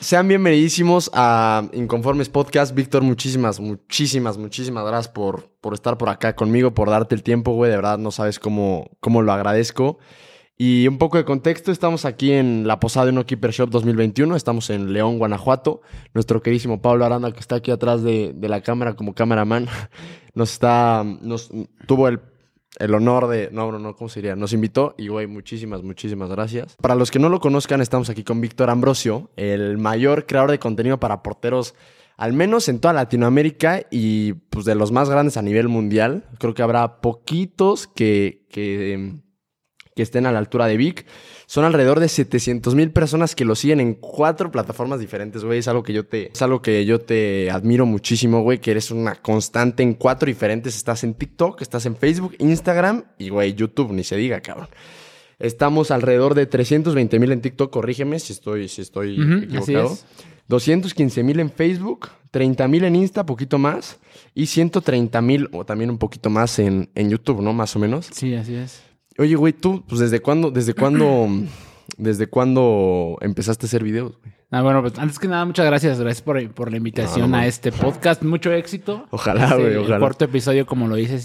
sean bienvenidísimos a Inconformes Podcast. Víctor, muchísimas gracias por estar por acá conmigo, por darte el tiempo, güey. De verdad, no sabes cómo lo agradezco. Y un poco de contexto, estamos aquí en la posada de Uno Keeper Shop 2021. Estamos en León, Guanajuato. Nuestro queridísimo Pablo Aranda, que está aquí atrás de la cámara como cameraman, nos tuvo el honor de... No, ¿cómo se diría? Nos invitó y, güey, muchísimas gracias. Para los que no lo conozcan, estamos aquí con Víctor Ambrosio, el mayor creador de contenido para porteros, al menos en toda Latinoamérica y, pues, de los más grandes a nivel mundial. Creo que habrá poquitos que estén a la altura de Vic. Son alrededor de 700,000 personas que lo siguen en 4 plataformas diferentes, güey. Es algo que yo te admiro muchísimo, güey, que eres una constante en 4 diferentes. Estás en TikTok, estás en Facebook, Instagram y, güey, YouTube, ni se diga, cabrón. Estamos alrededor de 320,000 en TikTok, corrígeme si estoy equivocado. 215,000 en Facebook, 30,000 en Insta, poquito más, y 130,000 o también un poquito más en YouTube, ¿no? Más o menos. Sí, así es. Oye, güey, tú, pues, ¿desde cuándo empezaste a hacer videos, güey? Bueno, pues antes que nada, muchas gracias. Gracias por la invitación a este podcast. Mucho éxito. Ojalá, güey, ojalá. El cuarto episodio, como lo dices,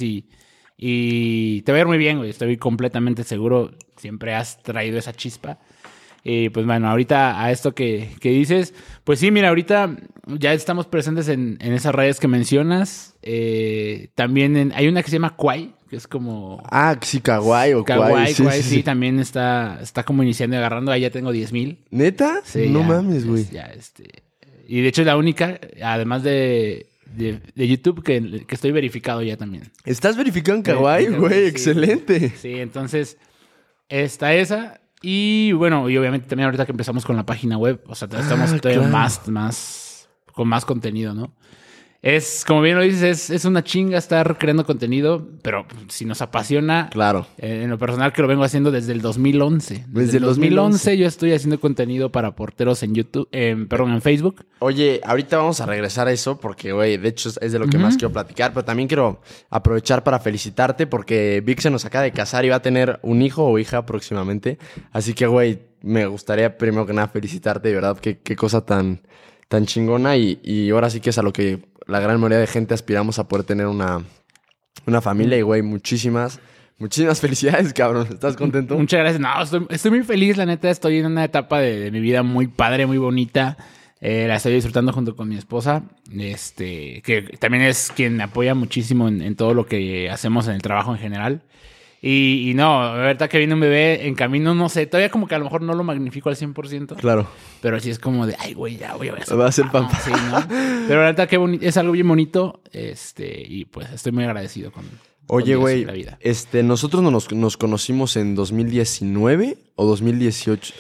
y te va a ir muy bien, güey. Estoy completamente seguro. Siempre has traído esa chispa. Y pues bueno, ahorita a esto que dices, pues sí, mira, ahorita ya estamos presentes en esas redes que mencionas. También hay una que se llama Kwai, que es como... Ah, sí, Kawaii o Kwai. Sí, Sí, también está como iniciando y agarrando. Ahí ya tengo 10,000. ¿Neta? Sí, no ya, mames, güey. Y de hecho es la única, además de YouTube, que estoy verificado ya también. ¿Estás verificado en Kawaii, güey? Sí, Excelente. Sí, entonces está esa. Y bueno, y obviamente también ahorita que empezamos con la página web, o sea, estamos todavía más con más contenido, ¿no? Es, como bien lo dices, es una chinga estar creando contenido, pero si nos apasiona... Claro. En lo personal, que lo vengo haciendo desde el 2011. Desde el 2011 yo estoy haciendo contenido para porteros en YouTube, en Facebook. Oye, ahorita vamos a regresar a eso porque, güey, de hecho es de lo que más quiero platicar, pero también quiero aprovechar para felicitarte porque Vic se nos acaba de casar y va a tener un hijo o hija próximamente. Así que, güey, me gustaría primero que nada felicitarte, de verdad, qué cosa tan chingona y ahora sí que es a lo que la gran mayoría de gente aspiramos a poder tener una familia y, güey, muchísimas felicidades, cabrón. ¿Estás contento? Muchas gracias. No, estoy muy feliz, la neta. Estoy en una etapa de mi vida muy padre, muy bonita. La estoy disfrutando junto con mi esposa, que también es quien me apoya muchísimo en todo lo que hacemos en el trabajo en general. Y no, ahorita que viene un bebé en camino, no sé, todavía como que a lo mejor no lo magnifico al 100%. Claro. Pero sí es como de, ay, güey, ya voy a Va a ser papá. Sí, ¿no? Pero ahorita es algo bien bonito, y pues estoy muy agradecido con Oye, Dios güey, y la vida. Nosotros nos conocimos en 2019 o 2018,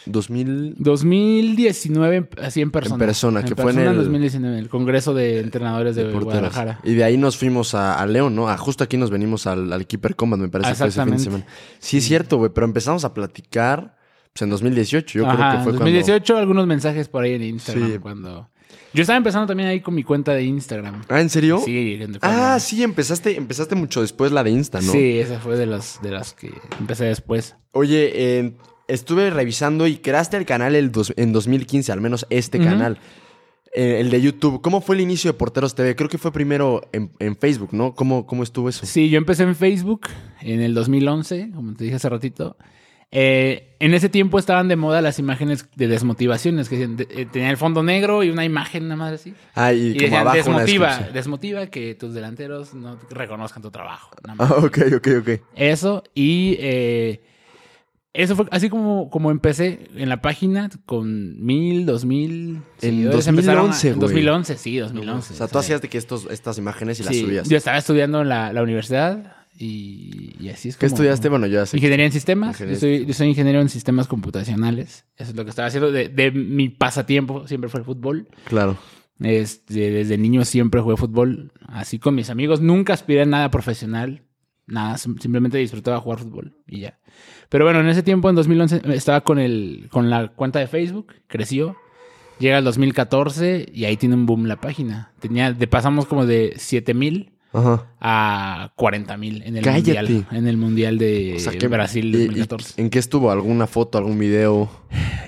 2019, así en persona. En persona, que fue en el 2019, el Congreso de Entrenadores de Guadalajara. Y de ahí nos fuimos a León, ¿no? Justo aquí nos venimos al Keeper Combat, me parece, fue ese fin de semana. Sí, es cierto, güey, pero empezamos a platicar pues en 2018, yo creo que fue 2018, algunos mensajes por ahí en Instagram, cuando... Yo estaba empezando también ahí con mi cuenta de Instagram. ¿Ah, en serio? Sí. Sí, empezaste mucho después la de Insta, ¿no? Sí, esa fue de las que empecé después. Oye, estuve revisando y creaste el canal en 2015, al menos canal. El de YouTube. ¿Cómo fue el inicio de Porteros TV? Creo que fue primero en Facebook, ¿no? ¿Cómo estuvo eso? Sí, yo empecé en Facebook en el 2011, como te dije hace ratito. En ese tiempo estaban de moda las imágenes de desmotivaciones, que tenían el fondo negro y una imagen nada más así. Y como decían, abajo desmotiva que tus delanteros no reconozcan tu trabajo. Ok. Eso, y eso fue así como empecé en la página con 1,000, 2,000 seguidores. En 2011, güey. En 2011, sí, 2011. O sea, tú hacías de que estas imágenes y las subías. Yo estaba estudiando en la universidad. Y así es como... ¿Qué estudiaste? Bueno, yo ya sé. Ingeniería en sistemas. Yo soy ingeniero en sistemas computacionales. Eso es lo que estaba haciendo. De mi pasatiempo siempre fue el fútbol. Claro. Desde niño siempre jugué fútbol. Así con mis amigos. Nunca aspiré a nada profesional. Nada. Simplemente disfrutaba jugar fútbol. Y ya. Pero bueno, en ese tiempo, en 2011, estaba con la cuenta de Facebook. Creció. Llega el 2014 y ahí tiene un boom la página. Pasamos como de 7,000... a 40,000 en el mundial. En el mundial de Brasil 2014. ¿En qué estuvo? ¿Alguna foto, algún video?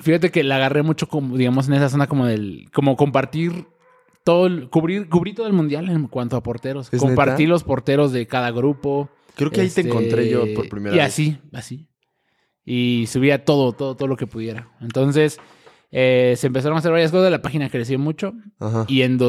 fíjate que la agarré mucho como, digamos, en esa zona como como compartir cubrí todo el mundial en cuanto a porteros. ¿Es Compartí neta? los porteros de cada grupo. Creo que ahí te encontré yo por primera vez. Y así. Y subía todo lo que pudiera. Entonces, se empezaron a hacer varias cosas. La página creció mucho. Ajá. Y en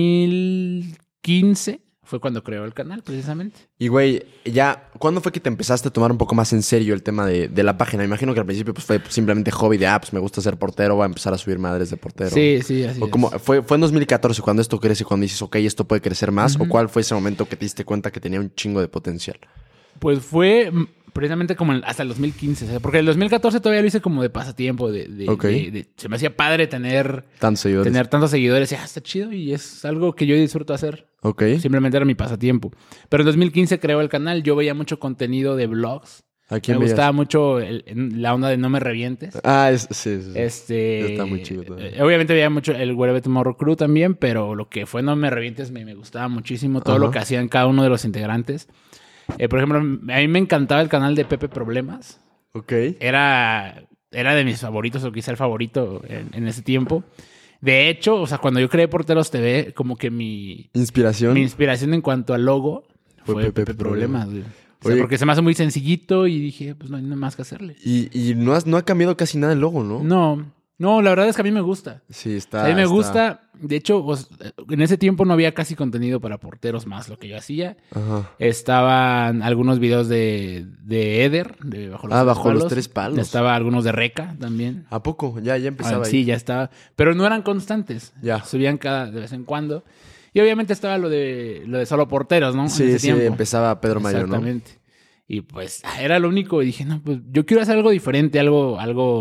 2015 fue cuando creó el canal, precisamente. Y, güey, ya, ¿cuándo fue que te empezaste a tomar un poco más en serio el tema de la página? Me imagino que al principio pues, fue simplemente hobby de, pues me gusta ser portero, voy a empezar a subir madres de portero. Sí, así O es. como, ¿fue en 2014 cuando esto crece, cuando dices, ok, esto puede crecer más? ¿O cuál fue ese momento que te diste cuenta que tenía un chingo de potencial? Pues fue precisamente como hasta el 2015, ¿sabes? Porque el 2014 todavía lo hice como de pasatiempo, Ok. se me hacía padre tener Tantos seguidores. tantos seguidores. Está chido y es algo que yo disfruto hacer. Ok. Simplemente era mi pasatiempo. Pero en 2015 creó el canal. Yo veía mucho contenido de vlogs. ¿A quién Me veías? gustaba mucho la onda de No Me Revientes. Ah, sí. Este... Está muy chido también. Obviamente veía mucho el Wherever Tomorrow Crew también, pero lo que fue No Me Revientes me gustaba muchísimo. Todo lo que hacían cada uno de los integrantes. Por ejemplo, a mí me encantaba el canal de Pepe Problemas. Ok. Era de mis favoritos, o quizá el favorito en ese tiempo. De hecho, o sea, cuando yo creé Porteros TV, como que mi ¿Inspiración? inspiración en cuanto al logo Fue fue Pepe Pepe Problemas, güey. O sea, Oye. porque se me hace muy sencillito y dije, pues no hay nada más que hacerle. Y no ha cambiado casi nada el logo, ¿no? No, la verdad es que a mí me gusta. Sí, O está. sea, a mí me está- gusta. De hecho, pues, en ese tiempo no había casi contenido para porteros más lo que yo hacía. Ajá. Estaban algunos videos de Eder, de Bajo los Tres Bajo Palos. los Tres Palos. Estaba algunos de Reca también. ¿A poco? Ya empezaba ahí. Sí, ya estaba. Pero no eran constantes. Ya. Subían de vez en cuando. Y obviamente estaba lo de solo porteros, ¿no? En Sí, ese tiempo. empezaba Pedro Mayor, ¿no? Exactamente. Y pues era lo único. Y dije, no, pues yo quiero hacer algo diferente, algo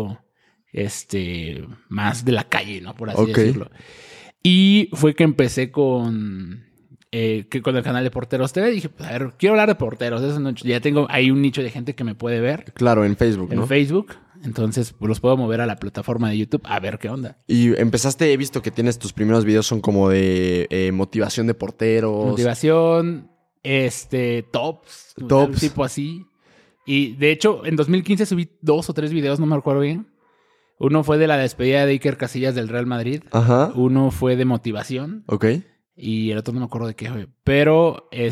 más de la calle, ¿no? Por así Ok. decirlo. Y fue que empecé con el canal de Porteros TV. Dije, pues a ver, quiero hablar de porteros. Ya tengo ahí un nicho de gente que me puede ver Claro, en Facebook, en ¿no? Facebook. Entonces, pues los puedo mover a la plataforma de YouTube a ver qué onda. Y he visto que tienes tus primeros videos son como de motivación de porteros. Motivación, tops. Tops. Tipo así. Y de hecho, en 2015 subí 2 o 3 videos, no me acuerdo bien. Uno fue de la despedida de Iker Casillas del Real Madrid. Ajá. Uno fue de motivación. Ok. Y el otro no me acuerdo de qué fue. Pero, en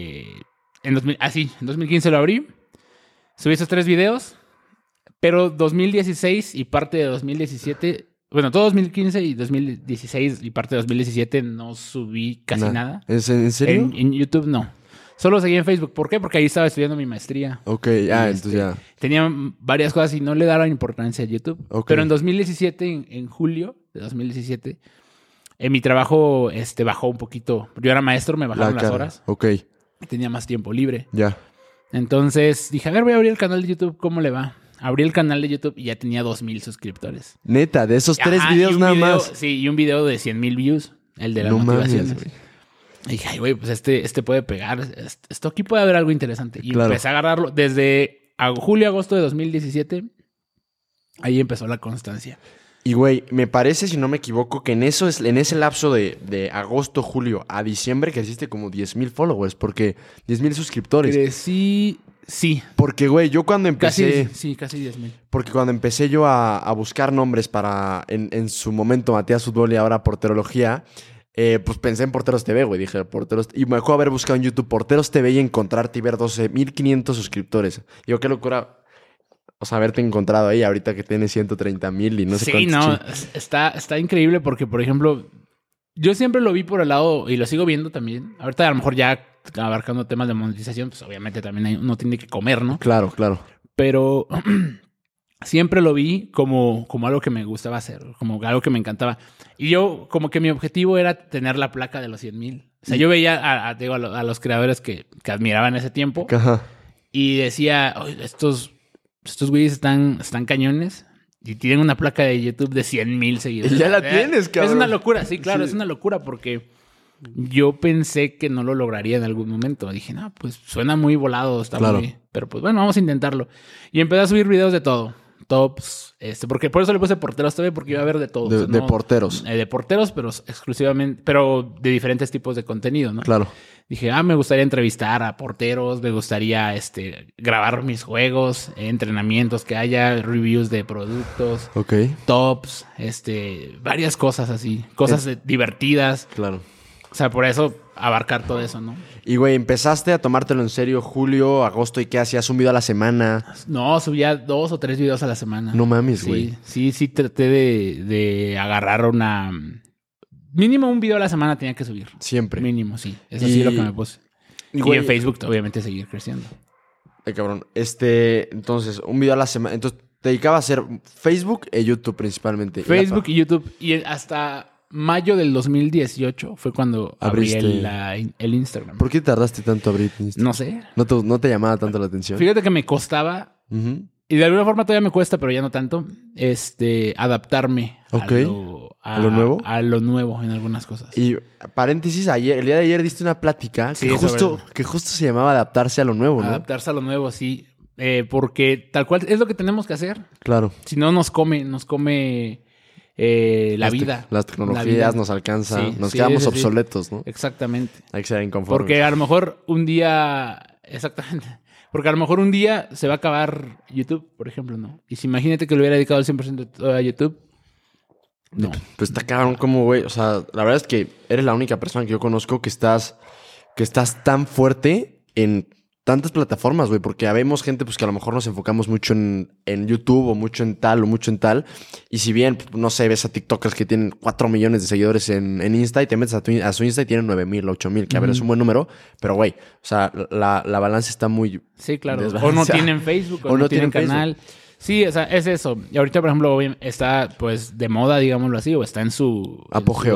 2015 lo abrí. Subí esos 3 videos. Pero 2016 y parte de 2017... Bueno, todo 2015 y 2016 y parte de 2017 no subí casi nada. ¿Es en serio? En YouTube no. Solo seguí en Facebook. ¿Por qué? Porque ahí estaba estudiando mi maestría. Ok, entonces ya. Tenía varias cosas y no le daba importancia a YouTube. Ok. Pero en 2017, en julio de 2017, en mi trabajo bajó un poquito. Yo era maestro, me bajaron las horas. Ok, Tenía más tiempo libre. ya. Entonces dije, a ver, voy a abrir el canal de YouTube. ¿Cómo le va? Abrí el canal de YouTube y ya tenía 2,000 suscriptores. Neta, de esos 3 Ajá, videos y un nada video- más. Sí, y un video de 100,000 views. El de las No motivaciones. mames, güey. Y dije, ay, güey, pues este puede pegar. Esto aquí puede haber algo interesante. Y Claro. empecé a agarrarlo desde julio, agosto de 2017. Ahí empezó la constancia. Y, güey, me parece, si no me equivoco, que en ese lapso de agosto, julio a diciembre que hiciste como 10,000 followers, porque 10,000 suscriptores. Crecí, sí. Porque, güey, yo cuando empecé... Casi 10,000. Porque cuando empecé yo a buscar nombres para, en su momento, Matías Fútbol y ahora Porterología, pues pensé en Porteros TV, güey. Dije, Porteros... Y me dejó haber buscado en YouTube Porteros TV y encontrarte y ver 12,500 suscriptores. Y yo, qué locura... O sea, haberte encontrado ahí ahorita que tienes 130,000 y no sé Sí, cuántos. no, está increíble porque, por ejemplo, yo siempre lo vi por el lado, y lo sigo viendo también. Ahorita a lo mejor ya abarcando temas de monetización, pues obviamente también uno tiene que comer, ¿no? Claro, claro. Pero siempre lo vi como algo que me gustaba hacer, como algo que me encantaba. Y yo, como que mi objetivo era tener la placa de los 100,000. O sea, yo veía a los creadores que admiraba en ese tiempo Ajá. y decía, "Oye, estos güeyes están cañones y tienen una placa de YouTube de 100,000 seguidores". Y ya la tienes, cabrón. Es una locura, sí, claro, Sí. es una locura porque yo pensé que no lo lograría en algún momento. Dije, no, pues suena muy volado, está Claro. muy... Pero pues bueno, vamos a intentarlo. Y empecé a subir videos de todo. tops. Porque por eso le puse porteros TV, porque iba a ver de todo. De porteros. De porteros, pero exclusivamente, pero de diferentes tipos de contenido, ¿no? Claro. Dije, me gustaría entrevistar a porteros, me gustaría grabar mis juegos, entrenamientos que haya, reviews de productos, Ok. tops, varias cosas así, cosas divertidas. Claro. O sea, por eso abarcar todo eso, ¿no? Y, güey, empezaste a tomártelo en serio julio, agosto, ¿y qué hacías? ¿Un video a la semana? No, subía 2 o 3 videos a la semana. No mames, güey. Sí, traté de agarrar una... Mínimo un video a la semana tenía que subir. Siempre. Mínimo, sí. Eso sí es lo que me puse. Y güey, en Facebook, obviamente, seguir creciendo. Ay, cabrón. Entonces, un video a la semana. Entonces, te dedicaba a hacer Facebook e YouTube principalmente. Facebook y YouTube. Y hasta mayo del 2018 fue cuando abrí el Instagram. ¿Por qué tardaste tanto a abrir Instagram? No sé. ¿No te llamaba tanto la atención? Fíjate que me costaba... Uh-huh. Y de alguna forma todavía me cuesta, pero ya no tanto, adaptarme a lo nuevo. A lo nuevo en algunas cosas. Y paréntesis, el día de ayer diste una plática Sí, que justo se llamaba adaptarse a lo nuevo, ¿no? Adaptarse a lo nuevo, sí. Porque tal cual es lo que tenemos que hacer. Claro. Si no, nos come la vida. Las tecnologías nos alcanzan, nos sí, quedamos sí. obsoletos, ¿no? Exactamente. Hay que ser inconformes. Porque a lo mejor un día... Exactamente. Porque a lo mejor un día se va a acabar YouTube, por ejemplo, ¿no? Y si imagínate que lo hubiera dedicado el 100% a YouTube. No. Pues está cabrón como, güey. O sea, la verdad es que eres la única persona que yo conozco que estás tan fuerte en tantas plataformas, güey. Porque habemos gente pues que a lo mejor nos enfocamos mucho en YouTube o mucho en tal o mucho en tal. Y si bien, no sé, ves a TikTokers que tienen 4 millones de seguidores en Insta y te metes a su Insta y tienen 9,000, 8,000, que a ver, es un buen número. Pero, güey, o sea, la balanza está muy... Sí, claro. O no tienen Facebook, o no tienen canal. Sí, o sea, es eso. Y ahorita, por ejemplo, está pues de moda, digámoslo así, o está en su apogeo.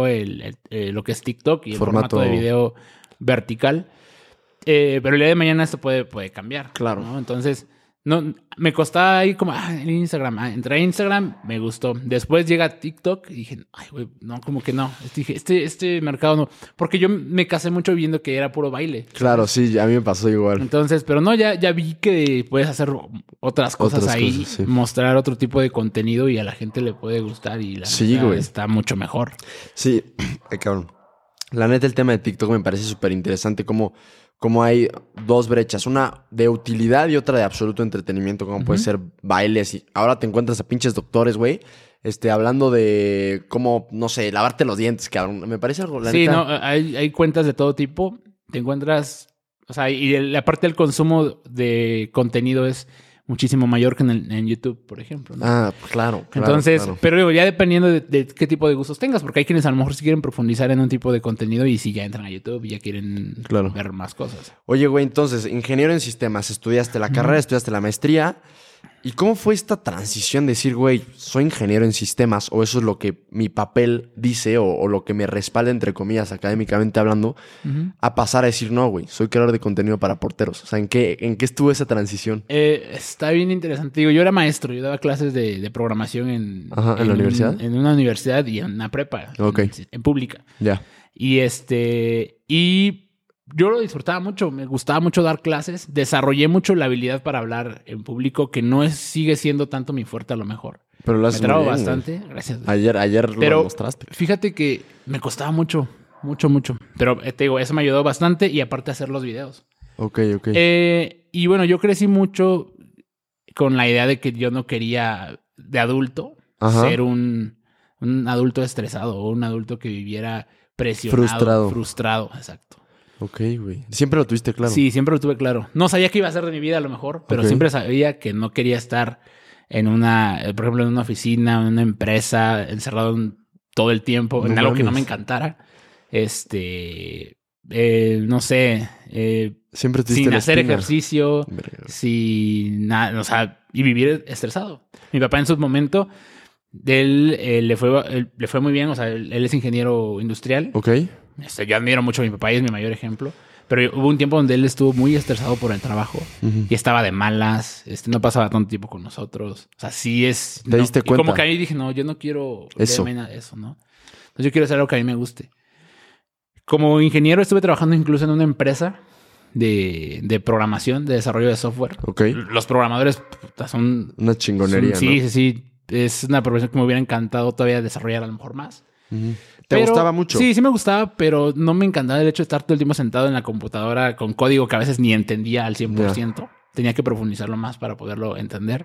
Lo que es TikTok y el formato de video vertical. Pero el día de mañana esto puede cambiar. Claro. ¿no? Entonces, no, me costaba ahí como, en Instagram. Entré a Instagram, me gustó. Después llega TikTok y dije, ay, güey, no, como que no. Dije, este mercado no. Porque yo me casé mucho viendo que era puro baile. Claro, sí, a mí me pasó igual. Entonces, pero no, ya vi que puedes hacer otras cosas ahí, sí. Mostrar otro tipo de contenido y a la gente le puede gustar y güey. Está mucho mejor. Sí, cabrón. La neta, el tema de TikTok me parece súper interesante como hay dos brechas, una de utilidad y otra de absoluto entretenimiento, como puede ser bailes. Y ahora te encuentras a pinches doctores, güey, hablando de cómo, no sé, lavarte los dientes, cabrón. Me parece algo... Sí, no, hay cuentas de todo tipo. Te encuentras... O sea, y la parte del consumo de contenido es muchísimo mayor que en YouTube, por ejemplo, ¿no? Ah, claro. Entonces, claro. Pero digo, ya dependiendo de qué tipo de gustos tengas, porque hay quienes a lo mejor sí quieren profundizar en un tipo de contenido y sí ya entran a YouTube y ya quieren ver más cosas. Oye, güey, entonces, ingeniero en sistemas, estudiaste la carrera, estudiaste la maestría. ¿Y cómo fue esta transición de decir, güey, soy ingeniero en sistemas, o eso es lo que mi papel dice, o lo que me respalda, entre comillas, académicamente hablando, a pasar a decir, no, güey, soy creador de contenido para porteros? O sea, ¿en qué estuvo esa transición? Está bien interesante. Digo, yo era maestro, yo daba clases de programación en la universidad. En una universidad y en una prepa, en pública. Ya. Y yo lo disfrutaba mucho, me gustaba mucho dar clases, desarrollé mucho la habilidad para hablar en público, que no sigue siendo tanto mi fuerte a lo mejor. Pero lo haces me trabo muy bien, bastante, güey. gracias. Ayer lo demostraste. Fíjate que me costaba mucho. Pero te digo, eso me ayudó bastante y aparte hacer los videos. Ok. Y bueno, yo crecí mucho con la idea de que yo no quería de adulto ser un adulto estresado o un adulto que viviera presionado. Frustrado, exacto. Ok, güey. ¿Siempre lo tuviste claro? Sí, siempre lo tuve claro. No sabía qué iba a hacer de mi vida a lo mejor, pero siempre sabía que no quería estar por ejemplo, en una oficina, en una empresa, encerrado todo el tiempo, en algo que no me encantara. No sé. Siempre sin hacer ejercicio, sin nada, o sea, y vivir estresado. Mi papá en su momento, él le fue muy bien, o sea, él es ingeniero industrial. Ok. Yo admiro mucho a mi papá y es mi mayor ejemplo. Pero hubo un tiempo donde él estuvo muy estresado por el trabajo y estaba de malas, no pasaba tanto tiempo con nosotros. O sea, sí es... ¿Te diste cuenta? Y como que ahí dije, no, yo no quiero nada de eso, ¿no? Entonces yo quiero hacer algo que a mí me guste. Como ingeniero estuve trabajando incluso en una empresa de programación, de desarrollo de software. Ok. Los programadores puta, son... Una chingonería, sí, ¿no? sí, sí. Es una profesión que me hubiera encantado todavía desarrollar a lo mejor más. ¿Te gustaba mucho? Sí, sí me gustaba, pero no me encantaba el hecho de estar todo el tiempo sentado en la computadora con código que a veces ni entendía al 100%. Yeah. Tenía que profundizarlo más para poderlo entender.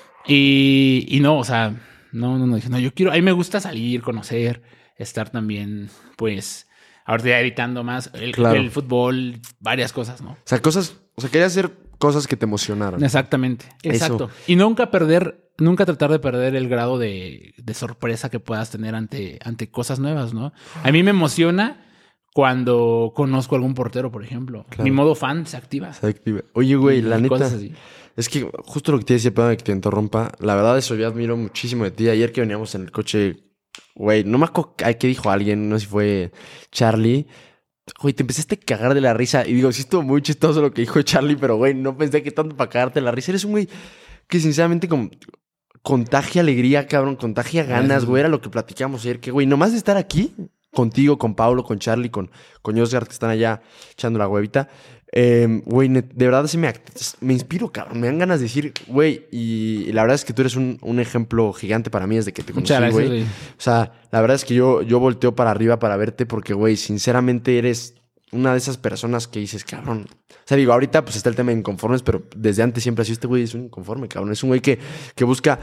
Y no, o sea, no, dije, no, yo quiero... A mí me gusta salir, conocer, estar también, pues... Ahorita ya editando más el fútbol, varias cosas, ¿no? O sea, quería hacer cosas que te emocionaran. Exactamente, exacto. Eso. Y nunca tratar de perder el grado de sorpresa que puedas tener ante cosas nuevas, ¿no? A mí me emociona cuando conozco a algún portero, por ejemplo. Claro. Mi modo fan se activa. Oye, güey, la neta, es que justo lo que te decía, perdón que te interrumpa, la verdad eso yo admiro muchísimo de ti. Ayer que veníamos en el coche... Güey, no me acuerdo qué dijo alguien, no sé si fue Charlie. Güey, te empezaste a cagar de la risa. Y digo, sí estuvo muy chistoso lo que dijo Charlie, pero güey, no pensé que tanto para cagarte de la risa. Eres un güey que sinceramente contagia alegría, cabrón, contagia ganas, güey. Era lo que platicamos ayer, que güey, nomás de estar aquí contigo, con Pablo, con Charlie, con Oscar, que están allá echando la huevita. Güey, de verdad sí me inspiro, cabrón. Me dan ganas de decir, güey, y la verdad es que tú eres un ejemplo gigante para mí desde que te conocí, güey. O sea, la verdad es que yo volteo para arriba para verte porque, güey, sinceramente eres una de esas personas que dices, cabrón. O sea, digo, ahorita pues está el tema de inconformes, pero desde antes siempre ha sido este güey, es un inconforme, cabrón. Es un güey que busca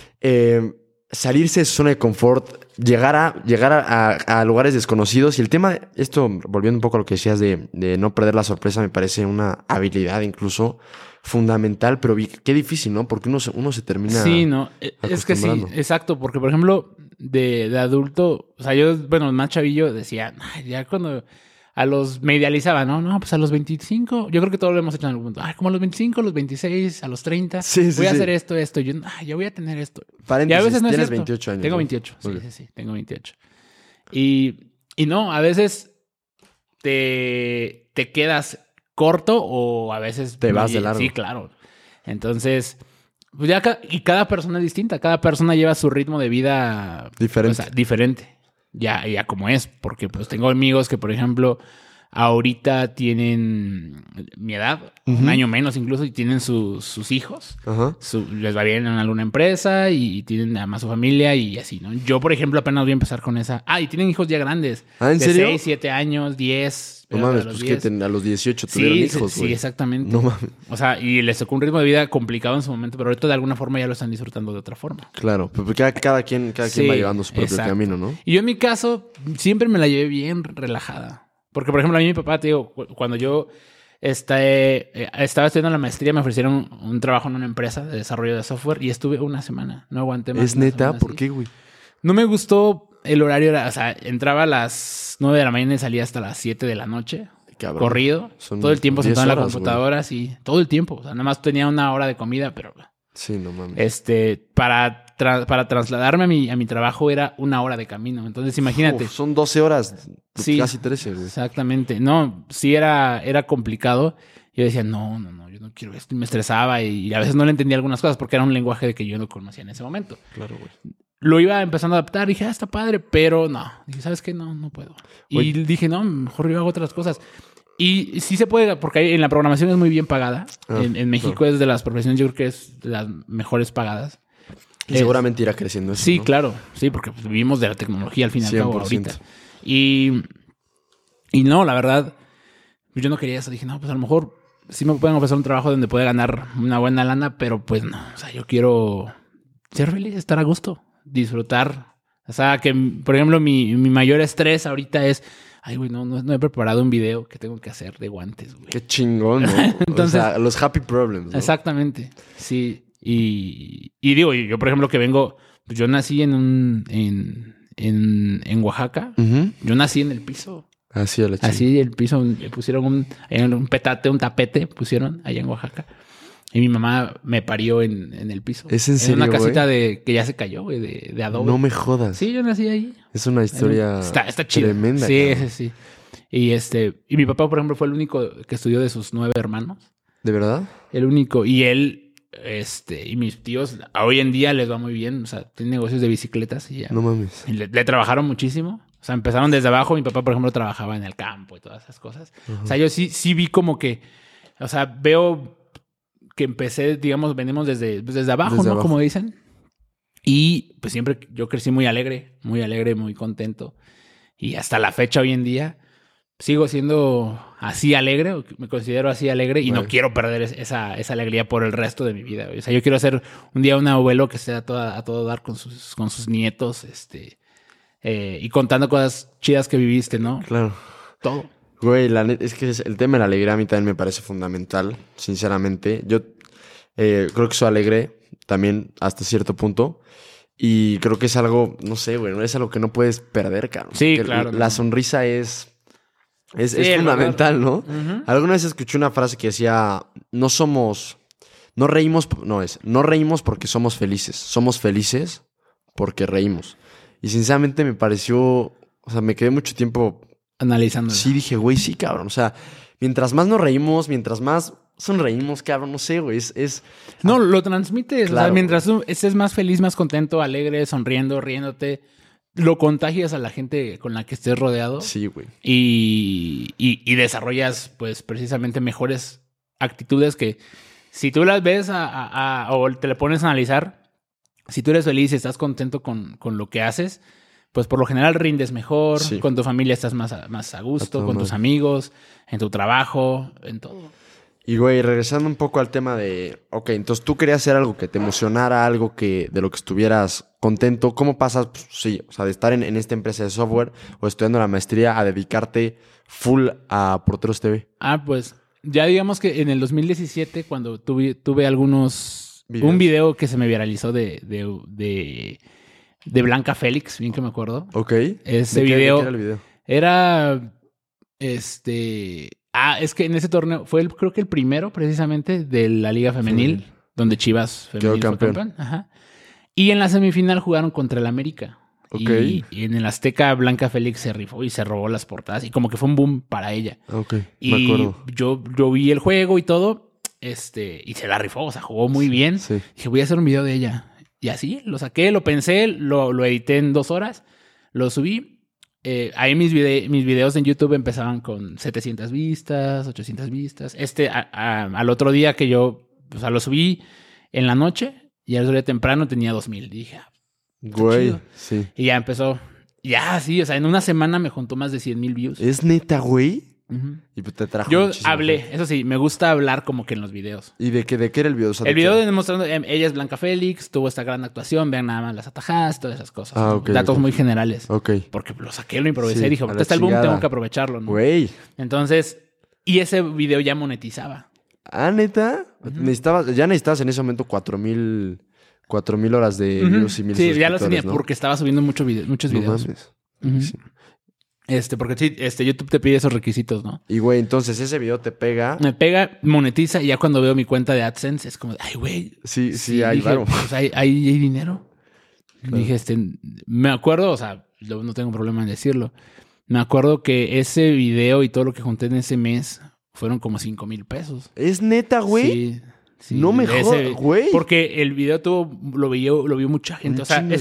salirse de su zona de confort, llegar a lugares desconocidos. Y el tema, esto, volviendo un poco a lo que decías de no perder la sorpresa, me parece una habilidad incluso fundamental, pero qué difícil, ¿no? Porque uno se termina es que sí, exacto, porque por ejemplo, de adulto, o sea, yo, bueno, más chavillo decía, ya cuando... me idealizaba, ¿no? No, pues a los 25, yo creo que todos lo hemos hecho en algún punto. Como a los 25, a los 26, a los 30, voy a hacer esto. Yo, ya voy a tener esto. Paréntesis, y a veces no tienes es 28 años. Tengo 28, ¿no? Sí, tengo 28. Y no, a veces te quedas corto o a veces... Te vas de largo. Sí, claro. Entonces, pues ya y cada persona es distinta. Cada persona lleva su ritmo de vida... Diferente. O sea, diferente. Ya como es, porque pues tengo amigos que, por ejemplo, ahorita tienen mi edad, un año menos incluso, y tienen sus hijos. Les va bien en alguna empresa y tienen además su familia y así, ¿no? Yo, por ejemplo, apenas voy a empezar con esa. Y tienen hijos ya grandes. ¿En serio? 6, 7 años, 10. No mames, pues 10. Que a los 18 tuvieron hijos, güey. Sí, exactamente. No mames. O sea, y les tocó un ritmo de vida complicado en su momento, pero ahorita de alguna forma ya lo están disfrutando de otra forma. Claro, porque cada quien va llevando su propio camino, ¿no? Y yo en mi caso siempre me la llevé bien relajada. Porque, por ejemplo, a mí mi papá, te digo, cuando yo estaba estudiando la maestría, me ofrecieron un trabajo en una empresa de desarrollo de software y estuve una semana. No aguanté más. ¿Es neta? ¿Por qué, güey? No me gustó el horario. O sea, entraba a las 9 de la mañana y salía hasta las 7 de la noche. Cabrón. Corrido. Todo el tiempo sentado en la computadora, sí. Todo el tiempo. O sea, nada más tenía una hora de comida, pero... Sí, no mames. Para trasladarme a mi trabajo era una hora de camino. Entonces, imagínate. Son 12 horas. Sí, casi 13, güey. Exactamente. No, sí era complicado. Yo decía, no, yo no quiero esto. Y me estresaba y a veces no le entendía algunas cosas porque era un lenguaje que yo no conocía en ese momento. Claro, güey. Lo iba empezando a adaptar. Dije, está padre, pero no. Dije, ¿sabes qué? No puedo. Y dije, no, mejor yo hago otras cosas. Y sí se puede, porque en la programación es muy bien pagada. En México es de las profesiones, yo creo que es de las mejores pagadas. Y seguramente irá creciendo eso, sí, ¿no? Claro. Sí, porque vivimos de la tecnología al fin y al cabo ahorita. Y no, la verdad, yo no quería eso. Dije, no, pues a lo mejor sí me pueden ofrecer un trabajo donde pueda ganar una buena lana, pero pues no. O sea, yo quiero ser feliz, estar a gusto, disfrutar. O sea, que, por ejemplo, mi mayor estrés ahorita es... güey, no he preparado un video que tengo que hacer de guantes, güey. Qué chingón, ¿no? Entonces, o sea, los happy problems, ¿no? Exactamente, sí. Y digo, yo por ejemplo que vengo... Pues yo nací en Oaxaca. Yo nací en el piso. Así a la chingada. Así el piso. Le pusieron un tapete pusieron allá en Oaxaca. Y mi mamá me parió en el piso. ¿Es en serio, en una casita que ya se cayó, güey, de adobe. No me jodas. Sí, yo nací ahí. Es una historia está chida. Tremenda. Sí. Y mi papá, por ejemplo, fue el único que estudió de sus 9 hermanos. ¿De verdad? El único. Y él, y mis tíos, hoy en día les va muy bien. O sea, tienen negocios de bicicletas y ya. No mames. Y le trabajaron muchísimo. O sea, empezaron desde abajo. Mi papá, por ejemplo, trabajaba en el campo y todas esas cosas. O sea, yo sí vi como que O sea, veo que empecé, digamos, venimos desde abajo, Desde ¿no? abajo. Como dicen. Y pues siempre yo crecí muy alegre, muy contento. Y hasta la fecha, hoy en día, sigo siendo así alegre, o me considero así alegre y no Güey. quiero perder esa alegría por el resto de mi vida. Güey. O sea, yo quiero ser un día un abuelo que sea a todo dar con sus nietos, y contando cosas chidas que viviste, ¿no? Claro. Todo. Güey, la neta, es que el tema de la alegría a mí también me parece fundamental, sinceramente. Yo creo que soy alegre también hasta cierto punto. Y creo que es algo, no sé, güey, es algo que no puedes perder, cabrón. Sí, Que claro, La no. sonrisa es Sí, el fundamental, ¿no? Ujú. Alguna vez escuché una frase que decía, no reímos, no reímos porque somos felices porque reímos. Y sinceramente me pareció, o sea, me quedé mucho tiempo, Analizándolo. sí dije, güey, sí, cabrón, o sea, mientras más nos reímos, mientras más sonreímos, cabrón, no sé, güey, No, lo transmites. Claro, O sea, mientras tú estés más feliz, más contento, alegre, sonriendo, riéndote, lo contagias a la gente con la que estés rodeado. sí, güey. Y desarrollas, pues, precisamente mejores actitudes que si tú las ves o te le pones a analizar, si tú eres feliz y estás contento con lo que haces, pues por lo general rindes mejor, Sí. con tu familia estás más a A gusto, toda con tus madre. amigos, en tu trabajo, en todo. Y, güey, regresando un poco al tema de, ok, entonces tú querías hacer algo que te emocionara, algo que de lo que estuvieras contento. ¿Cómo pasas, pues, sí, o sea, de estar en esta empresa de software o estudiando la maestría a dedicarte full a Porteros TV? Pues ya digamos que en el 2017, cuando tuve algunos... ¿Videos? Un video que se me viralizó de Blanca Félix, bien que me acuerdo. Ok. Ese ¿De qué video era el video? era... es que en ese torneo fue creo que el primero precisamente de la Liga Femenil, Femenil. donde Chivas Femenil Quedó fue campeón. Ajá. Y en la semifinal jugaron contra el América. Ok. Y en el Azteca Blanca Félix se rifó y se robó las portadas. Y como que fue un boom para ella. Ok, me Y acuerdo. yo vi el juego y todo, y se la rifó, o sea, jugó muy bien. Sí. Dije, voy a hacer un video de ella. Y así, lo saqué, lo pensé, lo edité en 2 horas, lo subí. Ahí mis videos en YouTube empezaban con 700 vistas, 800 vistas. Al otro día que yo, o sea, lo subí en la noche y al otro día temprano tenía 2000. Dije, Güey, chido. sí. y ya empezó. Ya, sí, o sea, en una semana me juntó más de 100,000 views. ¿Es neta, güey? Ujú. Y pues te trajo Yo muchísima hablé, gente. eso sí, me gusta hablar como que en los videos. ¿Y de qué era el video? O sea, El ¿de video qué? demostrando, ella es Blanca Félix, tuvo esta gran actuación, vean nada más las atajadas, todas esas cosas. Ah, ¿no? ok, Datos ok. muy generales. Ok. Porque lo saqué, lo improvisé Sí, y dije, a ahorita la está el boom, chingada. tengo que aprovecharlo, ¿no? Güey. Entonces, y ese video ya monetizaba. Ah, ¿neta? Ujú. Ya necesitabas en ese momento 4,000 horas de Ujú. views y 1,000 Sí, ya lo tenía suscriptores, ¿no? porque estaba subiendo muchos No videos. mames. Ujú. Sí. Porque sí, YouTube te pide esos requisitos, ¿no? Y, güey, entonces ese video te pega. Me pega, monetiza y ya cuando veo mi cuenta de AdSense es como, de, ay, güey. Sí, hay, dije, claro. pues hay dinero. Claro. Dije, me acuerdo, o sea, no tengo problema en decirlo. Me acuerdo que ese video y todo lo que junté en ese mes fueron como 5,000 pesos. ¿Es neta, güey? Sí, sí. No me Ese- jodas, güey. Porque el video lo vio mucha gente. Un O sea, chingo.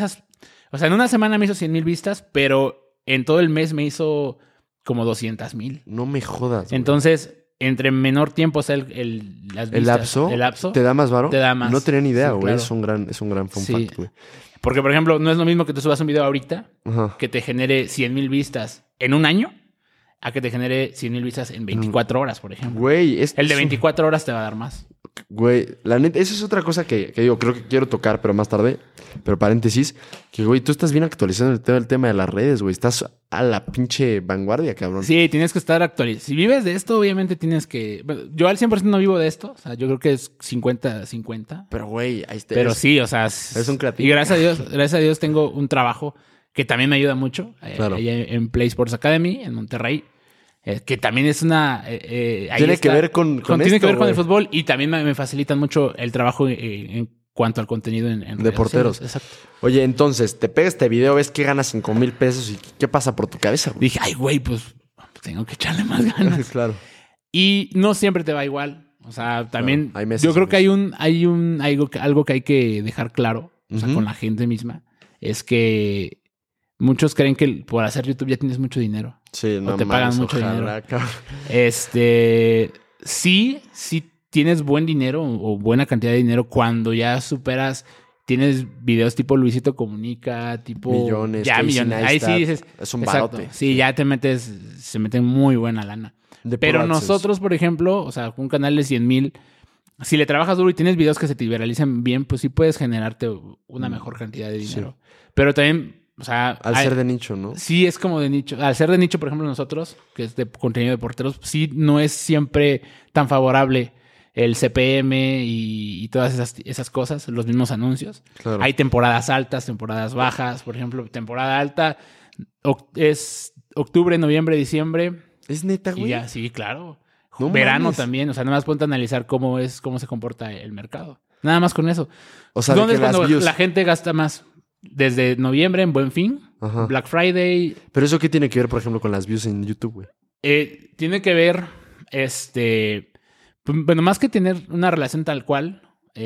o sea, en una semana me hizo 100,000 vistas, pero en todo el mes me hizo como 200,000. No me jodas. güey. Entonces, entre menor tiempo sea las vistas, ¿El lapso? ¿Te da más varo? Te da más. No tenía ni idea, Sí, güey. claro. Es un gran fun Sí. fact, güey. Porque, por ejemplo, no es lo mismo que te subas un video ahorita Ajá. que te genere 100,000 vistas en un año a que te genere 100,000 vistas en 24 horas, por ejemplo. Güey, El de 24 horas te va a dar más. Güey, la neta, eso es otra cosa que digo, creo que quiero tocar, pero más tarde. Pero paréntesis, que güey, tú estás bien actualizando el tema de las redes, güey. Estás a la pinche vanguardia, cabrón. Sí, tienes que estar actualizado. Si vives de esto, obviamente tienes que... Bueno, yo al 100% no vivo de esto. O sea, yo creo que es 50-50. Pero, güey, ahí está. Pero sí, o sea... eres un creativo. Y gracias a Dios tengo un trabajo que también me ayuda mucho. Claro. Allá en Play Sports Academy, en Monterrey. Que también es una... ahí Tiene que ver con tiene esto, que ver con güey. el fútbol y también me facilitan mucho el trabajo en cuanto al contenido en De redes porteros. sociales. Exacto. Oye, entonces, te pega este video, ves que ganas 5,000 pesos y ¿qué pasa por tu cabeza, güey? Dije, ay, güey, pues tengo que echarle más ganas. Claro. Y no siempre te va igual. O sea, también Claro, hay meses yo creo y que algo que hay que dejar claro, o sea, Ujú. con la gente misma, es que muchos creen que por hacer YouTube ya tienes mucho dinero. Sí, no te pagan mames, mucho ojalá, dinero. cabrón. sí tienes buen dinero o buena cantidad de dinero cuando ya superas, tienes videos tipo Luisito Comunica, tipo... Millones, Ya, Casey millones. Ahí sí Neistat. dices... Es un exacto. barote. Sí, ya se meten muy buena lana. Pero puro AdSense. nosotros, por ejemplo, o sea, un canal de 100,000, si le trabajas duro y tienes videos que se te viralicen bien, pues sí puedes generarte una mejor cantidad de dinero. Sí. Pero también, o sea... Al ser de nicho, ¿no? Sí, es como de nicho. Al ser de nicho, por ejemplo, nosotros, que es de contenido de porteros, sí no es siempre tan favorable el CPM y todas esas cosas, los mismos anuncios. Claro. Hay temporadas altas, temporadas bajas. Por ejemplo, temporada alta es octubre, noviembre, diciembre. ¿Es neta, güey? Y ya, sí, claro. No verano mames. También. O sea, nada más ponte a analizar cómo se comporta el mercado. Nada más con eso. O sea, ¿dónde es cuando la gente gasta más? Desde noviembre en Buen Fin, ajá, Black Friday. ¿Pero eso qué tiene que ver, por ejemplo, con las views en YouTube, güey? Tiene que ver, bueno, más que tener una relación tal cual,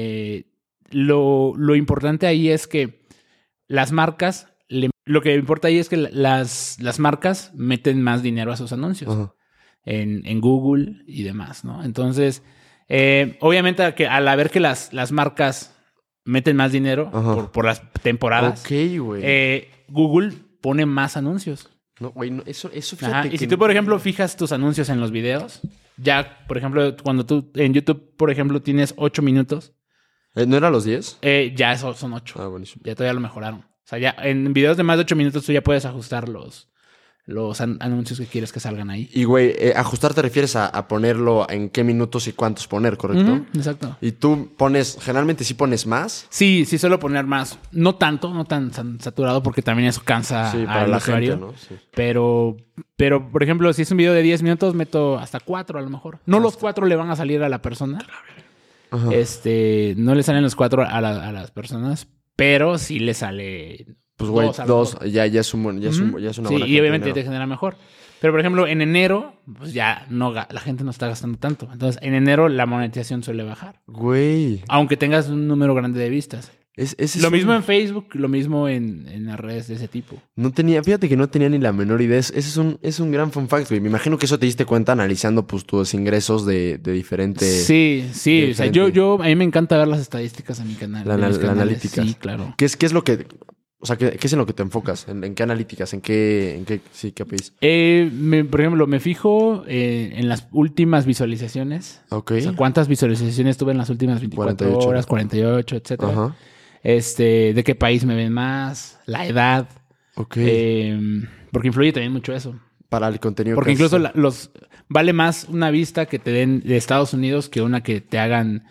lo importante ahí es que las marcas, lo que importa ahí es que las marcas meten más dinero a sus anuncios en Google y demás, ¿no? Entonces, obviamente al ver que las marcas meten más dinero por las temporadas, Google pone más anuncios. No, güey, no, eso fíjate. Y si tú, por ejemplo, fijas tus anuncios en los videos, ya, por ejemplo, cuando tú en YouTube, por ejemplo, tienes 8 minutos. ¿No eran los 10? Ya eso son 8. Ah, buenísimo. Ya todavía lo mejoraron. O sea, ya en videos de más de 8 minutos tú ya puedes ajustar los anuncios que quieres que salgan ahí. Y, güey, ajustar te refieres a ponerlo en qué minutos y cuántos poner, ¿correcto? Exacto. ¿Y tú generalmente sí pones más? Sí, suelo poner más. No tan saturado porque también eso cansa para al la usuario. Gente, ¿no? Sí. Pero, por ejemplo, si es un video de 10 minutos, meto hasta 4 a lo mejor. No los 4 le van a salir a la persona. Ajá. No le salen los 4 a las personas, pero sí le sale... Pues, güey, 2 ya es una buena sí, y obviamente te genera mejor. Pero, por ejemplo, en enero, pues ya la gente no está gastando tanto. Entonces, en enero la monetización suele bajar. Güey. Aunque tengas un número grande de vistas. Lo mismo en Facebook, lo mismo en las redes de ese tipo. Fíjate que no tenía ni la menor idea. Ese es un gran fun fact, güey. Me imagino que eso te diste cuenta analizando pues tus ingresos de diferentes... Sí. O sea, a mí me encanta ver las estadísticas en mi canal. La analítica. Sí, claro. ¿Qué es lo que... O sea, ¿qué es en lo que te enfocas? ¿En qué analíticas? ¿En qué APIs? Por ejemplo, me fijo en las últimas visualizaciones. Ok. O sea, cuántas visualizaciones tuve en las últimas 24 horas, 48, etcétera. Ajá. De qué país me ven más, la edad. Ok. Porque influye también mucho eso. Para el contenido. Porque incluso vale más una vista que te den de Estados Unidos que una que te hagan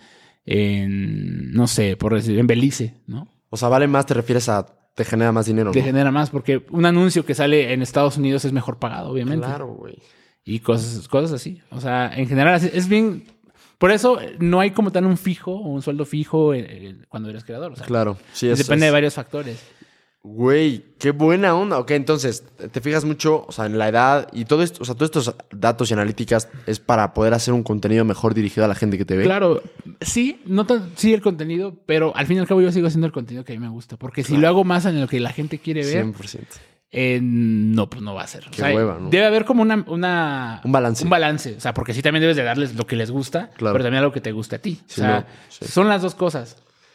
no sé, por decir, en Belice, ¿no? O sea, vale más, te refieres a... Te genera más dinero, ¿no? Te genera más, porque un anuncio que sale en Estados Unidos es mejor pagado, obviamente. Claro, güey. Y cosas así. O sea, en general es bien... Por eso no hay como tan un fijo o un sueldo fijo cuando eres creador. O sea, claro. Sí, depende de varios factores. Güey, qué buena onda. Ok, entonces, te fijas mucho, o sea, en la edad y todo esto, o sea, todos estos datos y analíticas es para poder hacer un contenido mejor dirigido a la gente que te ve. Claro, sí, sí el contenido, pero al fin y al cabo yo sigo haciendo el contenido que a mí me gusta. Porque si lo hago más en lo que la gente quiere ver... 100%. No, pues no va a ser. Qué hueva, ¿no? Debe haber como un balance. Un balance. O sea, porque sí también debes de darles lo que les gusta, claro, pero también algo que te guste a ti. Sí, o sea, son las dos cosas.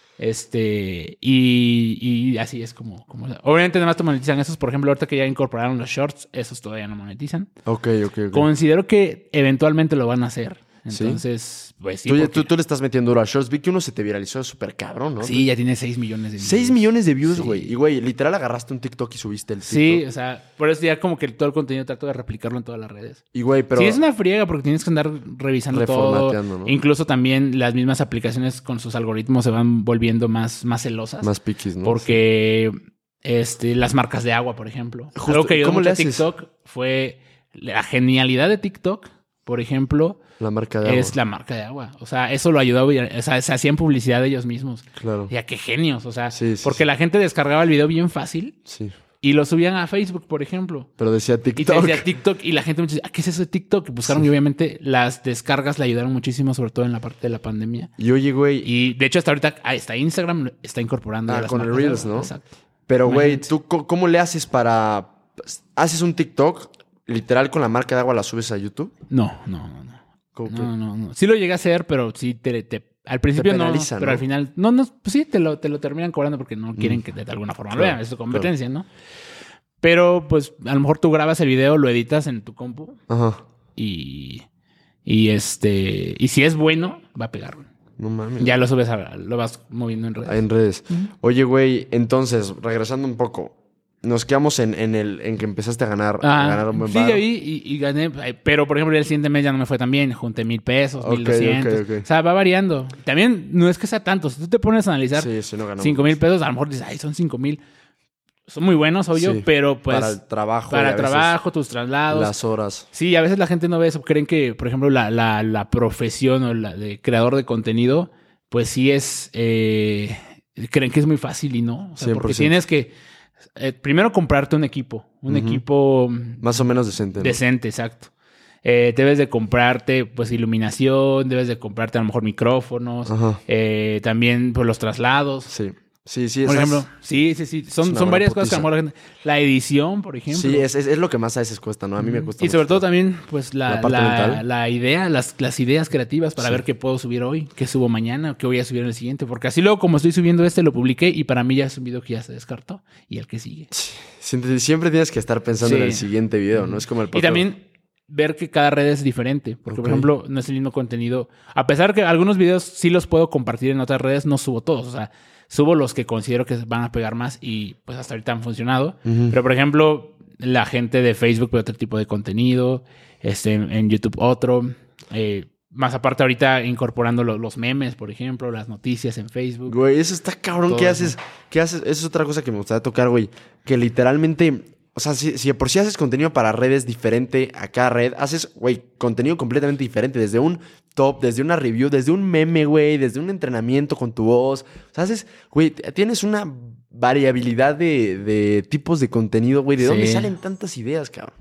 Y así es como... Obviamente nada más te monetizan esos. Por ejemplo, ahorita que ya incorporaron los shorts, esos todavía no monetizan. Ok. Considero que eventualmente lo van a hacer. Entonces, pues sí. Tú le estás metiendo duro a shorts. Vi que uno se te viralizó súper cabrón, ¿no? Sí, ya tiene 6 millones de views. 6 millones de views, güey. Sí. Y, güey, literal agarraste un TikTok y subiste el TikTok. Sí, o sea, por eso ya como que todo el contenido trato de replicarlo en todas las redes. Y, güey, pero... Sí, es una friega porque tienes que andar revisando todo. ¿No? Incluso también las mismas aplicaciones con sus algoritmos se van volviendo más celosas. Más piquis, ¿no? Porque las marcas de agua, por ejemplo. Justo, algo que ayudó mucho a TikTok fue la genialidad de TikTok, por ejemplo... La marca de agua. Es la marca de agua. O sea, eso lo ayudó. O sea, se hacían publicidad de ellos mismos. Claro. Ya, qué genios. O sea, porque la gente descargaba el video bien fácil. Sí. Y lo subían a Facebook, por ejemplo. Pero decía TikTok. Y decía TikTok. Y la gente me decía, ¿qué es eso de TikTok? Y buscaron y obviamente las descargas le ayudaron muchísimo, sobre todo en la parte de la pandemia. Y oye, güey. Y de hecho, hasta ahorita, hasta Instagram está incorporando. Con el Reels, ¿no? Exacto. Pero, güey, ¿tú cómo le haces ¿Haces un TikTok? ¿Literal con la marca de agua la subes a YouTube? No. No. Sí lo llegué a hacer, pero sí al principio Te penaliza, pero ¿no? al final... pues sí, te lo terminan cobrando porque no quieren que de alguna forma lo vean. Es su competencia, ¿no? Pero, pues, a lo mejor tú grabas el video, lo editas en tu compu. Ajá. Y si es bueno, va a pegar, güey. No mames. Ya lo subes, lo vas moviendo en redes. En redes. Oye, güey, entonces, regresando un poco. Nos quedamos en que empezaste a ganar un buen sí, varo. y gané. Pero, por ejemplo, el siguiente mes ya no me fue tan bien. Junté 1,000 pesos, Ok, 1,200. ok. O sea, va variando. También no es que sea tanto. Si tú te pones a analizar Sí, no ganamos. 5,000 pesos, a lo mejor dices, ay, son 5,000. Son muy buenos, obvio, Sí, pero pues... para el trabajo. Para y el a veces trabajo, tus traslados. las horas. Sí, a veces la gente no ve eso. Creen que, por ejemplo, la profesión o la de creador de contenido, pues sí es... creen que es muy fácil y no. O sea, 100%. porque tienes que primero comprarte un equipo. Un equipo... Más o menos decente, ¿no? Decente, exacto. Debes de comprarte, pues, iluminación. Debes de comprarte, a lo mejor, micrófonos. Ajá. También, pues, los traslados. Sí. Sí, Por ejemplo, sí. Son varias cosas que a lo mejor la edición, por ejemplo. Sí, es lo que más a veces cuesta, ¿no? A mí me cuesta Y sobre mucho. todo también, pues, La parte mental. la idea, las ideas creativas para ver qué puedo subir hoy, qué subo mañana, qué voy a subir en el siguiente. Porque así luego, como estoy subiendo lo publiqué y para mí ya es un video que ya se descartó. Y el que sigue. Siempre tienes que estar pensando en el siguiente video, ¿no? Es como el Y podcast. también ver que cada red es diferente. Porque, por ejemplo, no es el mismo contenido. A pesar que algunos videos sí los puedo compartir en otras redes, no subo todos. O sea, subo los que considero que van a pegar más y pues hasta ahorita han funcionado. Pero, por ejemplo, la gente de Facebook ve otro tipo de contenido. En YouTube otro. Más aparte ahorita incorporando los memes, por ejemplo, las noticias en Facebook. Güey, eso está cabrón. Todo ¿Qué eso. haces? Esa es otra cosa que me gustaría tocar, güey. Que literalmente... O sea, si de por sí haces contenido para redes diferente a cada red, haces, güey, contenido completamente diferente. Desde un top, desde una review, desde un meme, güey, desde un entrenamiento con tu voz. O sea, güey, tienes una variabilidad de tipos de contenido, güey. ¿De dónde salen tantas ideas, cabrón?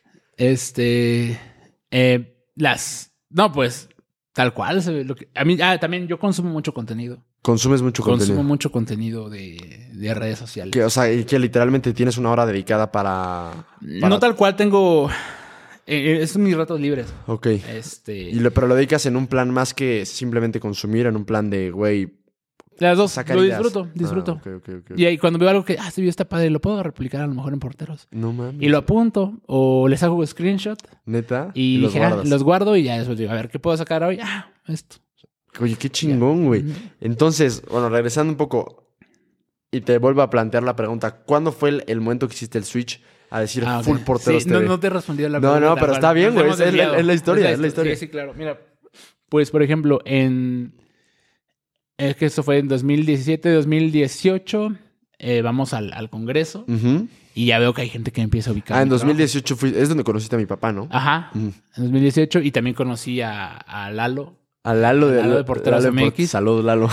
No, pues, tal cual. A mí, también yo consumo mucho contenido. Consumes mucho contenido. Consumo mucho contenido de redes sociales. O sea, y que literalmente tienes una hora dedicada para... No tal cual tengo... esos son mis ratos libres. Ok. Pero lo dedicas en un plan más que simplemente consumir, en un plan de, güey... Las dos. Sacar Lo ideas. disfruto. Ok. Y ahí cuando veo algo que, este video está padre, lo puedo replicar a lo mejor en Porteros. No mames. Y lo apunto o les hago screenshot. ¿Neta? Y los dije, guardas. los guardo y ya después digo, a ver, ¿qué puedo sacar hoy? Esto. Oye, qué chingón, güey. Entonces, bueno, regresando un poco y te vuelvo a plantear la pregunta. ¿Cuándo fue el momento que hiciste el switch a decir full Porteros sí, TV? No te he respondido la pregunta. No, pero está bien, güey. Es la historia, Sí, claro. Mira, pues, por ejemplo, es que esto fue en 2017, 2018. Vamos al Congreso. Uh-huh. Y ya veo que hay gente que empieza a ubicar. En 2018 es donde conociste a mi papá, ¿no? Ajá. En 2018. Y también conocí a Lalo. A Lalo de Porteros MX. Salud, Lalo.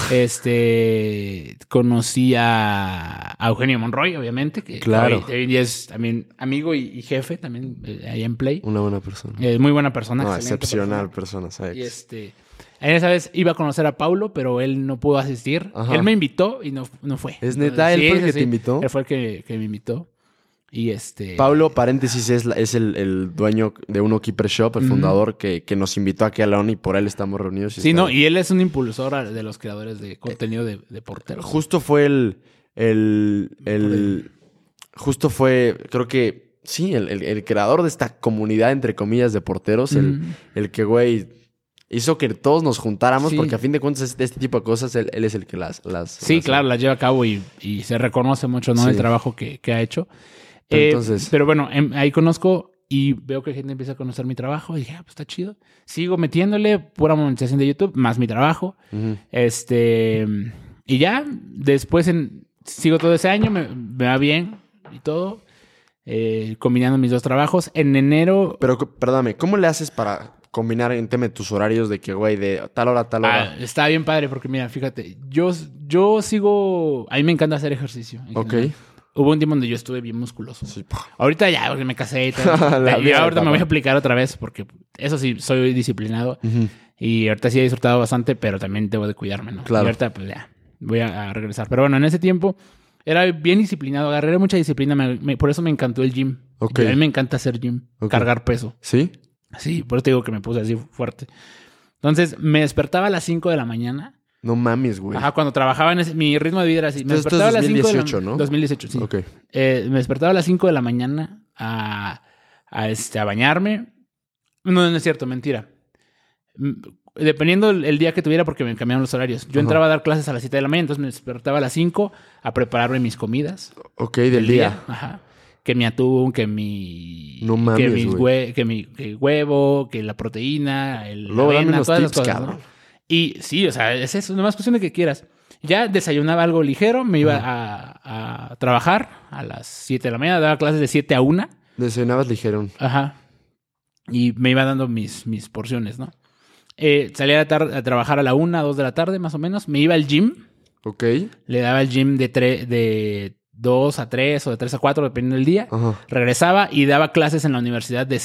Conocí a Eugenio Monroy, obviamente. Que claro. Hoy día es también amigo y jefe también ahí en Play. Una buena persona. Muy buena persona. No, excepcional persona, ¿sabes? Y en esa vez iba a conocer a Paulo, pero él no pudo asistir. Ajá. Él me invitó y no fue. ¿Es neta? ¿Él fue el que te invitó? Él fue el que me invitó. Y Paulo, paréntesis, es el dueño de Uno Keeper Shop, el fundador que nos invitó aquí a León y por él estamos reunidos. Y él es un impulsor de los creadores de contenido de Porteros. Justo fue justo fue, creo que, sí, el creador de esta comunidad, entre comillas, de porteros, el que, güey, hizo que todos nos juntáramos, porque a fin de cuentas este tipo de cosas, él es el que las claro, las lleva a cabo y se reconoce mucho, ¿no? El trabajo que ha hecho. Entonces, pero bueno, ahí conozco y veo que gente empieza a conocer mi trabajo y dije, pues está chido. Sigo metiéndole pura monetización de YouTube, más mi trabajo. Uh-huh. Y ya, después sigo todo ese año, me va bien y todo, combinando mis dos trabajos. En enero... Pero, perdóname, ¿cómo le haces para combinar en tema de tus horarios de que, güey, de tal hora a tal hora? Está bien padre porque, mira, fíjate, yo sigo... A mí me encanta hacer ejercicio. Ok. General. Hubo un tiempo donde yo estuve bien musculoso. Sí. Ahorita ya, porque me casé y todo. Y ahorita me voy a aplicar otra vez porque eso sí, soy disciplinado. Uh-huh. Y ahorita sí he disfrutado bastante, pero también debo de cuidarme, ¿no? Claro. Y ahorita pues ya, voy a regresar. Pero bueno, en ese tiempo era bien disciplinado. Agarré mucha disciplina. Por eso me encantó el gym. Okay. A mí me encanta hacer gym. Okay. Cargar peso. ¿Sí? Sí, por eso te digo que me puse así fuerte. Entonces, me despertaba a las 5 de la mañana. No mames, güey. Ajá, cuando trabajaba mi ritmo de vida era así. Me Entonces, despertaba a las 5 de la 2018, ¿no? 2018, sí. Ok. Me despertaba a las 5 de la mañana a bañarme. No es cierto, mentira. Dependiendo el día que tuviera, porque me cambiaron los horarios. Yo entraba a dar clases a las 7 de la mañana, entonces me despertaba a las 5 a prepararme mis comidas. Ok, del día. Ajá. Que mi atún, que mi... No mames, güey. que mi huevo, que la proteína, la Luego dame avena, unos todas tips, las cosas, cabrón. ¿no? Y sí, o sea, es eso, nomás cuestión de que quieras. Ya desayunaba algo ligero, me iba a trabajar a las 7 de la mañana, daba clases de 7 a 1. Desayunabas ligero. Ajá. Y me iba dando mis porciones, ¿no? Salía a trabajar a la 1, 2 de la tarde, más o menos. Me iba al gym. Ok. Le daba el gym de 2 a 3 o de 3 a 4, dependiendo del día. Ajá. Regresaba y daba clases en la universidad de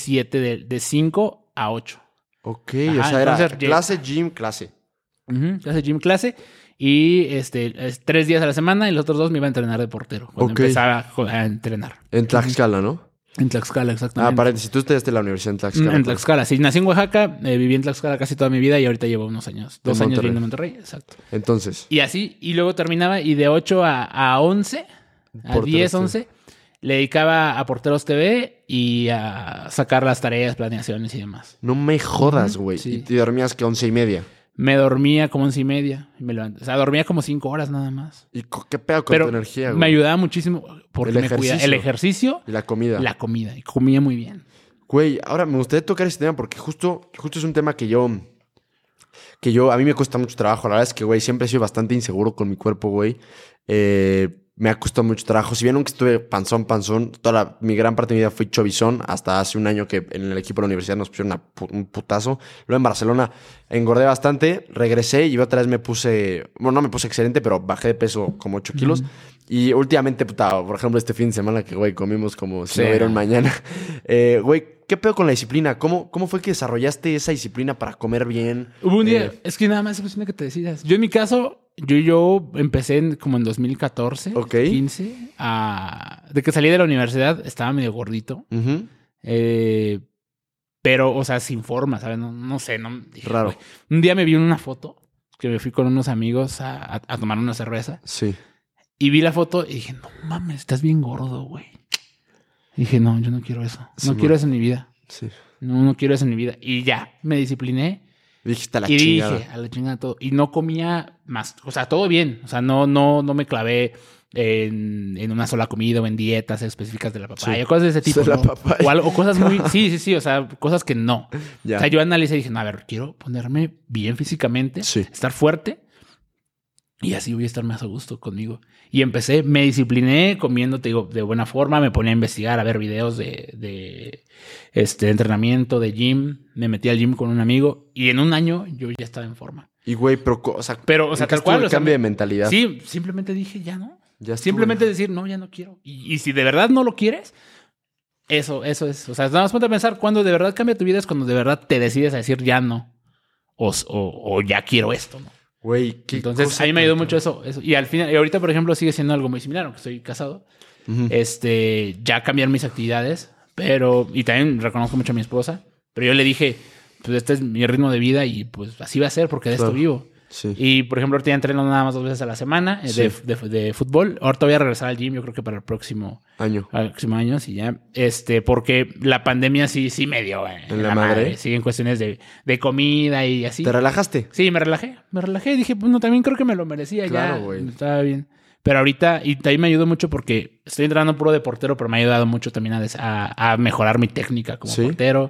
5 a 8. Ok, Ajá, o sea, era entonces, clase, gym, clase. Clase, gym, clase. Y 3 días a la semana y los otros 2 me iba a entrenar de portero. Cuando empezaba a entrenar. En Tlaxcala, ¿no? En Tlaxcala, exactamente. Paréntesis, tú estudiaste en la universidad en Tlaxcala. En Tlaxcala, sí. Nací en Oaxaca, viví en Tlaxcala casi toda mi vida y ahorita llevo unos años. 2 años viviendo en Monterrey, exacto. Entonces. Y así, y luego terminaba y de 8 a 11, a 10, 11, le dedicaba a Porteros TV y a sacar las tareas, planeaciones y demás. No me jodas, güey. Sí. Y te dormías que 11:30. Me dormía como 11:30. O sea, dormía como 5 horas nada más. ¿Y qué pedo con tu energía, güey? Me ayudaba muchísimo porque El me cuidaba. El ejercicio y la comida. La comida. Y comía muy bien. Güey, ahora me gustaría tocar este tema porque justo es un tema que yo, a mí me cuesta mucho trabajo. La verdad es que, güey, siempre he sido bastante inseguro con mi cuerpo, güey. Me ha costado mucho trabajo. Si bien nunca estuve panzón, mi gran parte de mi vida fui chovizón, hasta hace un año que en el equipo de la universidad nos pusieron un putazo. Luego en Barcelona engordé bastante, regresé y otra vez me puse, bueno, no me puse excelente, pero bajé de peso como 8 kilos. Y últimamente, puta, por ejemplo, este fin de semana que, güey, comimos como si no hubieran mañana. Güey, ¿qué pedo con la disciplina? ¿Cómo fue que desarrollaste esa disciplina para comer bien? Hubo un día, es que nada más es cuestión de que te decidas. Yo en mi caso, yo empecé como en 2014, 15, de que salí de la universidad, estaba medio gordito. Pero, o sea, sin forma, ¿sabes? No sé, dije, raro. Güey. Un día me vi en una foto que me fui con unos amigos a tomar una cerveza. Sí. Y vi la foto y dije, no mames, estás bien gordo, güey. Dije, no, yo no quiero eso. No quiero eso en mi vida. Sí. No quiero eso en mi vida. Y ya, me discipliné. Dijiste a la y chingada. dije, a la chingada todo. Y no comía más. O sea, todo bien. O sea, no me clavé en una sola comida o en dietas específicas de la papaya. Sí. Cosas de ese tipo. De la ¿no? papaya. O cosas muy... Sí. O sea, cosas que no. Ya. O sea, yo analicé y dije, no, a ver, quiero ponerme bien físicamente. Sí. Estar fuerte. Y así voy a estar más a gusto conmigo. Y me discipliné comiendo, te digo, de buena forma. Me ponía a investigar, a ver videos de entrenamiento, de gym. Me metí al gym con un amigo. Y en un año yo ya estaba en forma. Y, güey, pero tal cual. El cambio de mentalidad. Sí, simplemente dije, ya no. Ya simplemente decir, no, ya no quiero. Y si de verdad no lo quieres, eso es. O sea, nada más ponte a pensar, cuando de verdad cambia tu vida es cuando de verdad te decides a decir ya no. O ya quiero esto, ¿no? Güey, qué Entonces, cosa a mí me ayudó tan- mucho eso. Y al final, y ahorita, por ejemplo, sigue siendo algo muy similar, aunque estoy casado. Ya cambiar mis actividades, y también reconozco mucho a mi esposa, pero yo le dije, pues este es mi ritmo de vida y pues así va a ser porque de esto vivo. Sí. Y, por ejemplo, ahorita ya entreno nada más 2 veces a la semana de fútbol. Ahorita voy a regresar al gym, yo creo que para el próximo año, sí, ya. Porque la pandemia sí me dio en la madre. Sí, en cuestiones de comida y así. ¿Te relajaste? Sí, me relajé. Y dije, bueno, también creo que me lo merecía. Claro, ya. güey. Estaba bien. Pero ahorita, y también me ayudó mucho porque estoy entrenando puro de portero, pero me ha ayudado mucho también a mejorar mi técnica como portero.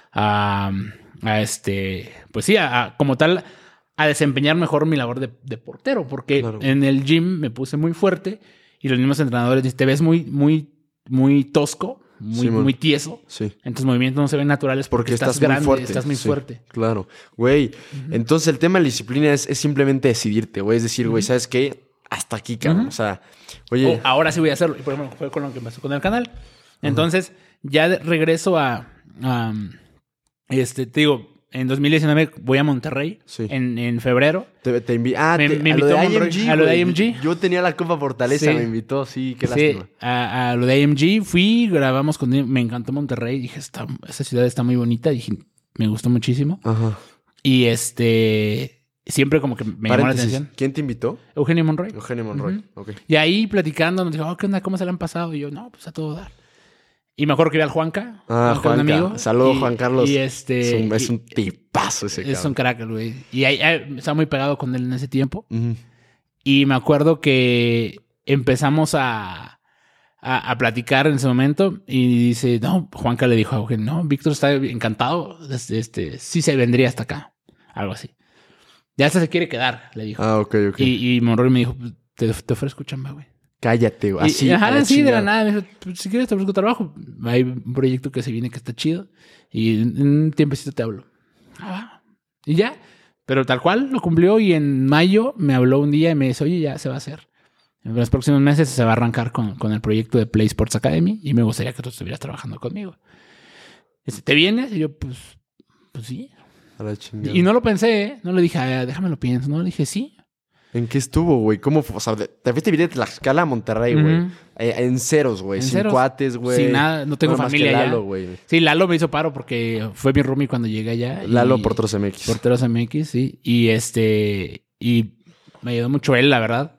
Pues sí, como tal, a desempeñar mejor mi labor de portero. Porque en el gym me puse muy fuerte y los mismos entrenadores dicen, te ves muy tosco, muy tieso. Sí. En tus movimientos no se ven naturales porque estás grande, muy fuerte. estás muy fuerte. Claro. Güey, entonces el tema de la disciplina es simplemente decidirte, güey. Es decir, güey, ¿sabes qué? Hasta aquí, cabrón. O sea, oye... ahora sí voy a hacerlo. Y por ejemplo, fue con lo que pasó con el canal. Entonces, ya regreso te digo, en 2019 voy a Monterrey Sí. en febrero. Me Me a lo de invitó IMG, a lo de güey. IMG. Yo tenía la Copa Fortaleza, Sí. me invitó, sí, qué Sí, lástima. a lo de IMG fui, grabamos con... Me encantó Monterrey. Dije, esta ciudad está muy bonita. Dije, me gustó muchísimo. Ajá. Y siempre como que me llamó la Paréntesis, atención. ¿quién te invitó? Eugenio Monroy. Eugenio Monroy. Ujú. Ok. Y ahí platicando, nos dijo, ¿qué onda? ¿Cómo se le han pasado? Y yo, no, pues a todo dar. Y me acuerdo que vi al Juanca. Un Juanca. amigo. Saludos, Juan Carlos. Y Es un tipazo ese es cabrón. un crack, el güey. Y ahí estaba muy pegado con él en ese tiempo. Ujú. Y me acuerdo que empezamos a platicar en ese momento. Y dice, no, Juanca le dijo a Eugenio, no, Víctor está encantado. Sí se vendría hasta acá. Algo así. Ya hasta se quiere quedar, le dijo. Ok. Y Monroy me dijo, te ofrezco chamba, güey. Cállate, güey. Así, Ajá, a la sí, de la chingada. nada. Me dijo, "Pues, si quieres te ofrezco trabajo. Hay un proyecto que se viene que está chido. Y en un tiempecito te hablo. Y ya. Pero tal cual lo cumplió. Y en mayo me habló un día y me dice, oye, ya se va a hacer. En los próximos meses se va a arrancar con el proyecto de Play Sports Academy. Y me gustaría que tú estuvieras trabajando conmigo. Dice, ¿te vienes? Y yo, pues sí. A la chingada. Y no lo pensé, ¿eh? No le dije, déjame lo pienso. No, le dije, sí. ¿En qué estuvo, güey? ¿Cómo fue? O sea, te fuiste de Tlaxcala a Monterrey, güey. Ujú. En ceros, güey. En Sin ceros. cuates, güey. Sin nada. No tengo Nada más familia que allá. Lalo, güey. Sí, Lalo me hizo paro porque fue mi roomie cuando llegué allá. Lalo Porteros MX. Porteros MX, sí. Y me ayudó mucho él, la verdad.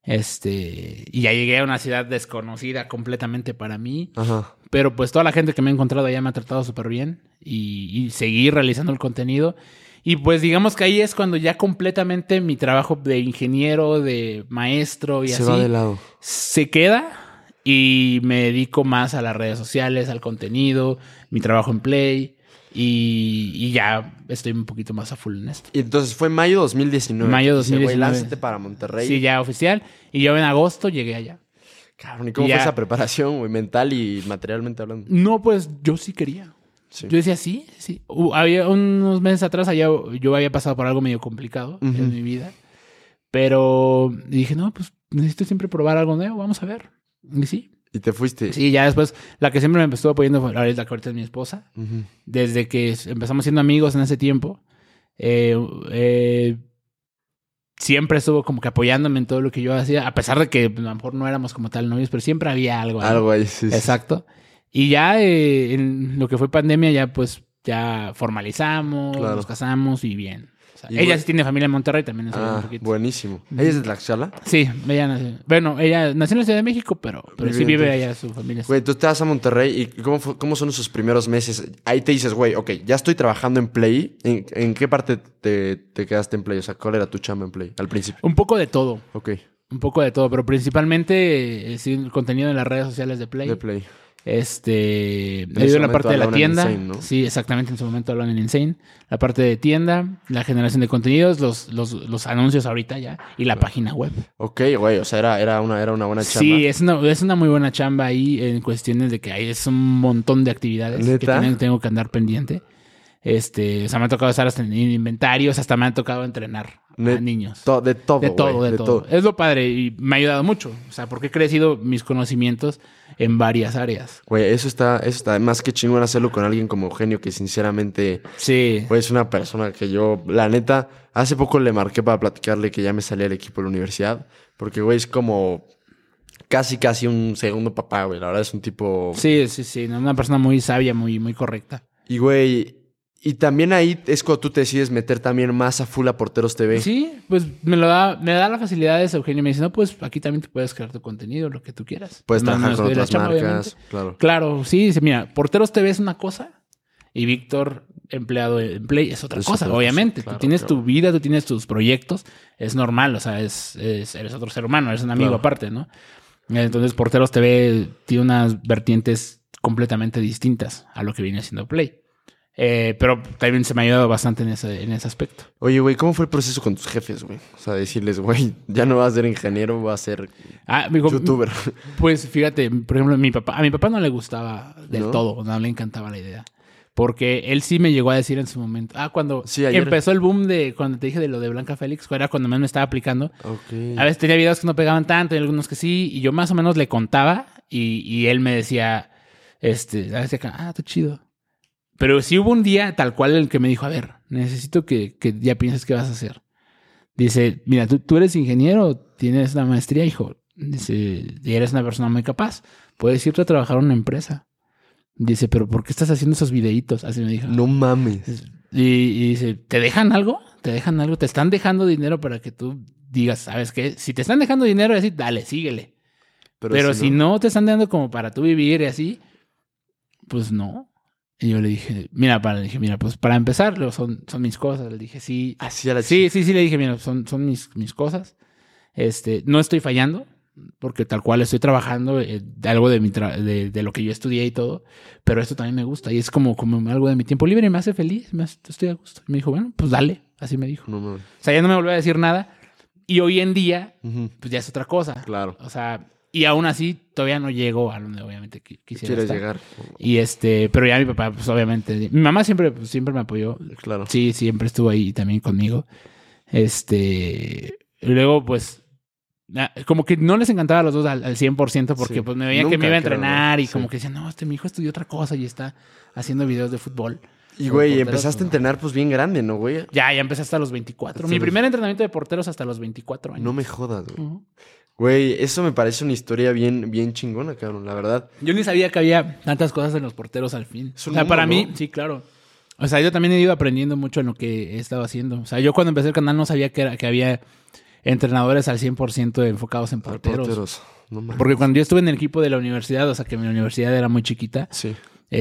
Y ya llegué a una ciudad desconocida completamente para mí. Ajá. Pero pues toda la gente que me ha encontrado allá me ha tratado súper bien. Y seguí realizando el contenido. Y pues digamos que ahí es cuando ya completamente mi trabajo de ingeniero, de maestro y Se así va de lado. se queda y me dedico más a las redes sociales, al contenido, mi trabajo en Play y ya estoy un poquito más a full en esto. Y entonces fue mayo 2019. Mayo Dice, 2019. güey, lánzate para Monterrey. Sí, ya oficial. Y yo en agosto llegué allá. Cabrón, ¿y cómo Ya. fue esa preparación, güey? Mental y materialmente hablando. No, pues yo sí quería. Sí. Yo decía, sí. Había unos meses atrás allá yo había pasado por algo medio complicado en mi vida. Pero dije, no, pues necesito siempre probar algo nuevo. Vamos a ver. Y sí. Y te fuiste. Sí, ya después, la que siempre me estuvo apoyando fue la que ahorita es mi esposa. Ujú. Desde que empezamos siendo amigos en ese tiempo, siempre estuvo como que apoyándome en todo lo que yo hacía, a pesar de que a lo mejor no éramos como tal novios, pero siempre había algo ahí. Algo ahí, sí. Exacto. Y ya en lo que fue pandemia, ya pues ya formalizamos, Claro. nos casamos y bien. O sea, Y ella bueno- sí tiene familia en Monterrey, también eso un poquito. Buenísimo. ¿Ella es de Tlaxcala? Sí, ella nació. Bueno, ella nació en la Ciudad de México, pero sí vive entonces. allá su familia. Güey, tú te vas a Monterrey y ¿cómo son esos primeros meses? Ahí te dices, güey, ok, ya estoy trabajando en Play. ¿En qué parte te quedaste en Play? O sea, ¿cuál era tu chamba en Play al principio? Un poco de todo. Ok, Un poco de todo, pero principalmente sí, el contenido en las redes sociales de Play. de Play. He ese ido en la momento parte de la hablaban en tienda. Insane, ¿no? Sí, exactamente, en su momento hablan en Insane. La parte de tienda, la generación de contenidos, los anuncios ahorita ya y la página web. Ok, güey, o sea, era una buena chamba. Sí, es una muy buena chamba ahí en cuestiones de que hay es un montón de actividades ¿Neta? que tengo que andar pendiente. O sea, me ha tocado estar hasta en inventarios, hasta me ha tocado entrenar a niños. De todo, De todo, güey, de todo. Es lo padre y me ha ayudado mucho. O sea, porque he crecido mis conocimientos en varias áreas. Güey, eso está más que chingón hacerlo con alguien como Eugenio, que sinceramente, Sí. güey, es una persona que yo, la neta, hace poco le marqué para platicarle que ya me salía el equipo de la universidad, porque, güey, es como casi un segundo papá, güey. La verdad es un tipo... Sí. Una persona muy sabia, muy correcta. Y, güey, y también ahí es cuando tú te decides meter también más a full a Porteros TV. Sí, pues me da la facilidad de Eugenio. Me dice, no, pues aquí también te puedes crear tu contenido, lo que tú quieras. Puedes No, trabajar no, con de la otras chamba, marcas, obviamente. claro. Claro, sí, dice, mira, Porteros TV es una cosa y Víctor, empleado en Play, es otra Es cosa, otra cosa, obviamente. claro, tú tienes claro. tu vida, tú tienes tus proyectos, es normal, o sea, eres otro ser humano, eres un amigo Claro. aparte, ¿no? Entonces, Porteros TV tiene unas vertientes completamente distintas a lo que viene haciendo Play. Pero también se me ha ayudado bastante en ese aspecto. Oye, güey, ¿cómo fue el proceso con tus jefes, güey? O sea, decirles, güey, ya no vas a ser ingeniero, vas a ser Digo, youtuber. pues fíjate, por ejemplo, a mi papá no le gustaba del ¿No? todo, no le encantaba la idea. Porque él sí me llegó a decir en su momento, cuando Sí, ayer. empezó el boom cuando te dije de lo de Blanca Félix, era cuando más me estaba aplicando. Ok. A veces tenía videos que no pegaban tanto y algunos que sí, y yo más o menos le contaba y él me decía, a veces, está chido. Pero sí hubo un día tal cual el que me dijo, a ver, necesito que ya pienses qué vas a hacer. Dice, mira, tú eres ingeniero, tienes una maestría, hijo. Dice, y eres una persona muy capaz. Puedes irte a trabajar a una empresa. Dice, pero ¿por qué estás haciendo esos videitos? Así me dijo. No mames. Y dice, ¿te dejan algo? ¿Te dejan algo? ¿Te están dejando dinero para que tú digas, ¿sabes qué? Si te están dejando dinero, así, dale, síguele. Pero si no te están dando como para tú vivir y así, pues no. Y yo le dije, mira, pues para empezar, son mis cosas. Le dije, sí. Así a la Sí, le dije, mira, son mis cosas. No estoy fallando, porque tal cual estoy trabajando de algo de lo que yo estudié y todo, pero esto también me gusta y es como algo de mi tiempo libre y me hace feliz, estoy a gusto. Y me dijo, bueno, pues dale, así me dijo. No. O sea, ya no me volvió a decir nada y hoy en día, pues ya es otra cosa. Claro. O sea, y aún así todavía no llego a donde obviamente quisiera Quieres estar. llegar. Y pero ya mi papá, pues obviamente, mi mamá siempre me apoyó. Claro. Sí, siempre estuvo ahí también conmigo. Y luego, pues, como que no les encantaba a los dos al 100% porque Sí. pues me veían Nunca, que me iba a creo, entrenar ¿no? y Sí. como que decían, no, mi hijo estudió otra cosa y está haciendo videos de fútbol. Y, güey, Porteros, empezaste a ¿no? entrenar pues bien grande, ¿no, güey? Ya empecé hasta los 24. Hasta Mi los- primer entrenamiento de porteros hasta los 24 años. No me jodas, güey. Ujú. Güey, eso me parece una historia bien, bien chingona, cabrón, la verdad. Yo ni sabía que había tantas cosas en los porteros al fin. Es un O sea, mundo, para ¿no? mí, sí, claro. O sea, yo también he ido aprendiendo mucho en lo que he estado haciendo. O sea, yo cuando empecé el canal no sabía que había entrenadores al 100% enfocados en porteros. No mames. Porque cuando yo estuve en el equipo de la universidad, o sea, que mi universidad era muy chiquita, Sí.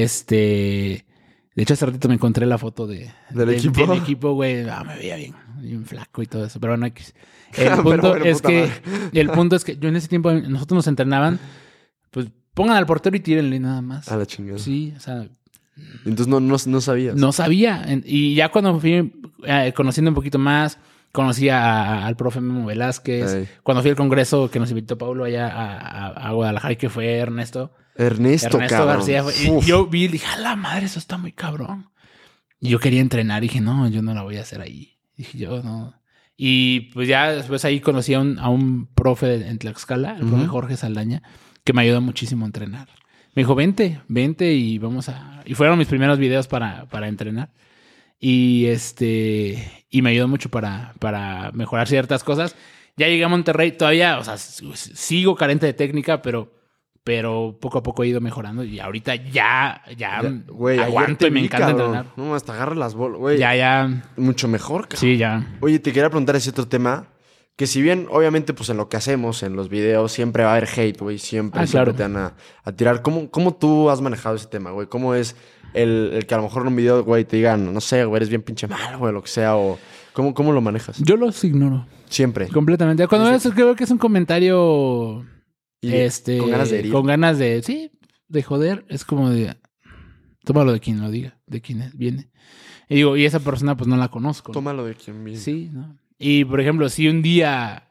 de hecho, hace ratito me encontré la foto ¿Del de equipo? mi equipo, güey. Me veía bien flaco y todo eso. Pero bueno, el Pero punto bueno, es puta que madre. el punto es que yo en ese tiempo nosotros nos entrenaban, pues pongan al portero y tírenle nada más. A la chingada. Sí, o sea, Entonces no sabías. no sabía. Y ya cuando fui conociendo un poquito más, conocí al profe Memo Velázquez. Ay. Cuando fui al congreso que nos invitó Pablo allá a Guadalajara y que fue Ernesto Ernesto cabrón. García. Y Uf. yo vi y dije, a la madre, eso está muy cabrón. Y yo quería entrenar y dije, no, yo no la voy a hacer ahí. Dije, yo no. Y pues ya después ahí conocí a un profe en Tlaxcala, el profe Jorge Saldaña, que me ayudó muchísimo a entrenar. Me dijo, vente y vamos a... Y fueron mis primeros videos para entrenar. Y y me ayudó mucho para mejorar ciertas cosas. Ya llegué a Monterrey, todavía, o sea, sigo carente de técnica, pero poco a poco he ido mejorando y ahorita ya Güey, ayer aguanto te y me vi, encanta cabrón. entrenar. No, hasta agarra las bolas, güey. Ya, Mucho mejor, cabrón. sí, ya. Oye, te quería preguntar ese otro tema. Que si bien, obviamente, pues en lo que hacemos, en los videos, siempre va a haber hate, güey. Siempre Claro. te van a tirar. ¿Cómo tú has manejado ese tema, güey? ¿Cómo es el que a lo mejor en un video, güey, te digan, no sé, güey, eres bien pinche malo, güey, lo que sea? O ¿cómo lo manejas? Yo los ignoro Siempre. completamente. Cuando creo que es un comentario Y con ganas de herir. con ganas de, sí, de joder, es como de, tómalo de quien lo diga, de quien viene. Y digo, y esa persona pues no la conozco, ¿no? Tómalo de quien viene. Sí, ¿no? Y, por ejemplo, si un día,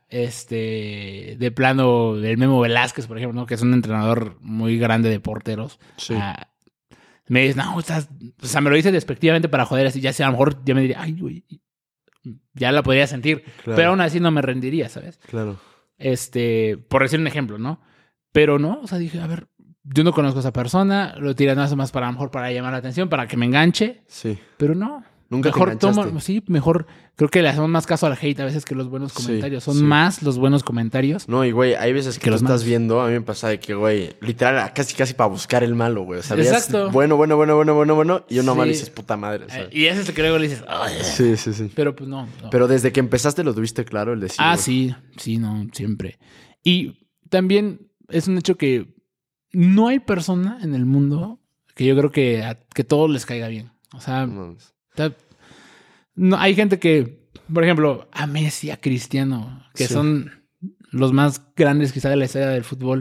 de plano, el Memo Velázquez, por ejemplo, ¿no? Que es un entrenador muy grande de porteros, Sí. me dice, no, o sea, me lo dice despectivamente para joder, así, ya sea, a lo mejor ya me diría, ay, güey, ya la podría sentir, Claro. pero aún así no me rendiría, ¿sabes? Claro. Por decir un ejemplo, ¿no? Pero no, o sea, dije, a ver, yo no conozco a esa persona, lo tiran nada más para, a lo mejor, para llamar la atención, para que me enganche, Sí. pero no. Nunca te Mejor enganchaste. sí, mejor creo que le hacemos más caso al hate a veces que los buenos Sí, comentarios. Son sí. más los buenos comentarios. No, y güey, hay veces que Que tú los estás malos. viendo, a mí me pasa de que, güey, literal, casi para buscar el malo, güey. O sea, veías Exacto. bueno, y uno mal Sí. dices, puta madre, ¿sabes? Y ese es el que luego le dices, "Ay". Sí. Pero pues no. Pero desde que empezaste lo tuviste claro, el decir. güey. Sí, no, siempre. Y también es un hecho que no hay persona en el mundo que yo creo que todos les caiga bien. O sea, No mames. no, hay gente que, por ejemplo, a Messi, a Cristiano, que Sí. son los más grandes quizá de la historia del fútbol,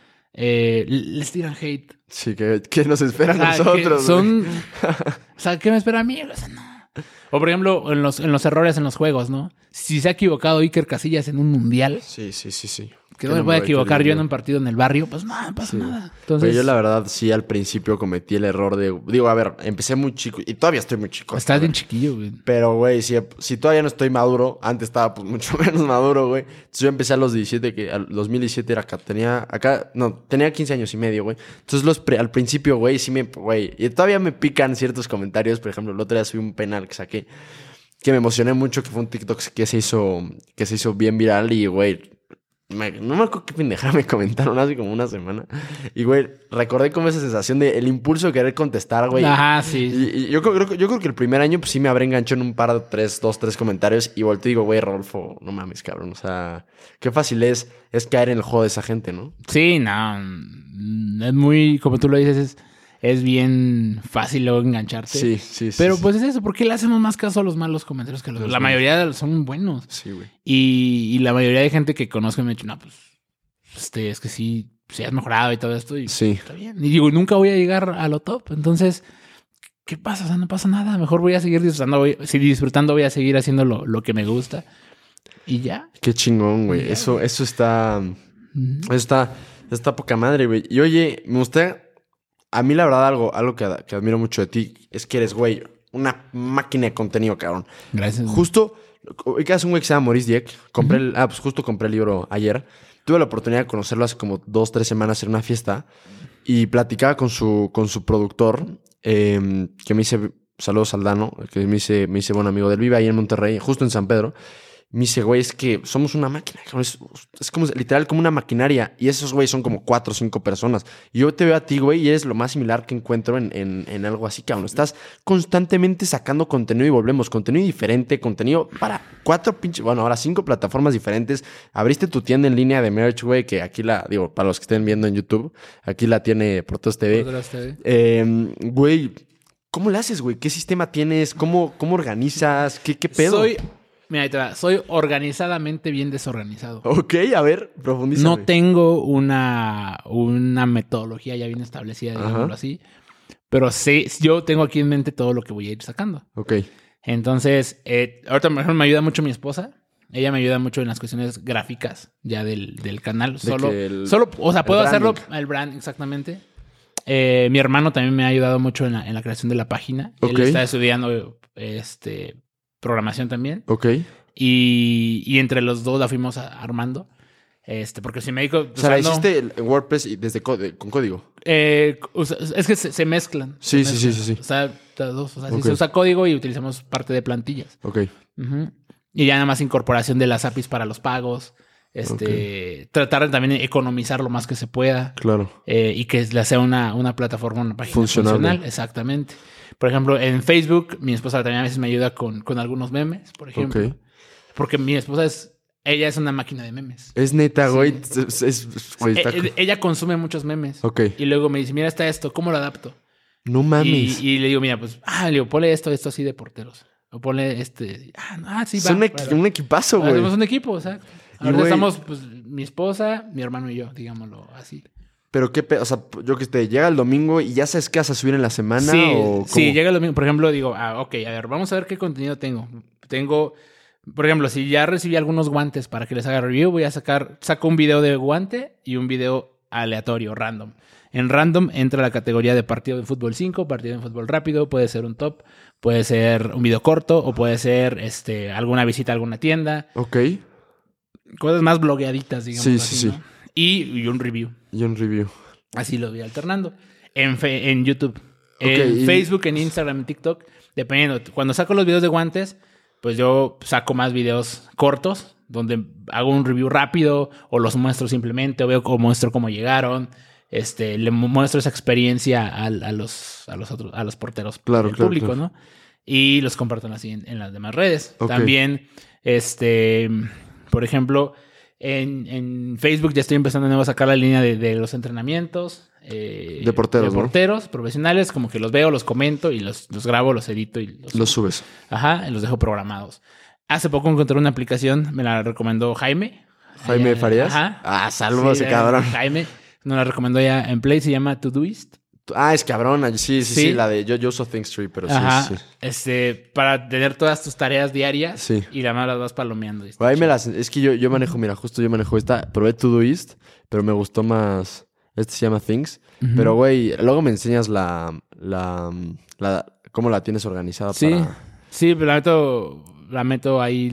les tiran hate. Sí, que nos esperan O sea, nosotros. que son... güey. O sea, ¿qué me espera a mí? O sea, no. O por ejemplo, en los errores en los juegos, ¿no? Si se ha equivocado Iker Casillas en un mundial, Sí. que no me pueda equivocar yo en un partido en el barrio, pues nada, no pasa nada. Entonces, Pero yo la verdad sí al principio cometí el error de... Digo, a ver, empecé muy chico y todavía estoy muy chico. estás bien chiquillo, güey. Pero, güey, si todavía no estoy maduro, antes estaba pues mucho menos maduro, güey. Entonces yo empecé a los 17, que al 2017 era acá, tenía 15 años y medio, güey. Entonces al principio, güey, güey, y todavía me pican ciertos comentarios. Por ejemplo, el otro día subí un penal que saqué, que me emocioné mucho, que fue un TikTok que se hizo bien viral y, güey, no me acuerdo qué pendejada me comentaron hace como una semana. Y, güey, recordé como esa sensación de el impulso de querer contestar, güey. Ajá, sí. Y yo creo que el primer año, pues sí me habré enganchado en un par de dos, tres comentarios. Y volteo y digo, güey, Rodolfo, no mames, cabrón. O sea, qué fácil es caer en el juego de esa gente, ¿no? Sí, no. Es muy, como tú lo dices, es bien fácil luego engancharte. Sí. Pero pues es eso, ¿por qué le hacemos más caso a los malos comentarios que a los? La mayoría son buenos. Sí, güey. Y la mayoría de gente que conozco me ha dicho, no, pues, es que sí has mejorado y todo esto. Y Sí. está bien. Y digo, nunca voy a llegar a lo top. Entonces, ¿qué pasa? O sea, no pasa nada. Mejor voy a seguir disfrutando, voy a seguir haciendo lo que me gusta. Y ya. Qué chingón, güey. Eso está... Eso está poca madre, güey. Y oye, me gustaría... A mí, la verdad, algo que admiro mucho de ti es que eres, güey, una máquina de contenido, cabrón. Gracias. Justo, que hace un güey que se llama Maurice Dieck. Justo compré el libro ayer. Tuve la oportunidad de conocerlo hace como 2-3 semanas en una fiesta. Y platicaba con su productor, que me dice, saludos Aldano, que me dice buen amigo del vive ahí en Monterrey, justo en San Pedro. Me dice, güey, es que somos una máquina. Es como literal como una maquinaria. Y esos, güey, son como 4 o 5 personas. Y yo te veo a ti, güey, y eres lo más similar que encuentro en algo así, cabrón. Estás constantemente sacando contenido y volvemos. Contenido diferente, contenido para 5 plataformas diferentes. Abriste tu tienda en línea de merch, güey, que aquí para los que estén viendo en YouTube, aquí la tiene Portos TV. Güey, ¿cómo le haces, güey? ¿Qué sistema tienes? ¿Cómo organizas? ¿Qué pedo? Mira, ahí te va. Soy organizadamente bien desorganizado. Ok, a ver, profundiza. No tengo una metodología ya bien establecida, digámoslo así. Pero sí, yo tengo aquí en mente todo lo que voy a ir sacando. Ok. Entonces, ahorita mejor me ayuda mucho mi esposa. Ella me ayuda mucho en las cuestiones gráficas ya del canal. O sea, puedo hacerlo, el brand, exactamente. Mi hermano también me ha ayudado mucho en la creación de la página. Okay. Él está estudiando programación también. Ok. Y entre los dos la fuimos armando. Porque si me digo... O sea, la hiciste en WordPress y con código. Es que se mezclan. Sí. O sea, las dos. O sea, si se usa código y utilizamos parte de plantillas. Ok. Uh-huh. Y ya nada más incorporación de las APIs para los pagos. Tratar de también economizar lo más que se pueda. Claro. Y que le sea una plataforma, una página funcional. Exactamente. Por ejemplo, en Facebook, mi esposa también a veces me ayuda con algunos memes, por ejemplo. Okay. Porque mi esposa ella es una máquina de memes. Es neta, güey. Sí. Ella consume muchos memes. Ok. Y luego me dice, mira, está esto, ¿cómo lo adapto? No mames. Y le digo, mira, pues, ponle esto así de porteros. O ponle sí, va. Es un equipazo, güey. Hacemos un equipo, o sea. Ahora estamos, pues, mi esposa, mi hermano y yo, digámoslo así. Pero o sea, yo que llega el domingo y ya sabes qué vas a subir en la semana. Sí, llega el domingo. Por ejemplo, digo, ok, a ver, vamos a ver qué contenido tengo. Por ejemplo, si ya recibí algunos guantes para que les haga review, saco un video de guante y un video aleatorio, random. En random entra la categoría de partido de fútbol 5, partido de fútbol rápido, puede ser un top, puede ser un video corto o puede ser alguna visita a alguna tienda. Ok. Cosas más blogueaditas, digamos. Sí. ¿no? Y un review. Así lo voy alternando. En YouTube. Okay, en Facebook, en Instagram, en TikTok. Dependiendo. Cuando saco los videos de guantes, pues yo saco más videos cortos, donde hago un review rápido, o los muestro simplemente, o muestro cómo llegaron. Le muestro esa experiencia a los porteros del público, claro. ¿no? Y los comparto así en las demás redes. Okay. También, por ejemplo, en Facebook ya estoy empezando de nuevo a sacar la línea de los entrenamientos. De porteros, ¿no? Profesionales, como que los veo, los comento y los grabo, los edito y los subes. Ajá, los dejo programados. Hace poco encontré una aplicación, me la recomendó Jaime. ¿Jaime Farías? Ajá. Saludos ese cabrón. Jaime nos la recomendó ya en Play, se llama Todoist. Es cabrona. Sí, Sí. la de yo uso Thinktree, pero Ajá. sí. Para tener todas tus tareas diarias. Sí. Y la más las vas palomeando. Güey, ahí es que yo manejo, mira, justo yo manejo esta. Probé Todoist, pero me gustó más. Este se llama Things. Ujú. Pero, güey, luego me enseñas cómo la tienes organizada Sí. para... Sí, pero la meto ahí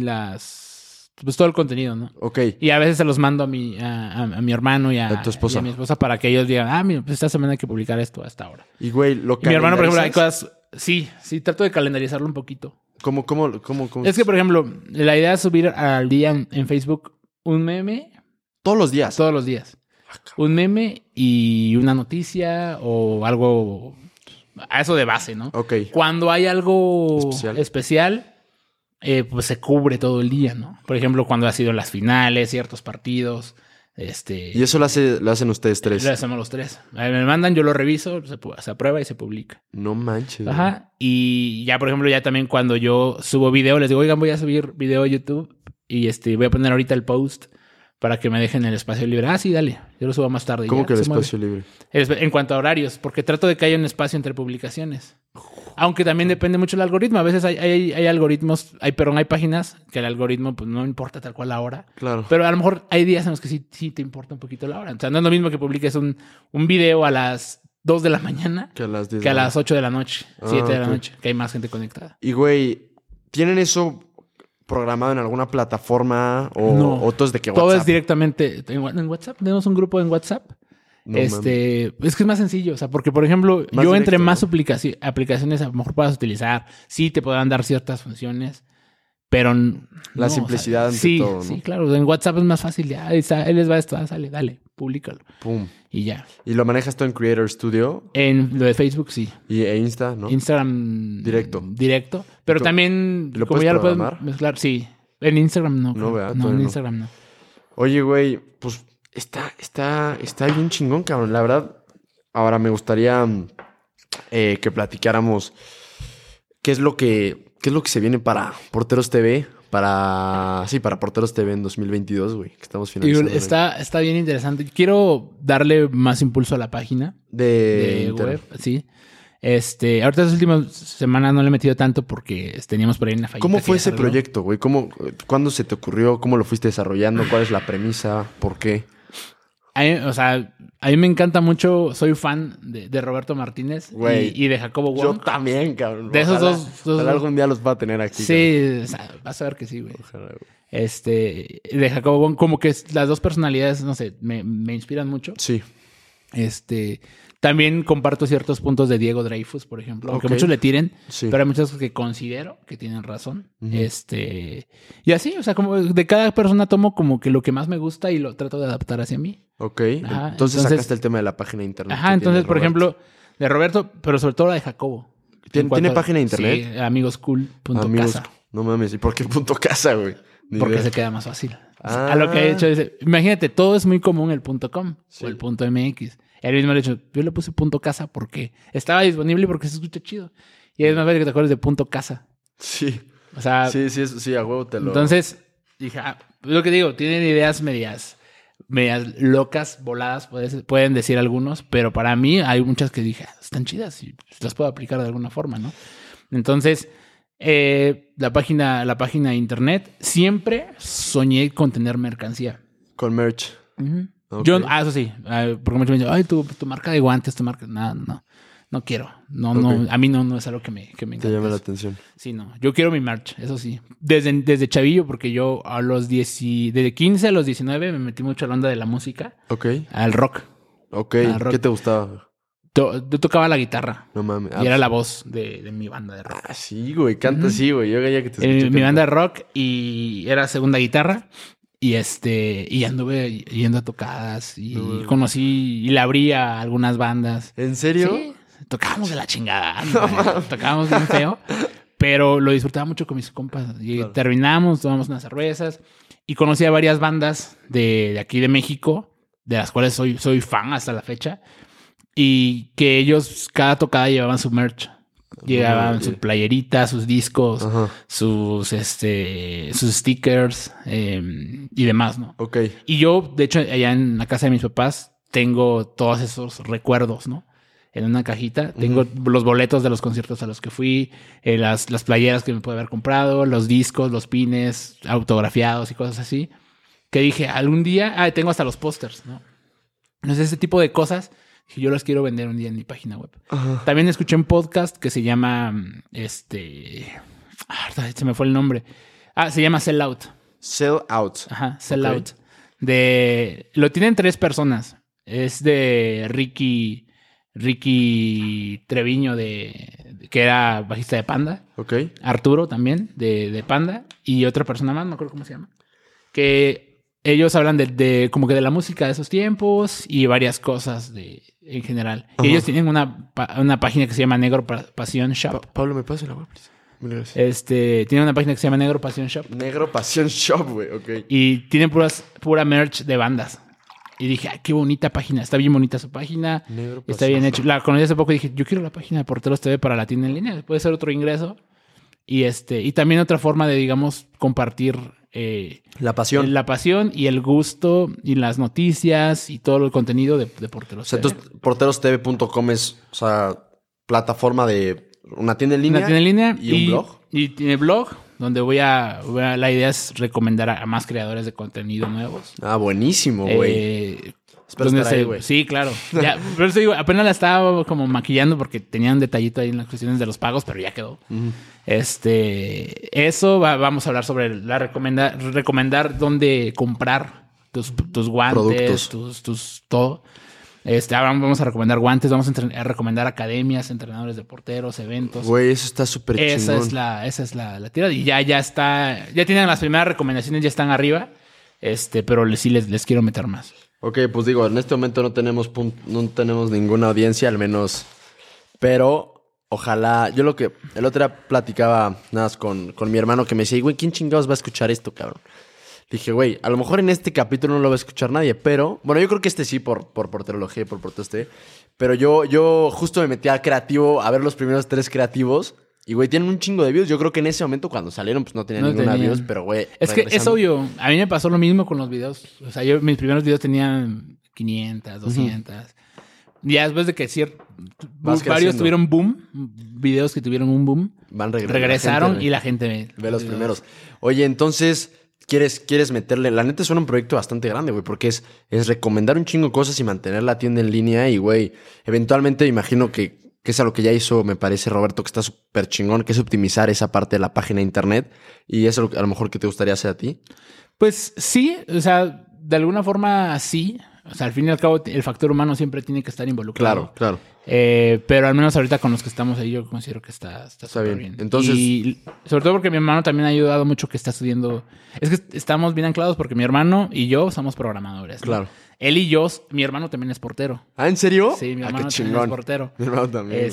pues todo el contenido, ¿no? Ok. Y a veces se los mando a mi hermano y A tu esposa. y a mi esposa para que ellos digan, mira, pues esta semana hay que publicar esto hasta ahora. Y, güey, Y mi hermano, por ejemplo, hay cosas... Sí, trato de calendarizarlo un poquito. ¿Cómo? Es que, por ejemplo, la idea es subir al día en Facebook un meme Todos los días. todos los días. Un meme y una noticia o algo... A eso de base, ¿no? Ok. Cuando hay algo Especial. especial, pues se cubre todo el día, ¿no? Por ejemplo, cuando ha sido las finales, ciertos partidos, Y eso lo hacen ustedes tres. lo hacemos los tres. Me mandan, yo lo reviso, se aprueba y se publica. No manches. Ajá. Y ya, por ejemplo, ya también cuando yo subo video, les digo, oigan, voy a subir video a YouTube y voy a poner ahorita el post para que me dejen el espacio libre. Sí, dale. Yo lo subo más tarde. ¿Cómo Ya, que el se mueve. espacio libre? En cuanto a horarios, porque trato de que haya un espacio entre publicaciones. Aunque también depende mucho del algoritmo. A veces hay algoritmos, hay páginas que el algoritmo pues no importa tal cual la hora. Claro. Pero a lo mejor hay días en los que sí te importa un poquito la hora. O sea, no es lo mismo que publiques un video a las 2 de la mañana Que a las 10 que a las 8 de la noche, 7 de la ok. noche, que hay más gente conectada. Y, güey, ¿tienen eso programado en alguna plataforma o, No. o todo es de que Todo WhatsApp? es directamente en WhatsApp. Tenemos un grupo en WhatsApp. No Es que es más sencillo, o sea, porque por ejemplo, Más yo directo, entre más ¿no? aplicaciones a lo mejor puedas utilizar, sí te podrán dar ciertas funciones, pero La simplicidad ante sí, todo, ¿no? Sí, claro, en WhatsApp es más fácil, ya, ahí les va esto, sale, dale, públicalo Pum. y ya. ¿Y lo manejas tú en Creator Studio? En lo de Facebook sí, E Insta, ¿no? Instagram Directo. pero ¿Y también lo como puedes ya lo puedes programar? mezclar, sí. En Instagram no. No, creo. ¿verdad? No, Todavía en no. Instagram no. Oye, güey, pues está bien chingón, cabrón. La verdad, ahora me gustaría que platicáramos qué es lo que se viene para Porteros TV, para Porteros TV en 2022, güey, que estamos finalizando. Y está bien interesante. Quiero darle más impulso a la página de web, sí. Ahorita las últimas semanas no le he metido tanto porque teníamos por ahí una fallita. ¿Cómo que fue ya ese arregló. proyecto, güey? ¿Cuándo se te ocurrió? ¿Cómo lo fuiste desarrollando? ¿Cuál es la premisa? ¿Por qué? A mí me encanta mucho, soy fan de Roberto Martínez Güey, y de Jacobo Yo Wong. también, cabrón. De esos Ojalá- dos- ojalá algún día los va a tener aquí. Sí, o sea, vas a ver que sí, güey. Cabrón. Ojalá, güey. De Jacobo Wong, como que las dos personalidades, no sé, me inspiran mucho. Sí. También comparto ciertos puntos de Diego Dreyfus, por ejemplo, aunque Ok. muchos le tiren, Sí. pero hay muchos que considero que tienen razón. Ujú. Y así, o sea, como de cada persona tomo como que lo que más me gusta y lo trato de adaptar hacia mí. Ok. Ajá, Entonces entonces- sacaste el tema de la página de internet. Ajá, que entonces, tiene por Roberto. ejemplo, de Roberto, pero sobre todo la de Jacobo. ¿Tiene En cuanto a- página de internet? Sí, amigoscool.casa. Amigos, no mames. ¿Y por qué punto casa, güey? Ni Porque idea. se queda más fácil. Ah. A lo que he hecho es, imagínate, todo es muy común el .com Sí. o el .mx. Él mismo le ha dicho, yo le puse .casa porque estaba disponible y porque se escucha chido. Y es más fácil que te acuerdes de .casa. Sí. O sea, Sí, a huevo te lo... entonces dije, lo que digo, tienen ideas medias locas, voladas, pueden decir algunos, pero para mí hay muchas que dije, están chidas y las puedo aplicar de alguna forma, ¿no? Entonces, la página de internet, siempre soñé con tener mercancía. Con merch. Ok. Yo, eso sí, porque muchos me dicen, ay, tu marca de guantes, tu marca, no quiero. Ok. A mí no es algo que me Te encanta. llama la atención. Sí, no. Yo quiero mi merch, eso sí. Desde chavillo, porque yo desde 15 a los 19 me metí mucho a la onda de la música, Ok. al rock. Ok. Ah, rock. ¿Qué te gustaba? Yo tocaba la guitarra No mames. y era la voz de mi banda de rock. Sí, güey. Canta así, güey. Yo ya que te escuché Mi cantar. banda de rock y era segunda guitarra. Y y anduve yendo a tocadas y No. conocí y le abrí a algunas bandas. ¿En serio? Sí, tocábamos de la chingada. Tocábamos bien feo, pero lo disfrutaba mucho con mis compas. Y Claro. terminamos, tomamos unas cervezas y conocí a varias bandas de aquí de México, de las cuales soy fan hasta la fecha. Y que ellos, cada tocada llevaban su merch. Llevaban Ok. su playerita, sus discos, Ajá. sus stickers y demás, ¿no? Ok. Y yo, de hecho, allá en la casa de mis papás tengo todos esos recuerdos, ¿no? en una cajita. Tengo los boletos de los conciertos a los que fui, las playeras que me pude haber comprado, los discos, los pines autografiados y cosas así. Que dije, algún día... tengo hasta los pósters, ¿no? Entonces, ese tipo de cosas que yo las quiero vender un día en mi página web. Ajá. También escuché un podcast que se llama... se me fue el nombre. Se llama Sell Out. Sell Out. Ajá, Sell Out. Lo tienen 3 personas. Es de Ricky Treviño, que era bajista de Panda. Ok. Arturo también, de Panda. Y otra persona más, no acuerdo cómo se llama. Que ellos hablan como que de la música de esos tiempos y varias cosas en general. Ajá. Y ellos tienen una página que se llama Negro Pasión Shop. Pablo, ¿me pasas la web, please? Tiene una página que se llama Negro Pasión Shop. Negro Pasión Shop, güey, ok. Y tienen pura merch de bandas. Y dije, ay, qué bonita página. Está bien bonita su página. Está bien hecho. La conocí hace poco y dije, yo quiero la página de Porteros TV para la tienda en línea. Puede ser otro ingreso. Y también otra forma de, digamos, compartir... la pasión y el gusto y las noticias y todo el contenido de Porteros TV. Entonces, porterostv.com es, plataforma de una tienda en línea. Una tienda en línea y un blog. Y tiene blog donde la idea es recomendar a más creadores de contenido nuevos. Buenísimo, güey. Espero estar ahí, güey. Sí, claro. Ya, pero eso digo, apenas la estaba como maquillando porque tenía un detallito ahí en las cuestiones de los pagos, pero ya quedó. Uh-huh. Vamos a hablar sobre recomendar dónde comprar tus guantes, tus todo. Ahora vamos a recomendar guantes, vamos a recomendar academias, entrenadores de porteros, eventos. Güey, eso está súper chingón. Esa es la tirada. Y ya está, ya tienen las primeras recomendaciones, ya están arriba. Pero sí les quiero meter más. Ok, pues digo, en este momento no tenemos ninguna audiencia, al menos. Pero ojalá. Yo el otro día platicaba nada más con mi hermano que me decía, güey, ¿quién chingados va a escuchar esto, cabrón? Dije, güey, a lo mejor en este capítulo no lo va a escuchar nadie, pero... Bueno, yo creo que sí por porterología y por Porteros TV. Pero yo justo me metí a creativo a ver los primeros 3 creativos. Y, güey, tienen un chingo de views. Yo creo que en ese momento cuando salieron, pues no tenían ninguna views, pero, güey... Es que es obvio. A mí me pasó lo mismo con los videos. O sea, mis primeros videos tenían 500, 200. Uh-huh. Ya después de que varios tuvieron boom, videos que tuvieron un boom, regresaron y la gente ve los primeros. Oye, entonces... ¿Quieres meterle? La neta suena un proyecto bastante grande, güey, porque es recomendar un chingo de cosas y mantener la tienda en línea. Y, güey, eventualmente imagino que es a lo que ya hizo, me parece, Roberto, que está súper chingón, que es optimizar esa parte de la página de internet. Y eso a lo mejor que te gustaría hacer a ti. Pues sí, o sea, de alguna forma sí. O sea, al fin y al cabo, el factor humano siempre tiene que estar involucrado. Claro. Pero al menos ahorita con los que estamos ahí, yo considero que está súper bien. Entonces... Y sobre todo porque mi hermano también ha ayudado mucho, que está estudiando... Es que estamos bien anclados porque mi hermano y yo somos programadores, ¿no? Claro. Él y yo... Mi hermano también es portero. ¿Ah, en serio? Sí, mi hermano también es portero. Mi hermano también.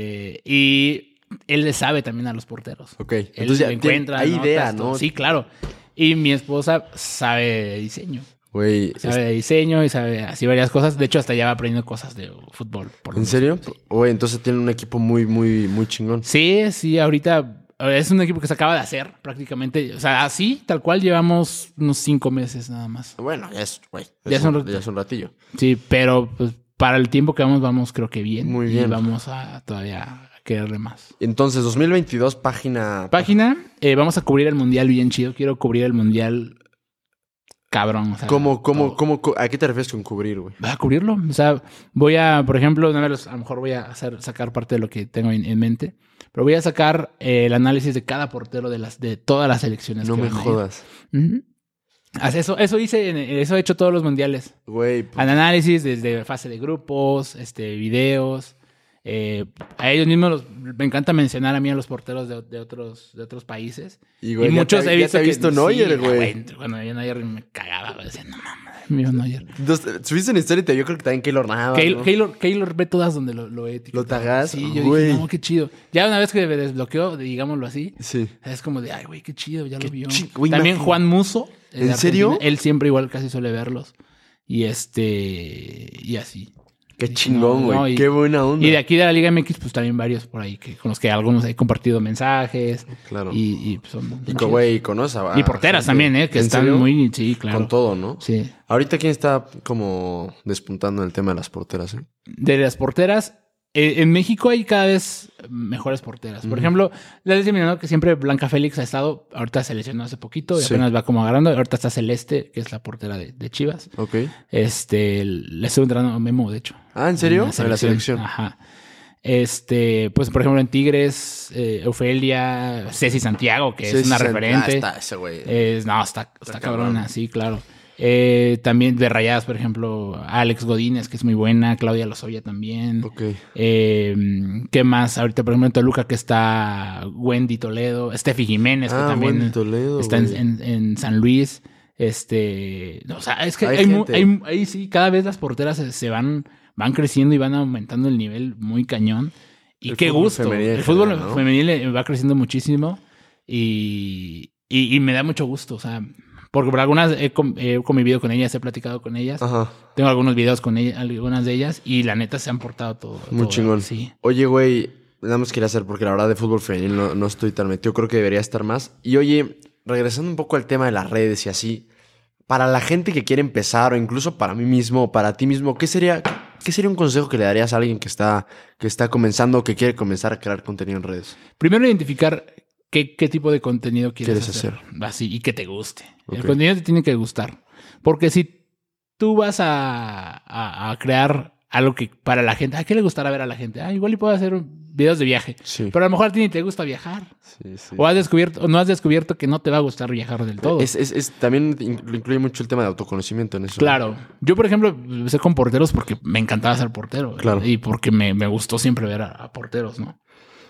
Y él le sabe también a los porteros. Ok. Entonces ya encuentra hay idea, ¿no? Sí, claro. Y mi esposa sabe de diseño. Güey, sabe de diseño y sabe así varias cosas. De hecho, hasta ya va aprendiendo cosas de fútbol. ¿En serio? Sí. Güey, entonces tienen un equipo muy, muy, muy chingón. Sí, ahorita es un equipo que se acaba de hacer prácticamente. O sea, así, tal cual, llevamos unos 5 meses nada más. Bueno, ya es un ratillo. Sí, pero pues para el tiempo que vamos creo que bien. Muy bien. Y vamos a todavía quererle más. Entonces, 2022, página... Vamos a cubrir el Mundial bien chido. Quiero cubrir el Mundial... Cabrón. O sea, ¿A qué te refieres con cubrir, güey? Voy a cubrirlo. O sea, voy a, por ejemplo, a lo mejor voy a sacar parte de lo que tengo en mente. Pero voy a sacar el análisis de cada portero de todas las selecciones. No me jodas. Uh-huh. Eso he hecho todos los mundiales. Güey. Pues... Análisis desde fase de grupos, videos. A ellos mismos me encanta mencionar a mí a los porteros de otros países. Y, güey, muchos he visto ya te he visto Neuer, güey. Sí, cuando había Neuer me cagaba, güey. Decía, no mames, mío Neuer. Entonces, subiste una historia y yo creo que también Keylor Navas, ¿no? Keylor ve todas donde lo he etiquetado. ¿Lo tagas? Sí, yo dije, no, qué chido. Ya una vez que me desbloqueó, digámoslo así, sí. Es como de, ay, güey, qué chido, ya lo vio. Güey, también Juan Musso. ¿En serio? Él siempre igual casi suele verlos. Y así. Qué chingón, güey. Qué buena onda. Y de aquí de la Liga MX, pues también varios por ahí con los que algunos he compartido mensajes. Claro. Y pues son güey, conoces y porteras también, que están serio? Muy... Sí, claro. Con todo, ¿no? Sí. Ahorita, ¿quién está como despuntando en el tema de las porteras, De las porteras, En México hay cada vez mejores porteras. Por ejemplo, les decía, ¿no? Que siempre Blanca Félix ha estado, ahorita se lesionó hace poquito y apenas va como agarrando. Ahorita está Celeste, que es la portera de Chivas. Ok. Le estuve entrando a Memo, de hecho. Ah, ¿en serio? En la selección. Ajá. Pues por ejemplo en Tigres, Ofelia, Ceci Santiago, que es una referente. Está ese güey. Está cabrona, sí, claro. También de Rayadas, por ejemplo, Alex Godínez, que es muy buena, Claudia Lozoya también. Ok. ¿Qué más? Ahorita, por ejemplo, en Toluca que está Wendy Toledo, Steffi Jiménez, que también Wendy Toledo, está en San Luis. Es que hay sí, cada vez las porteras se van creciendo y van aumentando el nivel muy cañón. Y qué gusto. El fútbol femenil va creciendo muchísimo y me da mucho gusto, o sea, porque por algunas he convivido con ellas, he platicado con ellas. Ajá. Tengo algunos videos con ellas, algunas de ellas, y la neta se han portado todo. Muy chingón. Sí. Oye, güey, nada más quería hacer, porque la verdad de fútbol femenil no estoy tan metido, creo que debería estar más. Y oye, regresando un poco al tema de las redes y así, para la gente que quiere empezar, o incluso para mí mismo, o para ti mismo, ¿qué sería un consejo que le darías a alguien que está comenzando o que quiere comenzar a crear contenido en redes? Primero, identificar qué tipo de contenido quieres hacer. Así, y que te guste. Okay. El contenido te tiene que gustar. Porque si tú vas a crear algo que para la gente, ¿a qué le gustará ver a la gente? Igual y puedo hacer videos de viaje. Sí. Pero a lo mejor a ti ni te gusta viajar. Sí. O no has descubierto que no te va a gustar viajar del todo. También incluye mucho el tema de autoconocimiento en eso. Claro. Yo, por ejemplo, empecé con porteros porque me encantaba ser portero. Claro. Y porque me gustó siempre ver a porteros, ¿no?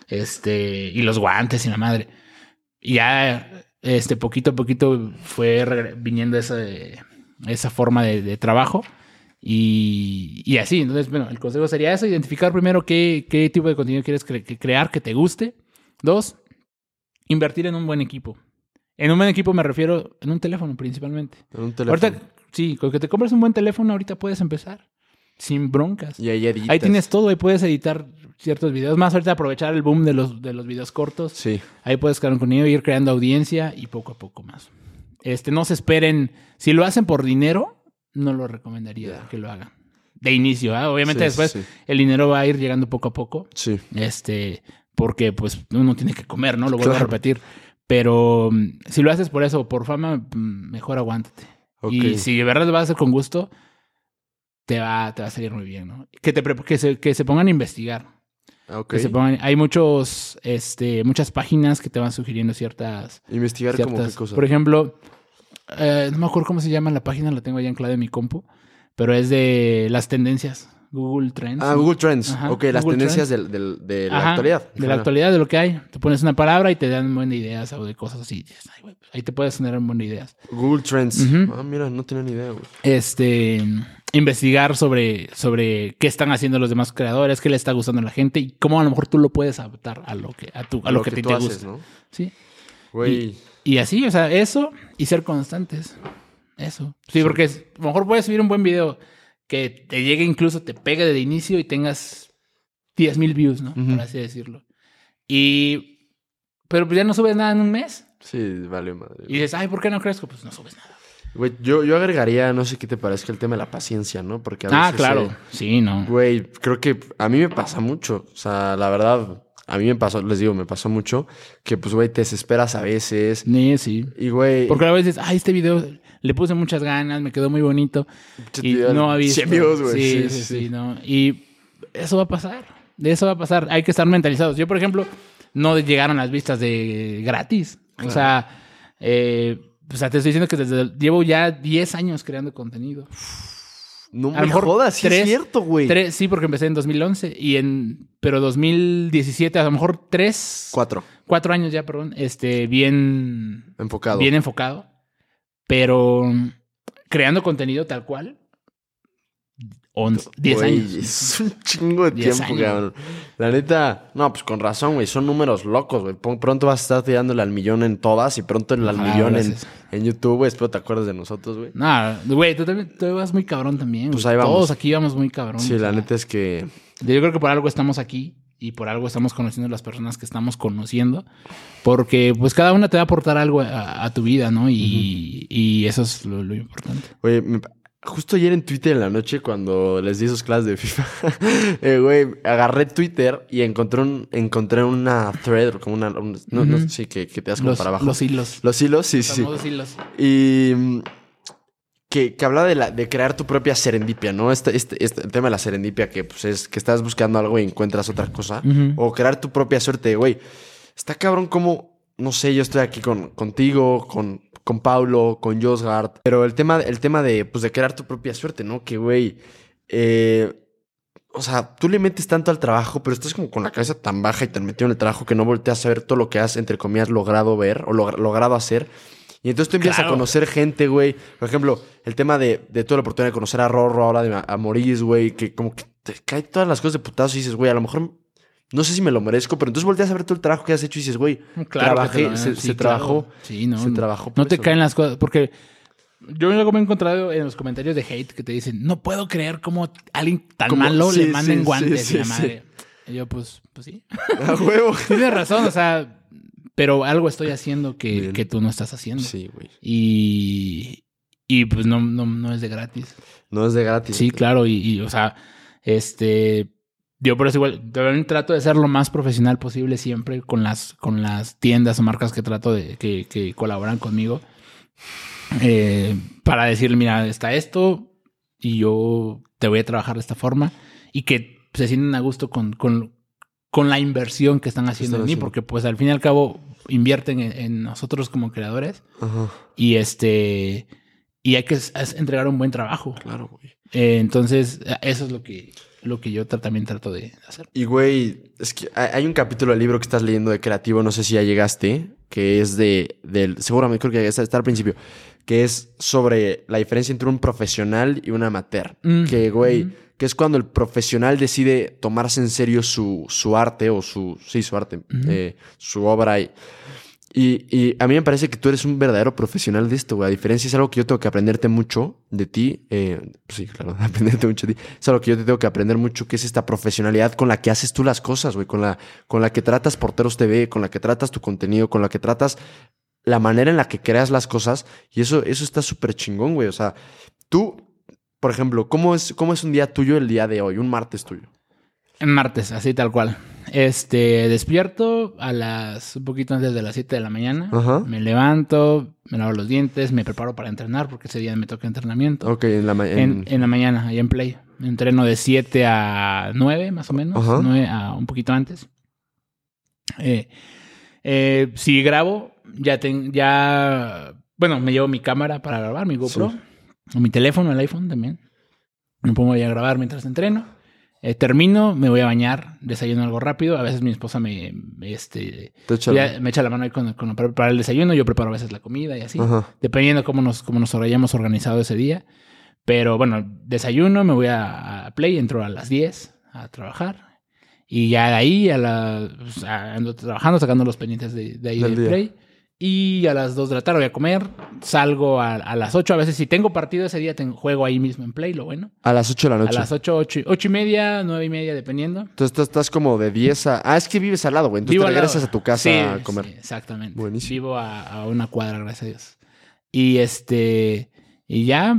Y los guantes y la madre. Y ya, poquito a poquito fue viniendo esa forma de trabajo. Y así, entonces, bueno, el consejo sería eso: identificar primero qué tipo de contenido quieres crear, que te guste. 2, invertir en un buen equipo. En un buen equipo me refiero en un teléfono principalmente. En un teléfono. Ahorita, sí, con que te compres un buen teléfono, ahorita puedes empezar. Sin broncas. Y ahí editas. Ahí tienes todo, ahí puedes editar ciertos videos. Más ahorita aprovechar el boom de los videos cortos. Sí. Ahí puedes crear un contenido, ir creando audiencia y poco a poco más. No se esperen. Si lo hacen por dinero, no lo recomendaría que lo hagan. De inicio, ¿eh? Obviamente después el dinero va a ir llegando poco a poco. Sí. Porque pues uno tiene que comer, ¿no? Lo vuelvo a repetir. Pero si lo haces por eso, por fama, mejor aguántate. Okay. Y si de verdad lo vas a hacer con gusto, te va a salir muy bien, ¿no? Que se pongan a investigar. Okay. Hay muchas páginas que te van sugiriendo ciertas... Investigar como qué cosas. Por ejemplo, no me acuerdo cómo se llama la página, la tengo ya anclada en mi compu, pero es de las tendencias. Google Trends. Google Trends. Ajá, ok, las tendencias de la actualidad. De la actualidad, de lo que hay. Te pones una palabra y te dan buenas ideas o de cosas así. Ahí te puedes tener buenas ideas. Google Trends. Mira, no tenía ni idea, güey. Investigar sobre qué están haciendo los demás creadores, qué le está gustando a la gente y cómo a lo mejor tú lo puedes adaptar a lo que te gusta, ¿no? Sí. Güey. Y así, o sea, eso y ser constantes. Eso. Sí, porque a lo mejor puedes subir un buen video que te llegue, incluso te pegue de inicio y tengas 10,000 views, ¿no? Por así decirlo. Pero pues ya no subes nada en un mes. Sí, vale madre. Y dices, ¿por qué no crezco? Pues no subes nada. Güey, yo agregaría, no sé qué te parezca el tema de la paciencia, ¿no? Porque a veces... claro. Sí, ¿no? Güey, creo que a mí me pasa mucho. O sea, la verdad, a mí me pasó mucho que, pues, güey, te desesperas a veces. Sí. Y, güey... Porque a veces, este video le puse muchas ganas, me quedó muy bonito. Y no ha visto. 100 views, güey. Sí, ¿no? Y eso va a pasar. De eso va a pasar. Hay que estar mentalizados. Yo, por ejemplo, no llegaron las vistas de gratis. Claro. O sea, te estoy diciendo que llevo ya 10 años creando contenido. No me jodas, sí es cierto, güey. Sí, porque empecé en 2011 pero 2017, a lo mejor 4 años ya, perdón, bien enfocado, pero creando contenido tal cual, 10 años. Es un chingo de tiempo, cabrón. La neta, no, pues con razón, güey. Son números locos, güey. Pronto vas a estar tirándole al millón en todas y pronto al millón en YouTube, güey. Espero te acuerdas de nosotros, güey. No, güey, tú vas muy cabrón también. Pues ahí vamos. Todos aquí vamos muy cabrón. Sí, la neta es que... Yo creo que por algo estamos aquí y por algo estamos conociendo a las personas que estamos conociendo. Porque, pues, cada una te va a aportar algo a tu vida, ¿no? Y eso es lo importante. Oye, Justo ayer en Twitter en la noche, cuando les di sus clases de FIFA, güey, agarré Twitter y encontré una thread, como no sé, sí, que te das como para abajo. Los hilos. Los hilos, sí. Famosos hilos. Y que hablaba de crear tu propia serendipia, ¿no? El tema de la serendipia, que pues es que estás buscando algo y encuentras otra cosa. O crear tu propia suerte, güey. Está cabrón como, no sé, yo estoy aquí contigo, con Paulo, con Josgard. Pero el tema de crear tu propia suerte, ¿no? Que, güey, o sea, tú le metes tanto al trabajo, pero estás como con la cabeza tan baja y tan metido en el trabajo que no volteas a ver todo lo que has, entre comillas, logrado ver o logrado hacer. Y entonces tú empiezas a conocer gente, güey. Por ejemplo, el tema de toda la oportunidad de conocer a Rorro, ahora a Maurice, güey. Que como que te cae todas las cosas de putazos y dices, güey, a lo mejor no sé si me lo merezco. Pero entonces volteas a ver todo el trabajo que has hecho y dices, güey, trabajé, se trabajó. Sí, no. Se trabajó por no te eso, caen las cosas. Porque yo luego me he encontrado en los comentarios de hate que te dicen, no puedo creer cómo alguien tan malo le manden guantes y la madre. Y yo, pues sí. A huevo. Tienes razón, o sea... Pero algo estoy haciendo que tú no estás haciendo. Sí, güey. Y pues no es de gratis. No es de gratis. Sí, claro. Y o sea, yo por eso igual también trato de ser lo más profesional posible siempre con las tiendas o marcas que trato de que colaboran conmigo. Para decirle, mira, está esto y yo te voy a trabajar de esta forma. Y que se sienten a gusto con la inversión que están haciendo en mí, porque pues al fin y al cabo invierten en nosotros como creadores. Ajá. Y y hay que entregar un buen trabajo. Claro, güey. Entonces, eso es lo que yo también trato de hacer. Y, güey, es que hay un capítulo del libro que estás leyendo de creativo, no sé si ya llegaste, que es seguramente creo que está al principio, que es sobre la diferencia entre un profesional y un amateur. Que, güey, que es cuando el profesional decide tomarse en serio su arte o su arte, su obra. Y a mí me parece que tú eres un verdadero profesional de esto, güey. A diferencia, es algo que yo tengo que aprenderte mucho de ti. Sí, claro, aprenderte mucho de ti. Es algo que yo te tengo que aprender mucho, que es esta profesionalidad con la que haces tú las cosas, güey. Con la que tratas Porteros TV, con la que tratas tu contenido, con la que tratas la manera en la que creas las cosas. Y eso está súper chingón, güey. O sea, tú, por ejemplo, ¿cómo es un día tuyo el día de hoy? Un martes tuyo. En martes, así tal cual. Despierto un poquito antes de las 7 de la mañana. Ajá. Me levanto, me lavo los dientes, me preparo para entrenar porque ese día me toca entrenamiento. Ok, en la mañana, ahí en Play. Entreno de 7 a 9, más o menos. Ajá. 9 a un poquito antes. Si grabo, bueno, me llevo mi cámara para grabar, mi GoPro. Sí. O mi teléfono, el iPhone también. Me pongo ahí a grabar mientras entreno. Termino, me voy a bañar, desayuno algo rápido. A veces mi esposa me echa la mano ahí con preparar el desayuno. Yo preparo a veces la comida y así. Ajá. Dependiendo cómo nos hayamos organizado ese día. Pero bueno, desayuno, me voy a Play, entro a las 10 a trabajar. Y ya de ahí ando trabajando, sacando los pendientes de ahí del Play. Y a las 2 de la tarde voy a comer. Salgo a las 8. A veces si tengo partido ese día, juego ahí mismo en Play, lo bueno. A las 8 de la noche. A las 8 y media, 9 y media, dependiendo. Entonces tú estás como de 10 a... Ah, es que vives al lado, güey. Entonces te regresas a tu casa a comer. Sí, exactamente. Buenísimo. Vivo a una cuadra, gracias a Dios. Y ya...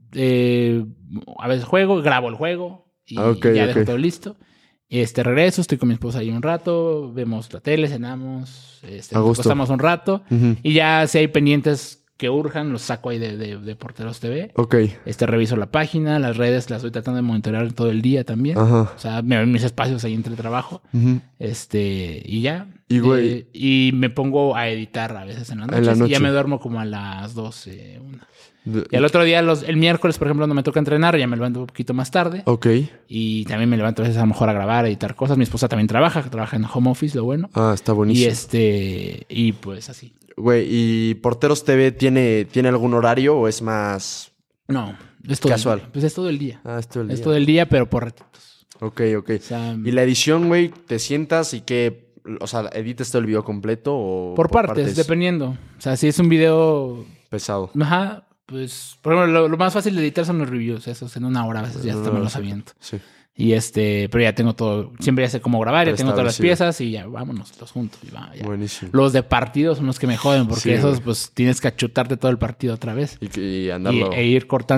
a veces grabo el juego. Y ya dejo todo listo. Regreso, estoy con mi esposa ahí un rato, vemos la tele, cenamos, nos acostamos un rato. Uh-huh. Y ya si hay pendientes que urjan, los saco ahí de Porteros TV. Ok. Reviso la página, las redes las estoy tratando de monitorear todo el día también. Uh-huh. O sea, me ven mis espacios ahí entre trabajo. Uh-huh. Y ya. Y güey. Y me pongo a editar a veces en la noche. Y ya me duermo como a las 12, 1. Y al otro día, el miércoles, por ejemplo, no me toca entrenar, ya me levanto un poquito más tarde. Ok. Y también me levanto a veces a lo mejor a grabar, a editar cosas. Mi esposa también trabaja en home office, lo bueno. Ah, está buenísimo. Y pues así. Güey, ¿y Porteros TV tiene algún horario o es más... No, es todo casual? Pues es todo el día. Ah, es todo el día. Es todo el día, pero por ratitos. Ok. O sea, ¿y la edición, güey, te sientas y qué? O sea, ¿editas todo el video completo o...? Por partes, dependiendo. O sea, si es un video... pesado. Ajá. Pues, por ejemplo, lo más fácil de editar son los reviews. Esos en una hora a veces ya hasta me los aviento. Sí. Y pero ya tengo todo. Siempre ya sé cómo grabar, ya tengo todas las piezas y ya vámonos, los juntos. Y va, ya. Buenísimo. Los de partidos son los que me joden porque esos, pues tienes que achutarte todo el partido otra vez. Y andarlo. E ir cortando.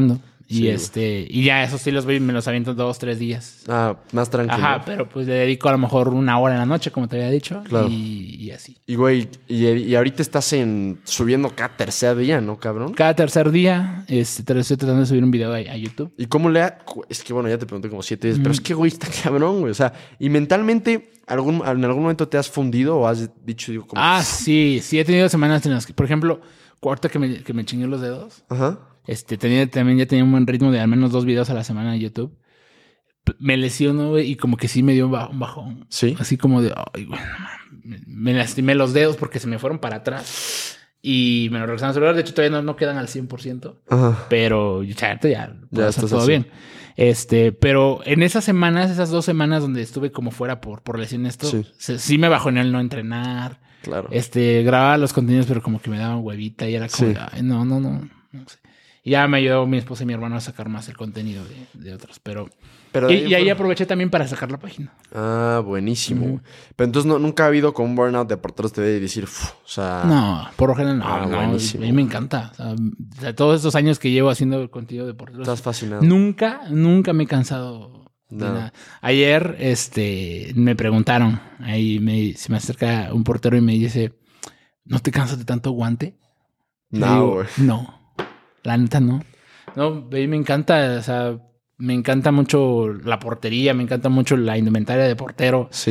Y Sí, y ya esos sí los veo y me los aviento 2, 3 días. Más tranquilo. Ajá, pero pues le dedico a lo mejor 1 hora en la noche, como te había dicho. Claro. Y así. Y, güey, y ahorita estás subiendo cada tercer día, ¿no, cabrón? Cada tercer día, estoy tratando de subir un video a YouTube. ¿Y cómo es que, bueno, ya te pregunté como 7 veces, pero es que, güey, está cabrón, güey. O sea, y mentalmente, en algún momento te has fundido o has dicho, digo, como... Sí, he tenido semanas en las que, por ejemplo, ahorita que me chingué los dedos, Ajá. también ya tenía un buen ritmo de al menos 2 videos a la semana en YouTube. Me lesiono, güey, y como que sí me dio un bajón. ¿Sí? Así como de, ay, güey, no mames. Me lastimé los dedos porque se me fueron para atrás. Y me lo regresaron al celular. De hecho, todavía no quedan al 100%. Ajá. Pero ya puedo hacer estás todo así. bien. Pero en esas 2 semanas donde estuve como fuera por lesión esto, sí me bajó en el no entrenar. Claro. Grababa los contenidos, pero como que me daban huevita y era como, ay, no sé. Y ya me ayudó mi esposa y mi hermano a sacar más el contenido de otros, pero y ahí aproveché también para sacar la página. Buenísimo. Uh-huh. Pero entonces nunca ha habido como un burnout de porteros TV y decir, o sea... No, por lo general no. Buenísimo. A mí me encanta. O sea, todos estos años que llevo haciendo el contenido de porteros. Estás fascinado. Nunca me he cansado de nada. Ayer, me preguntaron, se me acerca un portero y me dice, ¿no te cansas de tanto guante? No, güey. No, la neta no. No, a mí me encanta, o sea... Me encanta mucho la portería, me encanta mucho la indumentaria de portero. Sí.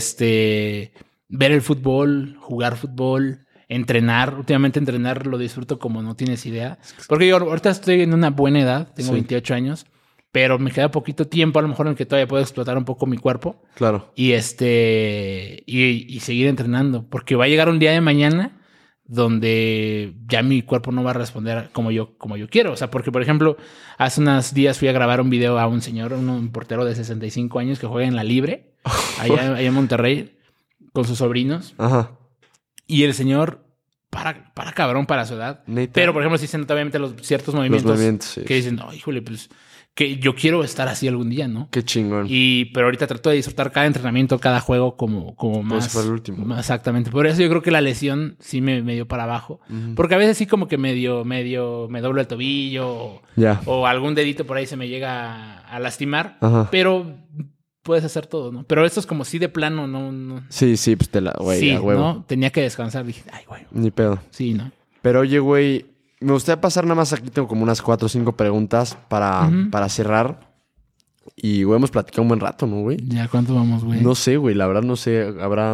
Ver el fútbol, jugar fútbol, entrenar. Últimamente entrenar lo disfruto como no tienes idea. Porque yo ahorita estoy en una buena edad, tengo 28 años, pero me queda poquito tiempo a lo mejor en el que todavía puedo explotar un poco mi cuerpo. Claro. Y seguir entrenando. Porque va a llegar un día de mañana donde ya mi cuerpo no va a responder como yo quiero. O sea, porque, por ejemplo, hace unos días fui a grabar un video a un señor, un portero de 65 años que juega en la Libre, allá en Monterrey, con sus sobrinos. Ajá. Y el señor para cabrón para su edad. ¿Neta? Pero, por ejemplo, sí se nota obviamente ciertos movimientos, sí. que dicen, no, híjole, pues... que yo quiero estar así algún día, ¿no? Qué chingón. Pero ahorita trato de disfrutar cada entrenamiento, cada juego como más... Pues fue el último. Exactamente. Por eso yo creo que la lesión sí me dio para abajo. Uh-huh. Porque a veces sí como que medio me doblo el tobillo o algún dedito por ahí se me llega a lastimar. Ajá. Pero puedes hacer todo, ¿no? Pero esto es como si de plano no... Sí, pues güey, a huevo. ¿no? Tenía que descansar. Dije, ay, güey. Ni pedo. Sí, ¿no? Pero oye, güey... Me gustaría pasar nada más aquí, tengo como unas 4 o 5 preguntas para cerrar. Y, güey, hemos platicado un buen rato, ¿no, güey? ¿Ya cuánto vamos, güey? No sé, güey, la verdad no sé. ¿Habrá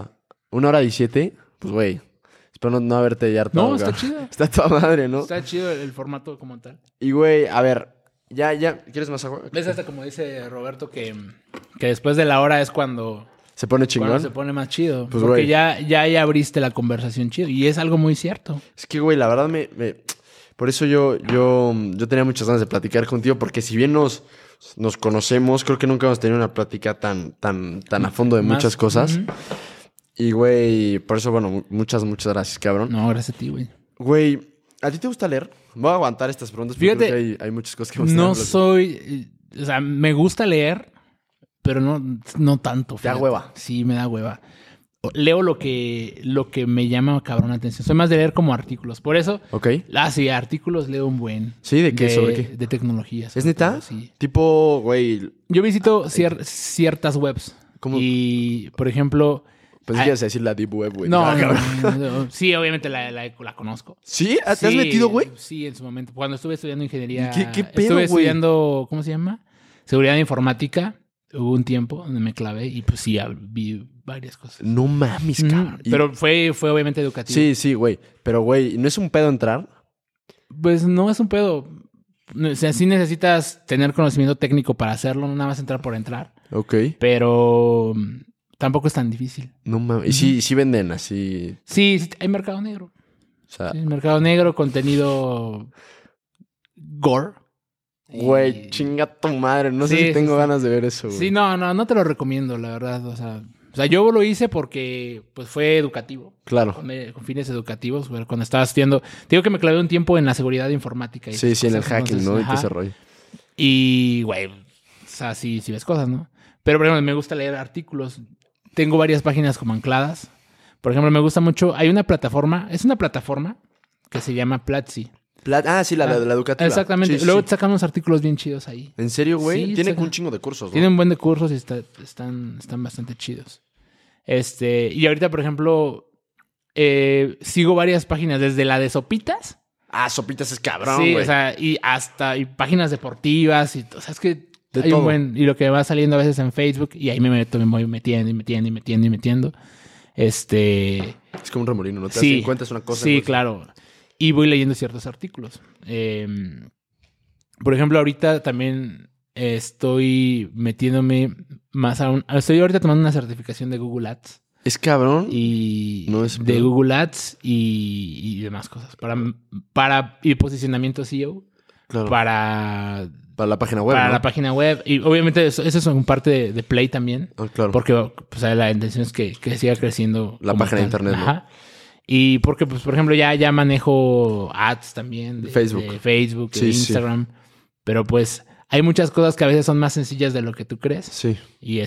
1:17? Pues, güey, espero no haberte ya hartado. No, está chido. Está toda madre, ¿no? Está chido el formato como tal. Y, güey, a ver, ya, ¿quieres más agua? ¿Ves hasta como dice Roberto que después de la hora es cuando... ¿Se pone chingón? Cuando se pone más chido. Pues, porque güey. ya abriste la conversación chido. Y es algo muy cierto. Es que, güey, la verdad por eso yo tenía muchas ganas de platicar contigo. Porque si bien nos conocemos, creo que nunca hemos tenido una plática tan a fondo de muchas cosas. Uh-huh. Y, güey, por eso, bueno, muchas gracias, cabrón. No, gracias a ti, güey. Güey, ¿a ti te gusta leer? Voy a aguantar estas preguntas porque fíjate, creo que hay muchas cosas que no soy... O sea, me gusta leer... Pero no tanto. ¿Te da hueva? Sí, me da hueva. Leo lo que me llama cabrón la atención. Soy más de leer como artículos. Por eso... Ok. Sí, artículos leo un buen. ¿Sí? ¿De qué? ¿Sobre qué? De tecnología. ¿Es neta? Todo, sí. Tipo, güey... Yo visito ciertas webs. ¿Cómo? Y, por ejemplo... Pues ibas a decir la Deep Web, güey. No. Sí, obviamente la conozco. ¿Sí? ¿Te has metido, güey? Sí, en su momento. Cuando estuve estudiando ingeniería... ¿Qué pedo, estuve güey? estudiando... ¿Cómo se llama? Seguridad informática. Hubo un tiempo donde me clavé y pues sí, vi varias cosas. No mames, cabrón. Pero fue obviamente educativo. Sí, güey. Pero, güey, ¿no es un pedo entrar? Pues no es un pedo. O sea, sí necesitas tener conocimiento técnico para hacerlo, no nada más entrar por entrar. Ok. Pero tampoco es tan difícil. No mames. ¿Y sí venden así? Sí, hay mercado negro. O sea... Sí, mercado negro, contenido gore. Güey, chinga tu madre. No sé si tengo ganas de ver eso, güey. Sí, no te lo recomiendo, la verdad. O sea, yo lo hice porque pues fue educativo. Claro. Con fines educativos. Cuando estaba estudiando... Te digo que me clavé un tiempo en la seguridad informática. Sí, en el hacking, entonces, ¿no? Y ese rollo. Y, güey, o sea, sí ves cosas, ¿no? Pero, por ejemplo, me gusta leer artículos. Tengo varias páginas como ancladas. Por ejemplo, me gusta mucho... Hay una plataforma... Es una plataforma que se llama Platzi. Sí, la educativa. Exactamente. Sí, Luego sí. sacan unos artículos bien chidos ahí. ¿En serio, güey? Sí, Tiene un chingo de cursos, ¿no? Tienen un buen de cursos y están bastante chidos. Y ahorita, por ejemplo, sigo varias páginas, desde la de Sopitas. Sopitas es cabrón, Sí, güey. o sea, y páginas deportivas. O sea, es que De hay todo. un buen... Y lo que va saliendo a veces en Facebook, y ahí me voy metiendo. Es como un remolino, ¿no? Te das Sí, cuenta, es una cosa. sí, pues. claro. Y voy leyendo ciertos artículos. Por ejemplo, ahorita también estoy metiéndome más aún. Estoy ahorita tomando una certificación de Google Ads. Es cabrón. Y No es de peor. Google Ads y demás cosas. Y posicionamiento SEO. Claro. Para la página web, para ¿no? la página web. Y obviamente eso es un parte de Play también. Claro. Porque pues, la intención es que siga creciendo. La como página de tal. internet, ¿no? Ajá. Y porque, pues, por ejemplo, ya manejo ads también. Facebook. De Facebook, de Sí, Instagram. Pero pues hay muchas cosas que a veces son más sencillas de lo que tú crees. Sí. Y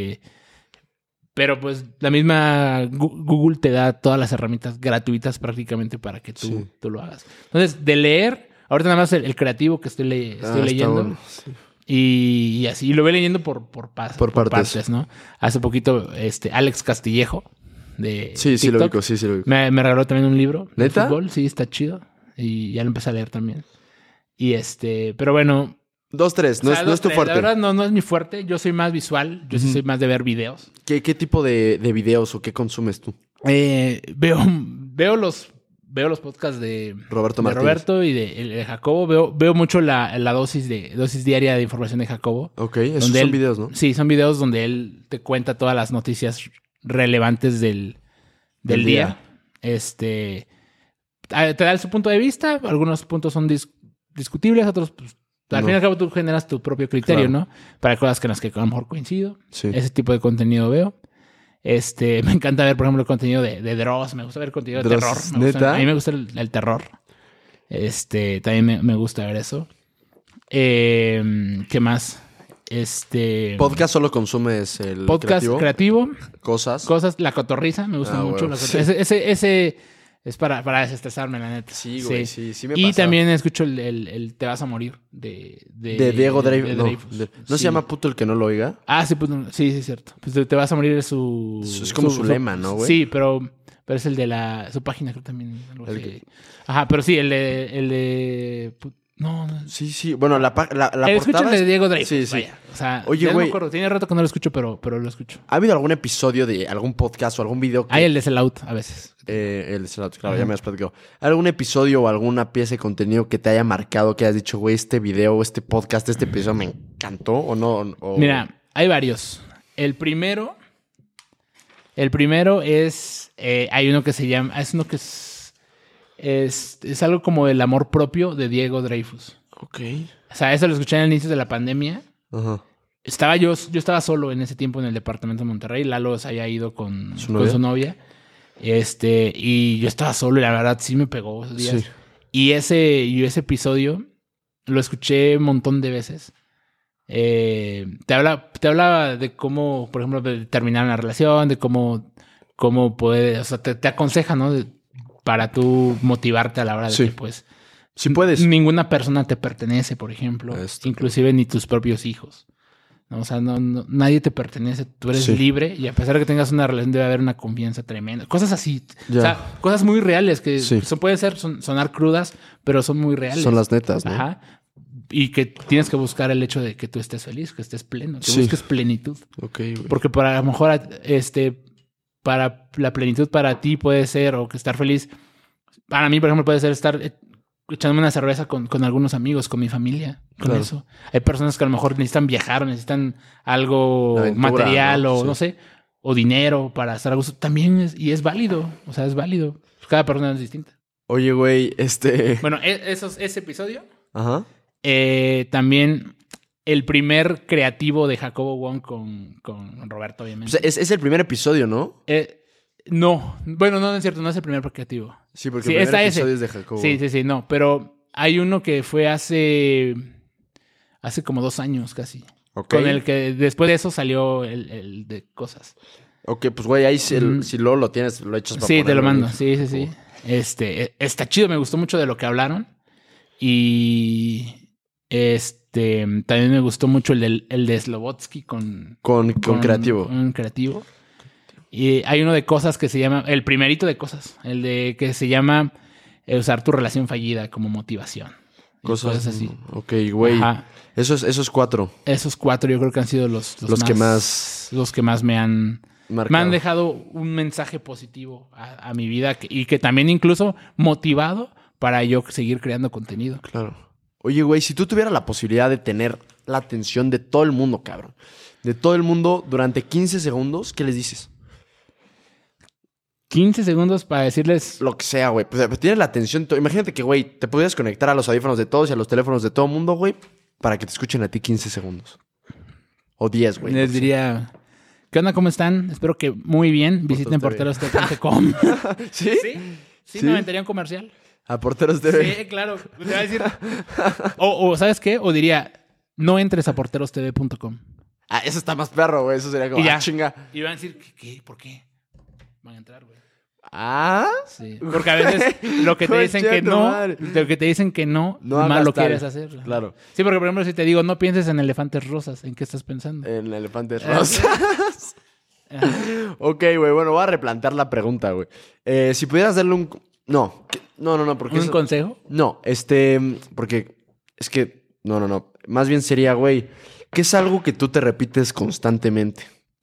pero pues la misma Google te da todas las herramientas gratuitas prácticamente para que tú lo hagas. Entonces, de leer, ahorita nada más el creativo que estoy leyendo. Bueno. Sí. Y así, y lo voy leyendo por partes, ¿no? Hace poquito, Alex Castillejo de Sí, TikTok, lo ubico, sí lo ubico. me regaló también un libro de ¿Neta? fútbol. Sí, está chido. Y ya lo empecé a leer también. Y pero bueno. 2, 3, no es tu fuerte. La verdad no es mi fuerte. Yo soy más visual. Yo sí soy más de ver videos. ¿Qué tipo de videos o qué consumes tú? Veo los podcasts de Roberto de Martínez. Roberto y de Jacobo. Veo mucho la dosis diaria de información de Jacobo. Ok, esos Donde son videos, ¿no? Sí, son videos donde él te cuenta todas las noticias relevantes del día. Te da su punto de vista. Algunos puntos son discutibles, otros, pues, al fin y al cabo tú generas tu propio criterio, Claro. ¿no? Para cosas con las que a lo mejor coincido. Sí. Ese tipo de contenido veo. Me encanta ver, por ejemplo, el contenido de Dross. Me gusta ver contenido de Dross, terror. ¿neta? A mí me gusta el terror. También me gusta ver eso. ¿Qué más? Podcast solo consumes el Podcast creativo. Cosas. La cotorriza. Me gusta mucho. Bueno, La sí. cotorriza. Ese es para desestresarme, la neta. Sí, güey, sí me Y pasa. también escucho el Te vas a morir de Diego Dreyfus. Dreyfus. ¿No se llama puto el que no lo oiga? Sí, pues, sí, es cierto. Pues Te vas a morir es su... Es como su lema, ¿no, güey? Sí, pero es el de su página, creo también. Algo así. Ajá, pero sí, el de no. Sí. Bueno, la portada... Escucho el de Diego Dreyfus. Sí. Vaya. O sea, Oye, ya no me güey. acuerdo. Tiene rato que no lo escucho, pero lo escucho. ¿Ha habido algún episodio de algún podcast o algún video que... Hay el de Sellout a veces. Claro, ya me has platicado. ¿Algún episodio o alguna pieza de contenido que te haya marcado, que hayas dicho, güey, este video, este podcast, este episodio me encantó o no? Mira, hay varios. El primero es... hay uno que se llama... Es uno que es algo como el amor propio de Diego Dreyfus. Ok. O sea, eso lo escuché en el inicio de la pandemia. Ajá. Yo estaba solo en ese tiempo en el departamento de Monterrey. Lalo se había ido con ¿Su novia? su novia. Y yo estaba solo y la verdad sí me pegó esos días. Sí. Y ese episodio lo escuché un montón de veces. Te hablaba de cómo, por ejemplo, de terminar una relación, de cómo poder, o sea, te aconseja, ¿no? Para tú motivarte a la hora de que, pues, Sí puedes. ninguna persona te pertenece, por ejemplo, inclusive ni tus propios hijos. ¿No? O sea, nadie te pertenece, tú eres libre y a pesar de que tengas una relación debe haber una confianza tremenda. Cosas así, Ya. o sea, cosas muy reales que pueden sonar crudas, pero son muy reales. Son las netas, ¿no? Ajá. Y que tienes que buscar el hecho de que tú estés feliz, que estés pleno, que busques plenitud. Ok, güey. Porque a lo mejor para la plenitud para ti puede ser, o que estar feliz, para mí, por ejemplo, puede ser estar echándome una cerveza con algunos amigos, con mi familia, con eso. Hay personas que a lo mejor necesitan viajar, necesitan algo Aventura, material, ¿no? o no sé, o dinero para estar a gusto. También es válido, o sea, es válido. Cada persona es distinta. Oye, güey, Bueno, ese episodio. Ajá. También el primer creativo de Jacobo Wong con Roberto, obviamente. O sea, es el primer episodio, ¿no? No, bueno, no es cierto, no es el primer creativo. Sí, porque el primer episodio es de Jacobo. Sí, no, pero hay uno que fue hace como 2 años casi. Ok. Con el que después de eso salió el de cosas. Ok, pues güey, ahí si luego lo tienes, lo echas para Sí, te lo ponerlo, mando, güey. sí. Está chido, me gustó mucho de lo que hablaron. Y también me gustó mucho el de Slobodsky con Creativo. Con Creativo. Y hay uno de cosas que se llama, el primerito de cosas, el de que se llama usar tu relación fallida como motivación. Cosas así. Ok, güey. Ajá. Esos 4. Esos 4 yo creo que han sido los que más me han dejado un mensaje positivo a mi vida y que también incluso motivado para yo seguir creando contenido. Claro. Oye, güey, si tú tuvieras la posibilidad de tener la atención de todo el mundo, cabrón, de todo el mundo durante 15 segundos, ¿qué les dices? 15 segundos para decirles... Lo que sea, güey. Pues tienes la atención... Imagínate que, güey, te pudieras conectar a los audífonos de todos y a los teléfonos de todo el mundo, güey, para que te escuchen a ti 15 segundos. O 10, güey. Les diría... ¿Qué onda? ¿Cómo están? Espero que muy bien. Visiten porterostv.com. ¿Sí? ¿Sí? ¿Me aventaría un comercial? A Porteros TV. Sí, claro. Le va a decir... o ¿sabes qué? O diría... No entres a porterostv.com. Ah, eso está más perro, güey. Eso sería como... Y ya. Chinga. Y van a decir... ¿Qué? ¿Por qué? Van a entrar, güey. Ah, sí. Porque a veces lo que te dicen que no, lo que te dicen que no más lo quieres hacer. Claro. Sí, porque por ejemplo, si te digo, no pienses en elefantes rosas, ¿en qué estás pensando? En elefantes rosas. Ok, güey, bueno, voy a replantear la pregunta, güey. Si pudieras darle un... No, porque... ¿Un consejo? No, porque es que... No. Más bien sería, güey, ¿qué es algo que tú te repites constantemente?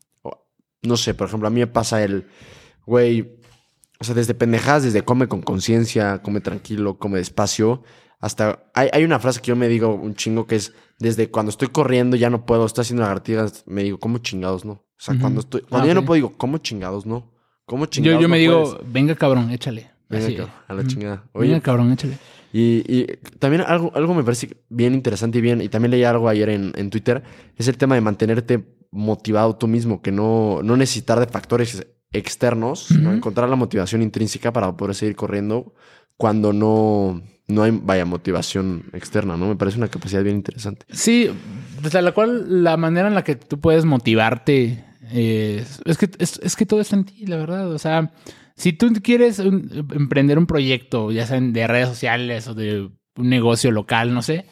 No sé, por ejemplo, a mí me pasa güey... O sea, desde pendejadas, desde come con conciencia, come tranquilo, come despacio, hasta... Hay una frase que yo me digo un chingo que es, desde cuando estoy corriendo ya no puedo, estoy haciendo lagartijas, me digo, ¿cómo chingados no? O sea, cuando ya no puedo, digo, ¿cómo chingados no? ¿Cómo chingados yo me digo, puedes? venga cabrón, échale. Venga, así, cabrón, a la chingada. Oye, venga cabrón, échale. Y también algo me parece bien interesante y también leí algo ayer en Twitter, es el tema de mantenerte motivado tú mismo, que no necesitar de factores externos, ¿no? Encontrar la motivación intrínseca para poder seguir corriendo cuando no hay, motivación externa, ¿no? Me parece una capacidad bien interesante. Sí, desde la manera en la que tú puedes motivarte es que todo está en ti, la verdad. O sea, si tú quieres emprender un proyecto, ya sea de redes sociales o de un negocio local, no sé,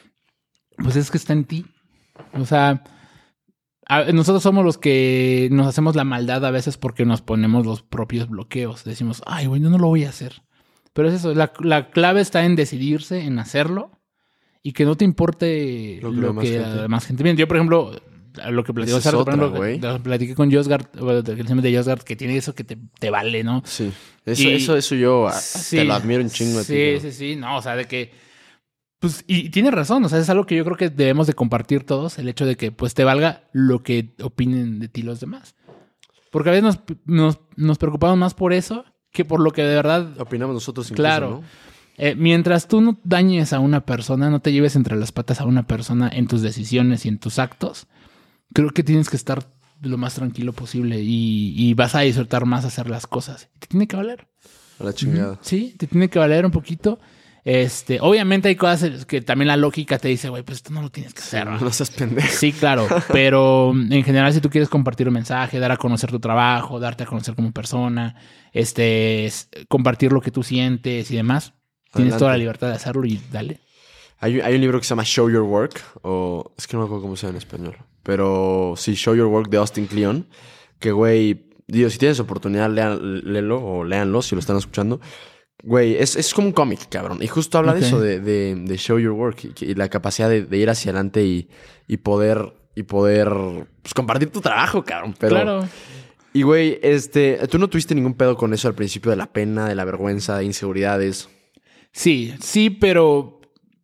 pues es que está en ti. O sea... Nosotros somos los que nos hacemos la maldad a veces porque nos ponemos los propios bloqueos. Decimos, ay, güey, yo no lo voy a hacer. Pero es eso, la clave está en decidirse, en hacerlo y que no te importe lo que la más gente piensa. Yo, por ejemplo, lo que platico platiqué con Josgard, de Josgard, que tiene eso que te vale, ¿no? Sí, eso yo te lo admiro un chingo a ti. Sí, no, o sea, de que... Pues, y tiene razón, o sea, es algo que yo creo que debemos de compartir todos, el hecho de que pues te valga lo que opinen de ti los demás. Porque a veces nos preocupamos más por eso que por lo que de verdad... Opinamos nosotros incluso, claro, ¿no? Mientras tú no dañes a una persona, no te lleves entre las patas a una persona en tus decisiones y en tus actos, creo que tienes que estar lo más tranquilo posible y vas a disfrutar más hacer las cosas. Te tiene que valer. A la chingada. Sí, te tiene que valer un poquito. Obviamente hay cosas que también la lógica te dice, güey, pues esto no lo tienes que hacer, ¿no? No seas pendejo. Sí, claro. Pero en general, si tú quieres compartir un mensaje, dar a conocer tu trabajo, darte a conocer como persona, compartir lo que tú sientes y demás, tienes toda la libertad de hacerlo y dale. Hay un libro que se llama Show Your Work, o es que no me acuerdo cómo se llama en español, pero sí, Show Your Work de Austin Kleon, que, güey, digo, si tienes oportunidad, léanlo o léanlo si lo están escuchando. Güey, es como un cómic, cabrón. Y justo habla de eso, de show your work y la capacidad de ir hacia adelante y poder pues, compartir tu trabajo, cabrón. Pero, claro. Y, güey, ¿tú no tuviste ningún pedo con eso al principio de la pena, de la vergüenza, de inseguridades? Sí, pero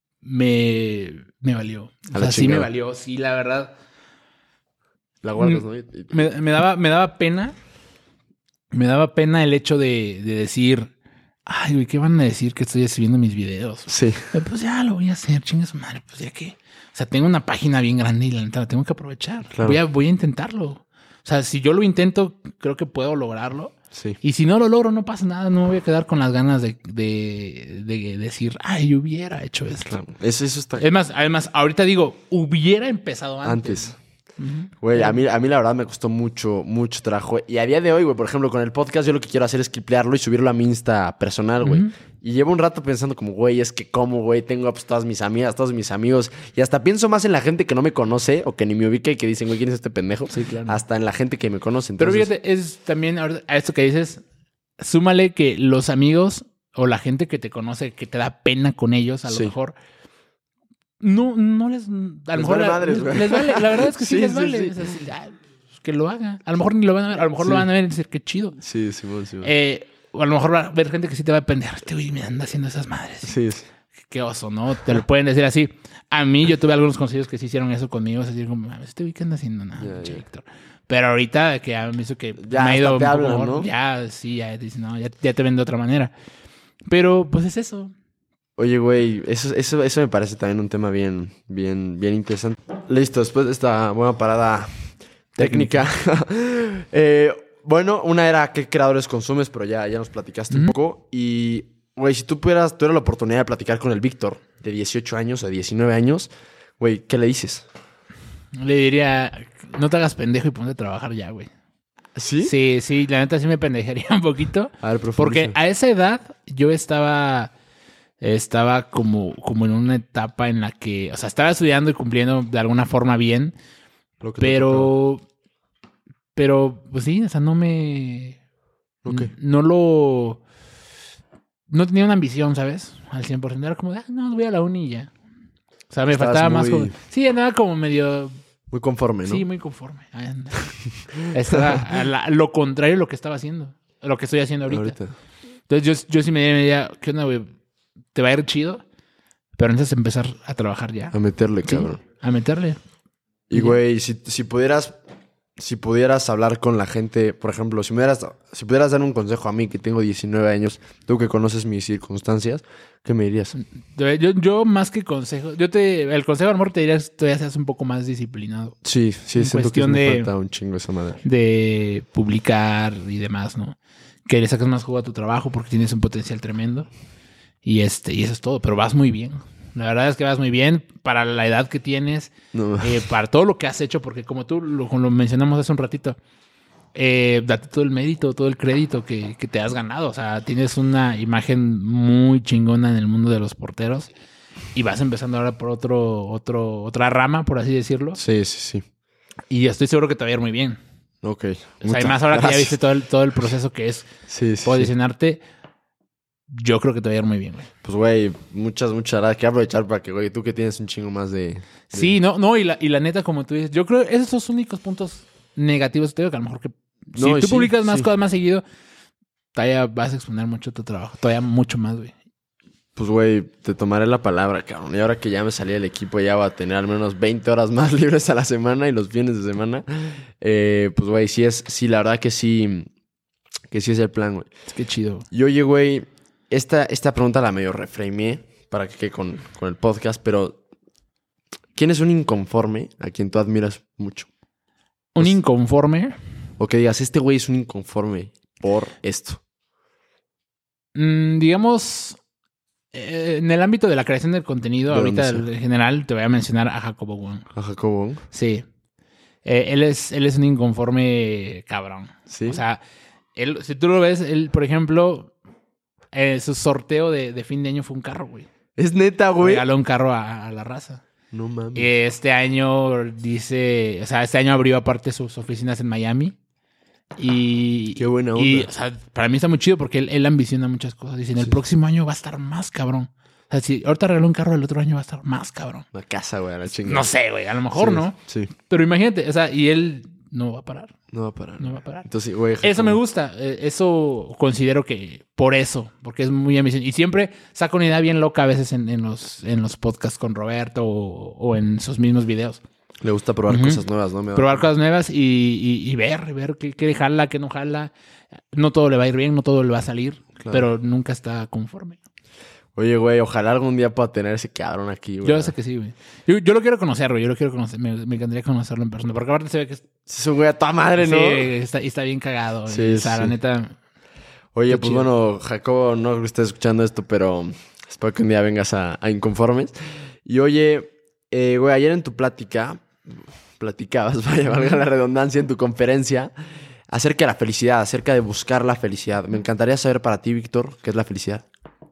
me valió. O sea, sí me valió, sí, la verdad. La guardas, ¿no? Me daba pena. Me daba pena el hecho de decir... Ay, güey, ¿qué van a decir que estoy subiendo mis videos? Sí. Pues ya lo voy a hacer, chinga su madre. Pues ya que... O sea, tengo una página bien grande y la neta la tengo que aprovechar. Claro. Voy a intentarlo. O sea, si yo lo intento, creo que puedo lograrlo. Sí. Y si no lo logro, no pasa nada. No me voy a quedar con las ganas de decir, ay, yo hubiera hecho esto. Claro. Eso está... Además, ahorita digo, hubiera empezado antes. Güey, a mí la verdad me costó mucho trabajo. Y a día de hoy, güey, por ejemplo, con el podcast yo lo que quiero hacer es clipearlo y subirlo a mi Insta personal, güey. Y llevo un rato pensando como, güey, es que cómo, güey, tengo pues, todas mis amigas, todos mis amigos. Y hasta pienso más en la gente que no me conoce o que ni me ubica y que dicen, güey, ¿quién es este pendejo? Sí, claro. Hasta en la gente que me conoce. Pero Entonces, fíjate, es también a esto que dices, súmale que los amigos o la gente que te conoce, que te da pena con ellos, a lo mejor... No les... A lo mejor vale madres, güey. les vale. La verdad es que sí, les sí, vale. sí. O sea, que lo haga. A lo mejor ni lo van a ver. A lo mejor lo van a ver y decir, qué chido. Sí. O a lo mejor va a haber gente que sí te va a pendejar. Este güey me anda haciendo esas madres. Sí. Qué oso, ¿no? Te lo pueden decir así. A mí, yo tuve algunos consejos que sí hicieron eso conmigo. Es decir, como, este güey que anda haciendo nada, Héctor. Pero ahorita que ya me hizo que ya me ha ido un poco hablan, mejor, ¿no? ya dice, no, ya te ven de otra manera. Pero, pues es eso. Oye, güey, eso me parece también un tema bien interesante. Listo, después de esta buena parada técnica. Bueno, una era qué creadores consumes, pero ya nos platicaste un poco. Y, güey, si tú tuvieras la oportunidad de platicar con el Víctor de 18 años o de 19 años, güey, ¿qué le dices? Le diría, no te hagas pendejo y ponte a trabajar ya, güey. ¿Sí? Sí, la neta sí me pendejaría un poquito. A ver, profundiza. Porque a esa edad yo estaba como en una etapa en la que, o sea, estaba estudiando y cumpliendo de alguna forma bien, pero pues sí, o sea, no tenía una ambición, ¿sabes? Al 100%. Era como, no, voy a la uni y ya. O sea, me faltaba más como... Sí, andaba como medio... Muy conforme, ¿no? Sí, muy conforme. Estaba a lo contrario de lo que estaba haciendo. Lo que estoy haciendo ahorita. Entonces yo sí me diría, ¿qué onda, güey? Te va a ir chido, pero antes de empezar a trabajar ya. A meterle, Sí, cabrón. a meterle. Y, güey, si pudieras hablar con la gente, por ejemplo, si pudieras dar un consejo a mí que tengo 19 años, tú que conoces mis circunstancias, ¿qué me dirías? Yo más que consejo, el consejo a lo mejor te diría que todavía seas un poco más disciplinado. Sí, siento que me falta un chingo esa madre. De publicar y demás, ¿no? Que le saques más jugo a tu trabajo porque tienes un potencial tremendo. Y eso es todo, pero vas muy bien. La verdad es que vas muy bien para la edad que tienes, para todo lo que has hecho, porque como tú lo mencionamos hace un ratito, date todo el mérito, todo el crédito que te has ganado. O sea, tienes una imagen muy chingona en el mundo de los porteros y vas empezando ahora por otra rama, por así decirlo. Sí. Y estoy seguro que te va a ir muy bien. Ok. O sea, además ahora que ya viste todo el proceso que es posicionarte... Yo creo que te va a ir muy bien, güey. Pues, güey, muchas gracias. Quiero aprovechar para que, güey, tú que tienes un chingo más de... Sí, no, y la neta, como tú dices, yo creo que esos son los únicos puntos negativos. Te digo que a lo mejor que si tú publicas más cosas más seguido, todavía vas a exponer mucho tu trabajo. Todavía mucho más, güey. Pues, güey, te tomaré la palabra, cabrón. Y ahora que ya me salí del equipo, ya voy a tener al menos 20 horas más libres a la semana y los fines de semana. Pues, güey, sí, la verdad que sí es el plan, güey. Qué chido. Y oye, güey... Esta pregunta la medio reframeé para que quede con el podcast, pero ¿quién es un inconforme a quien tú admiras mucho? ¿Un inconforme? O que digas, este güey es un inconforme por esto. Digamos, en el ámbito de la creación del contenido, ahorita en general te voy a mencionar a Jacobo Wong. ¿A Jacobo Wong? Sí. Él es un inconforme cabrón. Sí. O sea, si tú lo ves, él, por ejemplo... su sorteo de fin de año fue un carro, güey. ¿Es neta, güey? Regaló un carro a la raza. No mames. Este año abrió aparte sus oficinas en Miami. Y... Qué buena onda. Y, o sea, para mí está muy chido porque él ambiciona muchas cosas. Dice, en el próximo año va a estar más cabrón. O sea, si ahorita regaló un carro, el otro año va a estar más cabrón. Una casa, güey, a la chingada. No sé, güey, a lo mejor, ¿no? Sí. Pero imagínate, o sea, y él no va a parar. No va a parar. Entonces, güey, eso me gusta. Eso considero que porque es muy ambicioso. Y siempre saca una idea bien loca a veces en los podcasts con Roberto o en sus mismos videos. Le gusta probar cosas nuevas, ¿no? Probar cosas nuevas y ver qué jala, qué no jala. No todo le va a ir bien, no todo le va a salir, pero nunca está conforme. Oye, güey, ojalá algún día pueda tener ese cabrón aquí, güey. Yo sé que sí, güey. Yo lo quiero conocer, güey. Me encantaría conocerlo en persona. Porque aparte se ve que es un güey a toda madre, ¿no? Sí, está bien cagado. Sí, o sea, la neta... Oye, pues chido. Bueno, Jacobo, no creo que estés escuchando esto, pero espero que un día vengas a Inconformes. Y oye, güey, ayer en tu plática platicabas, vaya, valga la redundancia, en tu conferencia, acerca de la felicidad, acerca de buscar la felicidad. Me encantaría saber para ti, Víctor, ¿qué es la felicidad?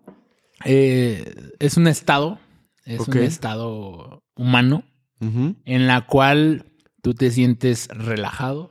Es un estado, Ok. un estado humano Ujú. en la cual tú te sientes relajado,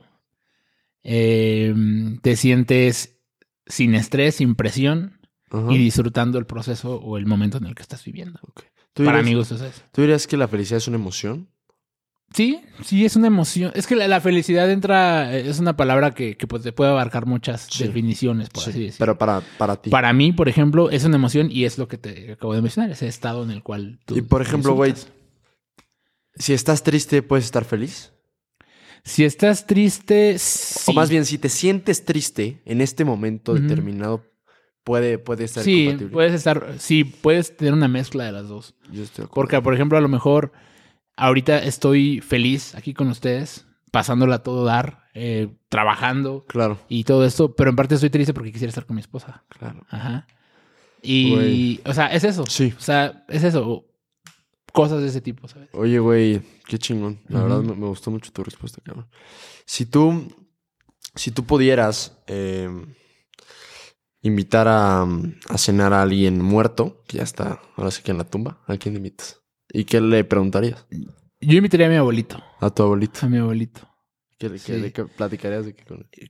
te sientes sin estrés, sin presión Ajá. y disfrutando el proceso o el momento en el que estás viviendo. Ok. Para mi gusto es eso. ¿Tú dirías que la felicidad es una emoción? Sí, sí, es una emoción. Es que la felicidad entra, es una palabra que pues, te puede abarcar muchas Sí. definiciones, por Sí, así decirlo. pero para ti. Para mí, por ejemplo, es una emoción y es lo que te acabo de mencionar, ese estado en el cual tú Y por ejemplo, güey, disfrutas. si estás triste, ¿puedes estar feliz? Si estás triste, sí. O más bien, si te sientes triste en este momento Ujú. determinado, puede ser Sí, compatible. puedes tener una mezcla de las dos. Yo estoy de acuerdo. Porque, por ejemplo, a lo mejor ahorita estoy feliz aquí con ustedes, pasándola a todo dar, trabajando Claro, y todo esto, pero en parte estoy triste porque quisiera estar con mi esposa. claro. Ajá. Y, Güey. o sea, es eso. Sí. O sea, es eso. Cosas de ese tipo, ¿sabes? Oye, güey, qué chingón. La Ujú. verdad me gustó mucho tu respuesta, cabrón. Si tú pudieras invitar a cenar a alguien muerto, que ya está, ahora sí que en la tumba, ¿a quién invitas? ¿Y qué le preguntarías? Yo invitaría a mi abuelito. A tu abuelito. A mi abuelito. ¿De qué platicarías de qué con él?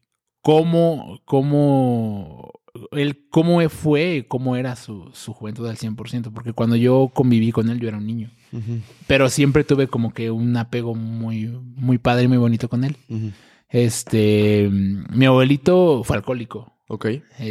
Cómo fue, cómo era su juventud al 100%, porque cuando yo conviví con él, yo era un niño. Ujú, Pero siempre tuve como que un apego muy, muy padre y muy bonito con él. ujú. Mi abuelito fue alcohólico. Ok.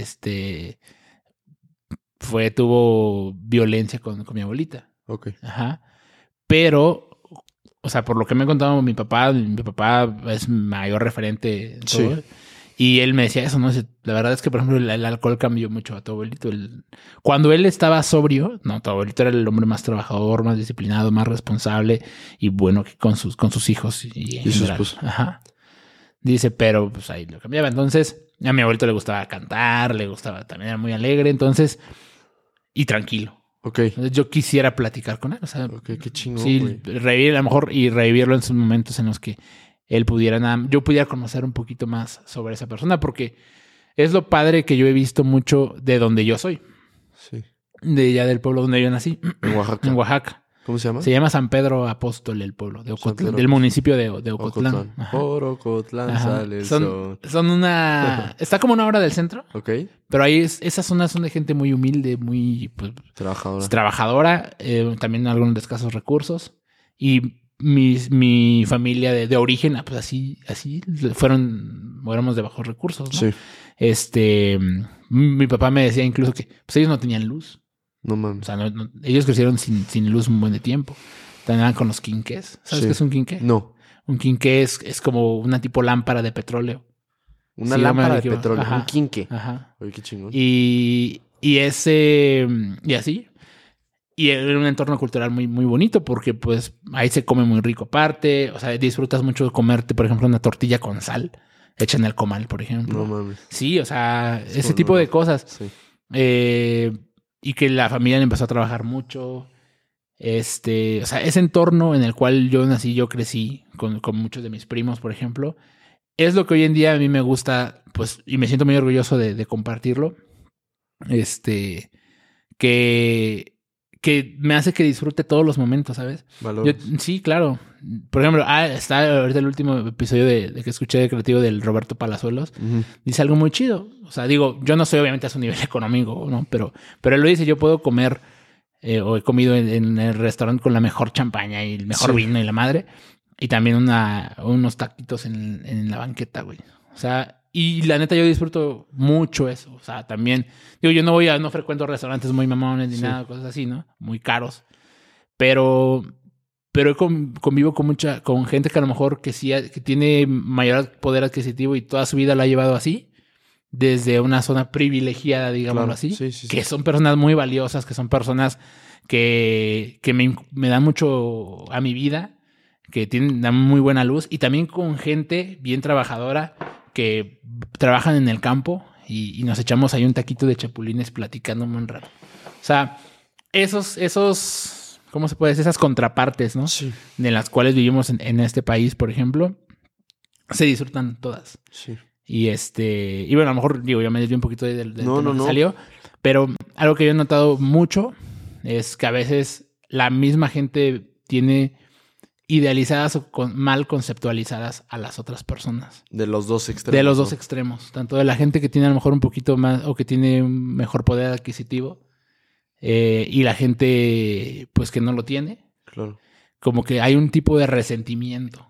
Tuvo violencia con mi abuelita. Ok. Ajá. Pero, o sea, por lo que me ha contado mi papá es mayor referente en Sí. todo. Y él me decía eso, ¿no? La verdad es que, por ejemplo, el alcohol cambió mucho a tu abuelito. Cuando él estaba sobrio, no, tu abuelito era el hombre más trabajador, más disciplinado, más responsable y bueno con sus hijos y en Y su general. esposa. Ajá. Dice, pero pues ahí lo cambiaba. Entonces, a mi abuelito le gustaba cantar, le gustaba, también era muy alegre, entonces, y tranquilo. Ok. Entonces, yo quisiera platicar con él, o sea, Ok, qué chingón, sí, güey. revivir a lo mejor y revivirlo en sus momentos en los que él yo pudiera conocer un poquito más sobre esa persona, porque es lo padre que yo he visto mucho de donde yo soy, Sí. de allá del pueblo donde yo nací, En Oaxaca. en Oaxaca. ¿Cómo se llama? Se llama San Pedro Apóstol el pueblo de Ocotlán, Pedro del municipio de Ocotlán. Ocotlán. Ajá. Por Ocotlán Ajá. sale el sol. Son una... Está como una hora del centro, Ok. pero ahí esas zonas son de gente muy humilde, muy pues, Trabajadora. trabajadora, también algunos de escasos recursos. Y mi familia de origen, pues así éramos de bajos recursos, ¿no? Sí. Mi papá me decía incluso que pues ellos no tenían luz. No O mames. sea, ellos crecieron sin luz un buen de tiempo. También con los quinqués. ¿Sabes Sí. qué es un quinqué? No. Un quinqué es como una tipo lámpara de petróleo. Una Sí, lámpara me de equivoco. petróleo. Ajá. Un quinque. Ajá. Oye, qué chingón. Y así. Y era un entorno cultural muy, muy bonito porque pues ahí se come muy rico aparte. O sea, disfrutas mucho de comerte, por ejemplo, una tortilla con sal hecha en el comal, por ejemplo. No mames. Sí, o sea, Es ese un tipo honor. de cosas. Sí. Y que la familia empezó a trabajar mucho. O sea, ese entorno en el cual yo nací, yo crecí con muchos de mis primos, por ejemplo, es lo que hoy en día a mí me gusta, pues, y me siento muy orgulloso de compartirlo. Que me hace que disfrute todos los momentos, ¿sabes? Valores. Sí, claro. Por ejemplo, está ahorita el último episodio de que escuché de creativo del Roberto Palazuelos. Ujú. Dice algo muy chido. O sea, digo, yo no soy obviamente a su nivel económico, ¿no? Pero él lo dice, yo puedo comer o he comido en el restaurante con la mejor champaña y el mejor Sí. vino y la madre. Y también unos taquitos en la banqueta, güey. O sea, y la neta yo disfruto mucho eso. O sea, también, digo, yo no frecuento restaurantes muy mamones ni Sí. nada, cosas así, ¿no? Muy caros. Pero convivo con gente que a lo mejor que tiene mayor poder adquisitivo y toda su vida la ha llevado así, desde una zona privilegiada, digámoslo Claro. así, Sí, sí, que sí. son personas muy valiosas, que son personas que me dan mucho a mi vida, que dan muy buena luz, y también con gente bien trabajadora que trabajan en el campo y nos echamos ahí un taquito de chapulines platicando muy raro. O sea, esos ¿cómo se puede decir? Esas contrapartes, ¿no? Sí. De las cuales vivimos en este país, por ejemplo, se disfrutan todas. Sí. Y bueno, a lo mejor, digo, ya me desvié un poquito del tema que No. salió, pero algo que yo he notado mucho es que a veces la misma gente tiene idealizadas o mal conceptualizadas a las otras personas. De los dos extremos. De los dos ¿no? extremos. Tanto de la gente que tiene a lo mejor un poquito más o que tiene un mejor poder adquisitivo y la gente pues que no lo tiene. Claro. Como que hay un tipo de resentimiento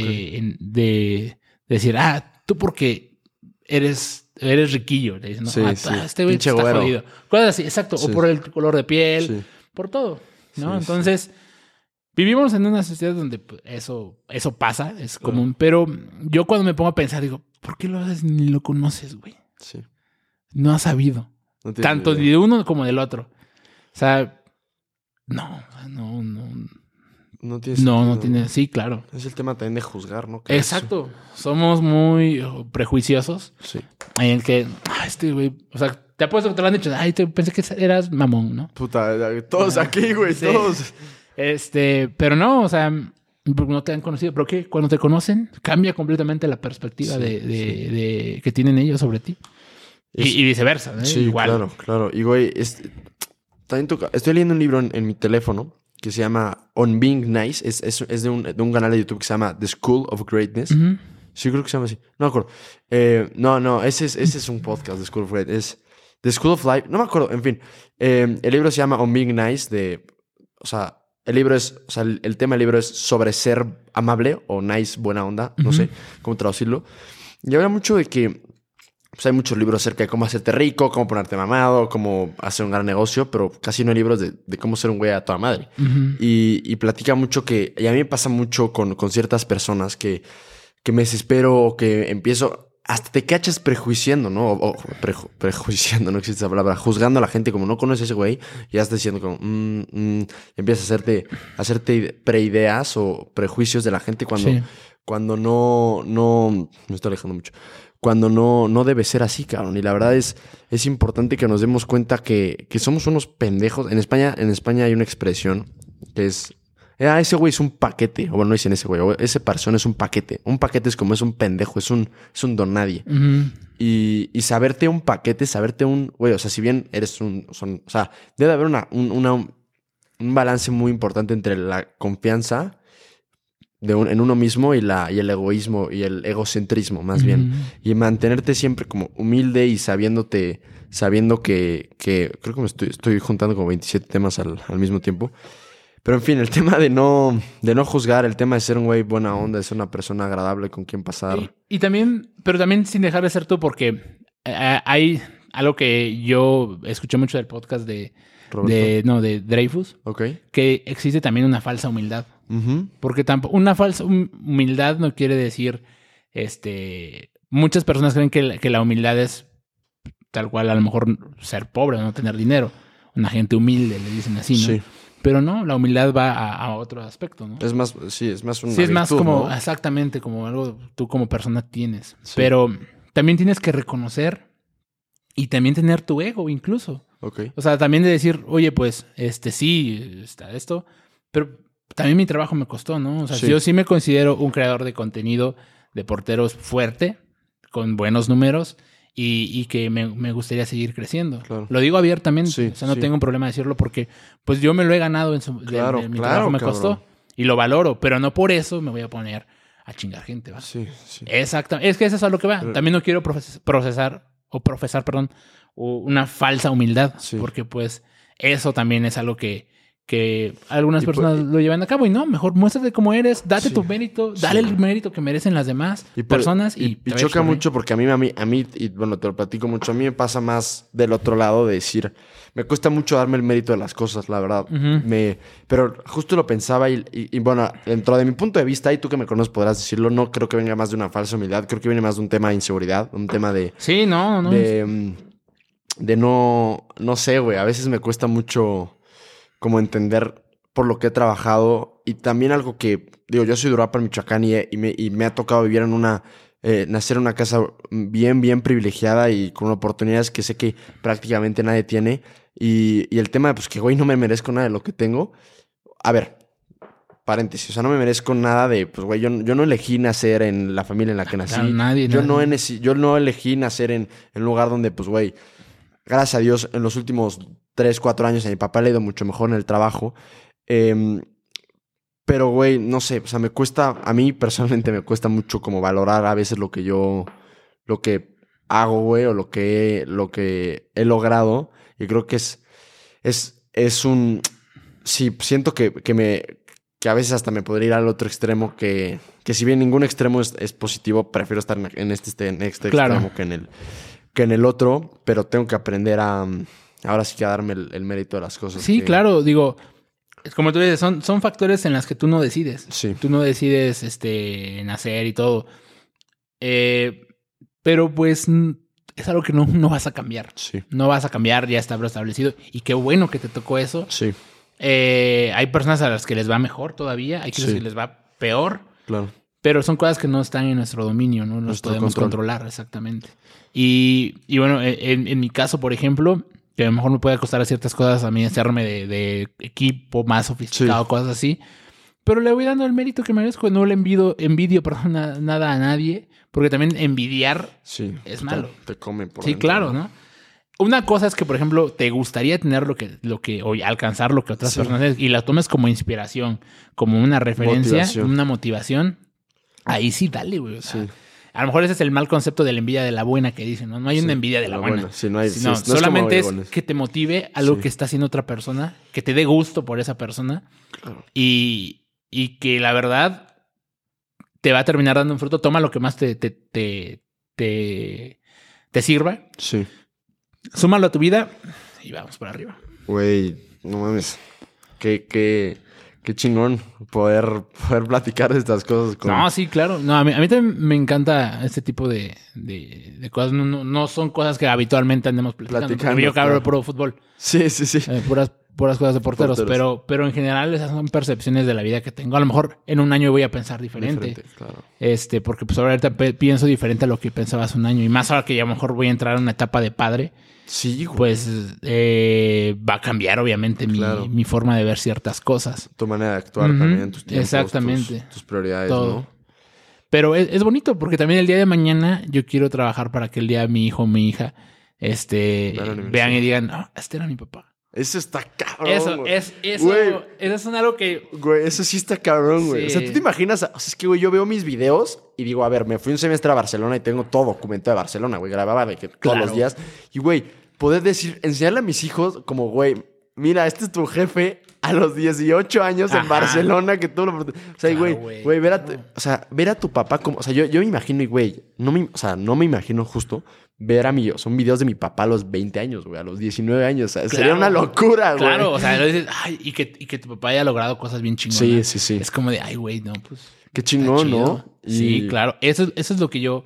de decir, tú porque eres riquillo. Le dicen, ¿no? Sí. Este güey Pinche está güero. jodido. Cosas así, exacto. Sí. O por el color de piel, Sí. por todo, ¿no? Sí, Entonces, vivimos en una sociedad donde pues, eso pasa, es común. Pero yo cuando me pongo a pensar, digo, ¿por qué lo haces ni lo conoces, güey? Sí. No has sabido. No tienes Tanto ni idea. de uno como del otro. O sea, no No tiene sentido, no tiene. Sí, claro. Es el tema también de juzgar, ¿no? Que Exacto. Somos muy prejuiciosos Sí. en el que, este güey, o sea, te apuesto que te lo han dicho, pensé que eras mamón, ¿no? Puta, todos aquí, güey, Sí. todos. Pero no, o sea, no te han conocido, pero que cuando te conocen cambia completamente la perspectiva Sí, de que tienen ellos sobre ti. Y viceversa, ¿eh? Sí, Igual. claro. Y, güey, también estoy leyendo un libro en mi teléfono que se llama On Being Nice. Es de un canal de YouTube que se llama The School of Greatness. Ujú. Sí, creo que se llama así. No me acuerdo. No, ese es un podcast, The School of Greatness. Es The School of Life. No me acuerdo, en fin. El libro se llama On Being Nice o sea, el libro es... O sea, el tema del libro es sobre ser amable o nice, buena onda. No sé cómo traducirlo. Y habla mucho de que... Pues hay muchos libros acerca de cómo hacerte rico, cómo ponerte mamado, cómo hacer un gran negocio, pero casi no hay libros de cómo ser un güey a toda madre. Ujú. Y platica mucho que... Y a mí me pasa mucho con ciertas personas que me desespero o que empiezo... Hasta te cachas prejuiciando, ¿no? Prejuiciando, no existe esa palabra. Juzgando a la gente como no conoces a ese güey. Y ya estás diciendo como... empiezas a hacerte preideas o prejuicios de la gente cuando no... Me estoy alejando mucho. Cuando no debe ser así, cabrón. Y la verdad es importante que nos demos cuenta que somos unos pendejos. En España hay una expresión que es... ese güey es un paquete. O bueno, no dicen ese güey. Ese persona es un paquete. Un paquete es como es un pendejo. Es un don nadie. Ujú. Y saberte un paquete, saberte un... Güey, o sea, si bien eres o sea, debe haber un balance muy importante entre la confianza en uno mismo y el egoísmo y el egocentrismo, más bien. Y mantenerte siempre como humilde y sabiendo que creo que me estoy juntando como 27 temas al mismo tiempo. Pero en fin, el tema de no juzgar, el tema de ser un güey buena onda, de ser una persona agradable con quien pasar. Y también, pero también sin dejar de ser tú, porque hay algo que yo escuché mucho del podcast de Dreyfus, Ok. que existe también una falsa humildad. Ujú. Porque una falsa humildad no quiere decir, muchas personas creen que la humildad es tal cual a lo mejor ser pobre o no tener dinero. Una gente humilde, le dicen así, ¿no? Sí. Pero no, la humildad va a otro aspecto, ¿no? Es más una Sí, es más virtud, como, ¿no? exactamente, como algo tú como persona tienes. Sí. Pero también tienes que reconocer y también tener tu ego incluso. Ok. O sea, también de decir, oye, pues, sí, está esto, pero también mi trabajo me costó, ¿no? O sea, Sí. yo sí me considero un creador de contenido de porteros fuerte, con buenos números y que me gustaría seguir creciendo. Claro. Lo digo abiertamente, Sí, o sea, no sí. tengo un problema de decirlo porque pues yo me lo he ganado Claro, mi claro, trabajo me cabrón. costó y lo valoro, pero no por eso me voy a poner a chingar gente, ¿va? Sí. Exactamente. Es que eso es a lo que va. Pero- También no quiero profesar, una falsa humildad. Sí. Porque, pues, eso también es algo que algunas Y personas lo llevan a cabo. Y no, mejor muéstrate cómo eres, date Sí. tu mérito, dale Sí. el mérito que merecen las demás Y personas. y te va a ir choca súper bien. mucho porque a mí, y bueno, te lo platico mucho, a mí me pasa más del otro lado de decir, me cuesta mucho darme el mérito de las cosas, la verdad. Ujú. Pero justo lo pensaba y bueno, dentro de mi punto de vista, y tú que me conoces podrás decirlo, no creo que venga más de una falsa humildad, creo que viene más de un tema de inseguridad, un tema de Sí, no. de no sé, güey, a veces me cuesta mucho como entender por lo que he trabajado y también algo que, digo, yo soy de Uruapan, Michoacán y me ha tocado vivir nacer en una casa bien privilegiada y con oportunidades que sé que prácticamente nadie tiene y el tema de pues que, güey, no me merezco nada de lo que tengo. A ver, paréntesis. O sea, no me merezco nada de... Pues, güey, yo no elegí nacer en la familia en la que nací. Claro, nadie. Yo no elegí nacer en un lugar donde, pues, güey... Gracias a Dios, en los últimos 3, 4 años a mi papá le ha ido mucho mejor en el trabajo. Pero, güey, no sé. O sea, me cuesta... A mí, personalmente, me cuesta mucho como valorar a veces lo que hago, güey, o lo que he logrado. Y creo que es un... Sí, siento que a veces hasta me podría ir al otro extremo, que si bien ningún extremo es positivo, prefiero estar en este Claro. extremo que en el otro, pero tengo que aprender ahora sí que a darme el mérito de las cosas. Sí, claro, digo, como tú dices, son factores en las que tú no decides. Sí. Tú no decides nacer y todo. Pero pues es algo que no vas a cambiar. Sí. No vas a cambiar, ya está establecido. Y qué bueno que te tocó eso. Sí. Hay personas a las que les va mejor todavía, hay cosas que les va peor. Claro. Pero son cosas que no están en nuestro dominio, no nos podemos controlar, exactamente. Y bueno, en mi caso, por ejemplo, que a lo mejor me puede costar ciertas cosas a mí hacerme de equipo más sofisticado, cosas así. Pero le voy dando el mérito que merezco. No le envidio nada a nadie, porque también envidiar es malo. Te come por sí, dentro, claro, ¿no? Una cosa es que, por ejemplo, te gustaría tener o alcanzar lo que otras personas y la tomes como inspiración, como una referencia, una motivación. Ahí sí, dale, güey. O sea, a lo mejor ese es el mal concepto de la envidia de la buena que dicen, ¿no? No hay una envidia de la buena. Sí, no hay, no, solamente es que te motive algo que está haciendo otra persona, que te dé gusto por esa persona y que la verdad te va a terminar dando un fruto. Toma lo que más te sirva. Sí. Súmalo a tu vida y vamos por arriba. Güey, no mames. Qué chingón poder platicar de estas cosas. No, sí, claro. No, a mí también me encanta este tipo de cosas. No son cosas que habitualmente andemos platicando. Yo que hablo de puro fútbol. Sí. Puras cosas de porteros. Pero en general esas son percepciones de la vida que tengo. A lo mejor en un año voy a pensar diferente. Claro. Porque pues ahorita pienso diferente a lo que pensaba hace un año. Y más ahora que ya a lo mejor voy a entrar en una etapa de padre. Sí, güey. Pues va a cambiar obviamente mi forma de ver ciertas cosas. Tu manera de actuar también, tus tiempos, exactamente. Tus prioridades, todo. ¿no? Pero es bonito porque también el día de mañana yo quiero trabajar para que el día mi hijo o mi hija vean y digan, no, este era mi papá. Eso está cabrón. Eso es algo que... Güey, eso sí está cabrón, güey. Sí. O sea, tú te imaginas... O sea, es que, güey, yo veo mis videos y digo, a ver, me fui un semestre a Barcelona y tengo todo documentado de Barcelona, güey. Grababa todos los días. Y, güey, poder enseñarle a mis hijos como, güey, mira, este es tu jefe a los 18 años en Barcelona, que tú lo... O sea, güey, ver a tu papá como... O sea, yo me imagino, y, güey, no me imagino justo... son videos de mi papá a los 20 años, güey, a los 19 años. O sea, sería una locura, güey. Claro, o sea, lo dices, ay, y que tu papá haya logrado cosas bien chingonas. Sí. Es como de, ay, güey, no, pues. Qué chingón, ¿no? Sí, claro. Eso es lo que yo.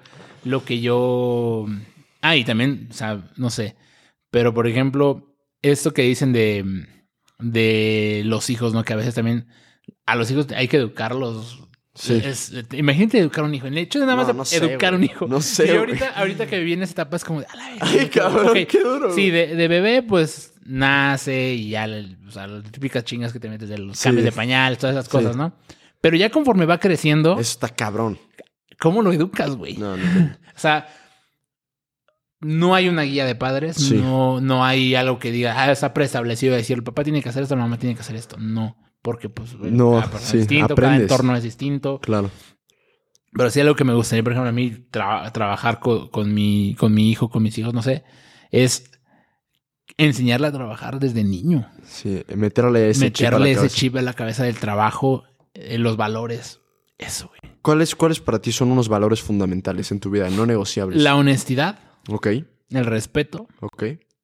Y también, o sea, no sé. Pero, por ejemplo, esto que dicen de los hijos, ¿no? Que a veces también a los hijos hay que educarlos. Sí. Imagínate educar a un hijo. El hecho de nada más educar a un hijo. No sé. Y ahorita que viví en esa etapa es como de, ay, cabrón, qué duro. Sí, de bebé, pues nace y ya, o sea, las típicas chingas que te metes de los cambios de pañal, todas esas cosas, ¿no? Pero ya conforme va creciendo. Eso está cabrón. ¿Cómo lo educas, güey? No. O sea, no hay una guía de padres. Sí. No hay algo que diga, está preestablecido de decir, el papá tiene que hacer esto, la mamá tiene que hacer esto. No. Porque, pues, cada persona es distinto, cada entorno es distinto. Claro. Pero sí, algo que me gustaría, por ejemplo, a mí trabajar con mi hijo, con mis hijos, no sé, es enseñarle a trabajar desde niño. Sí, meterle ese chip a la cabeza del trabajo, los valores. Eso, güey. ¿Cuáles para ti son unos valores fundamentales en tu vida, no negociables? La honestidad. Ok. El respeto. Ok.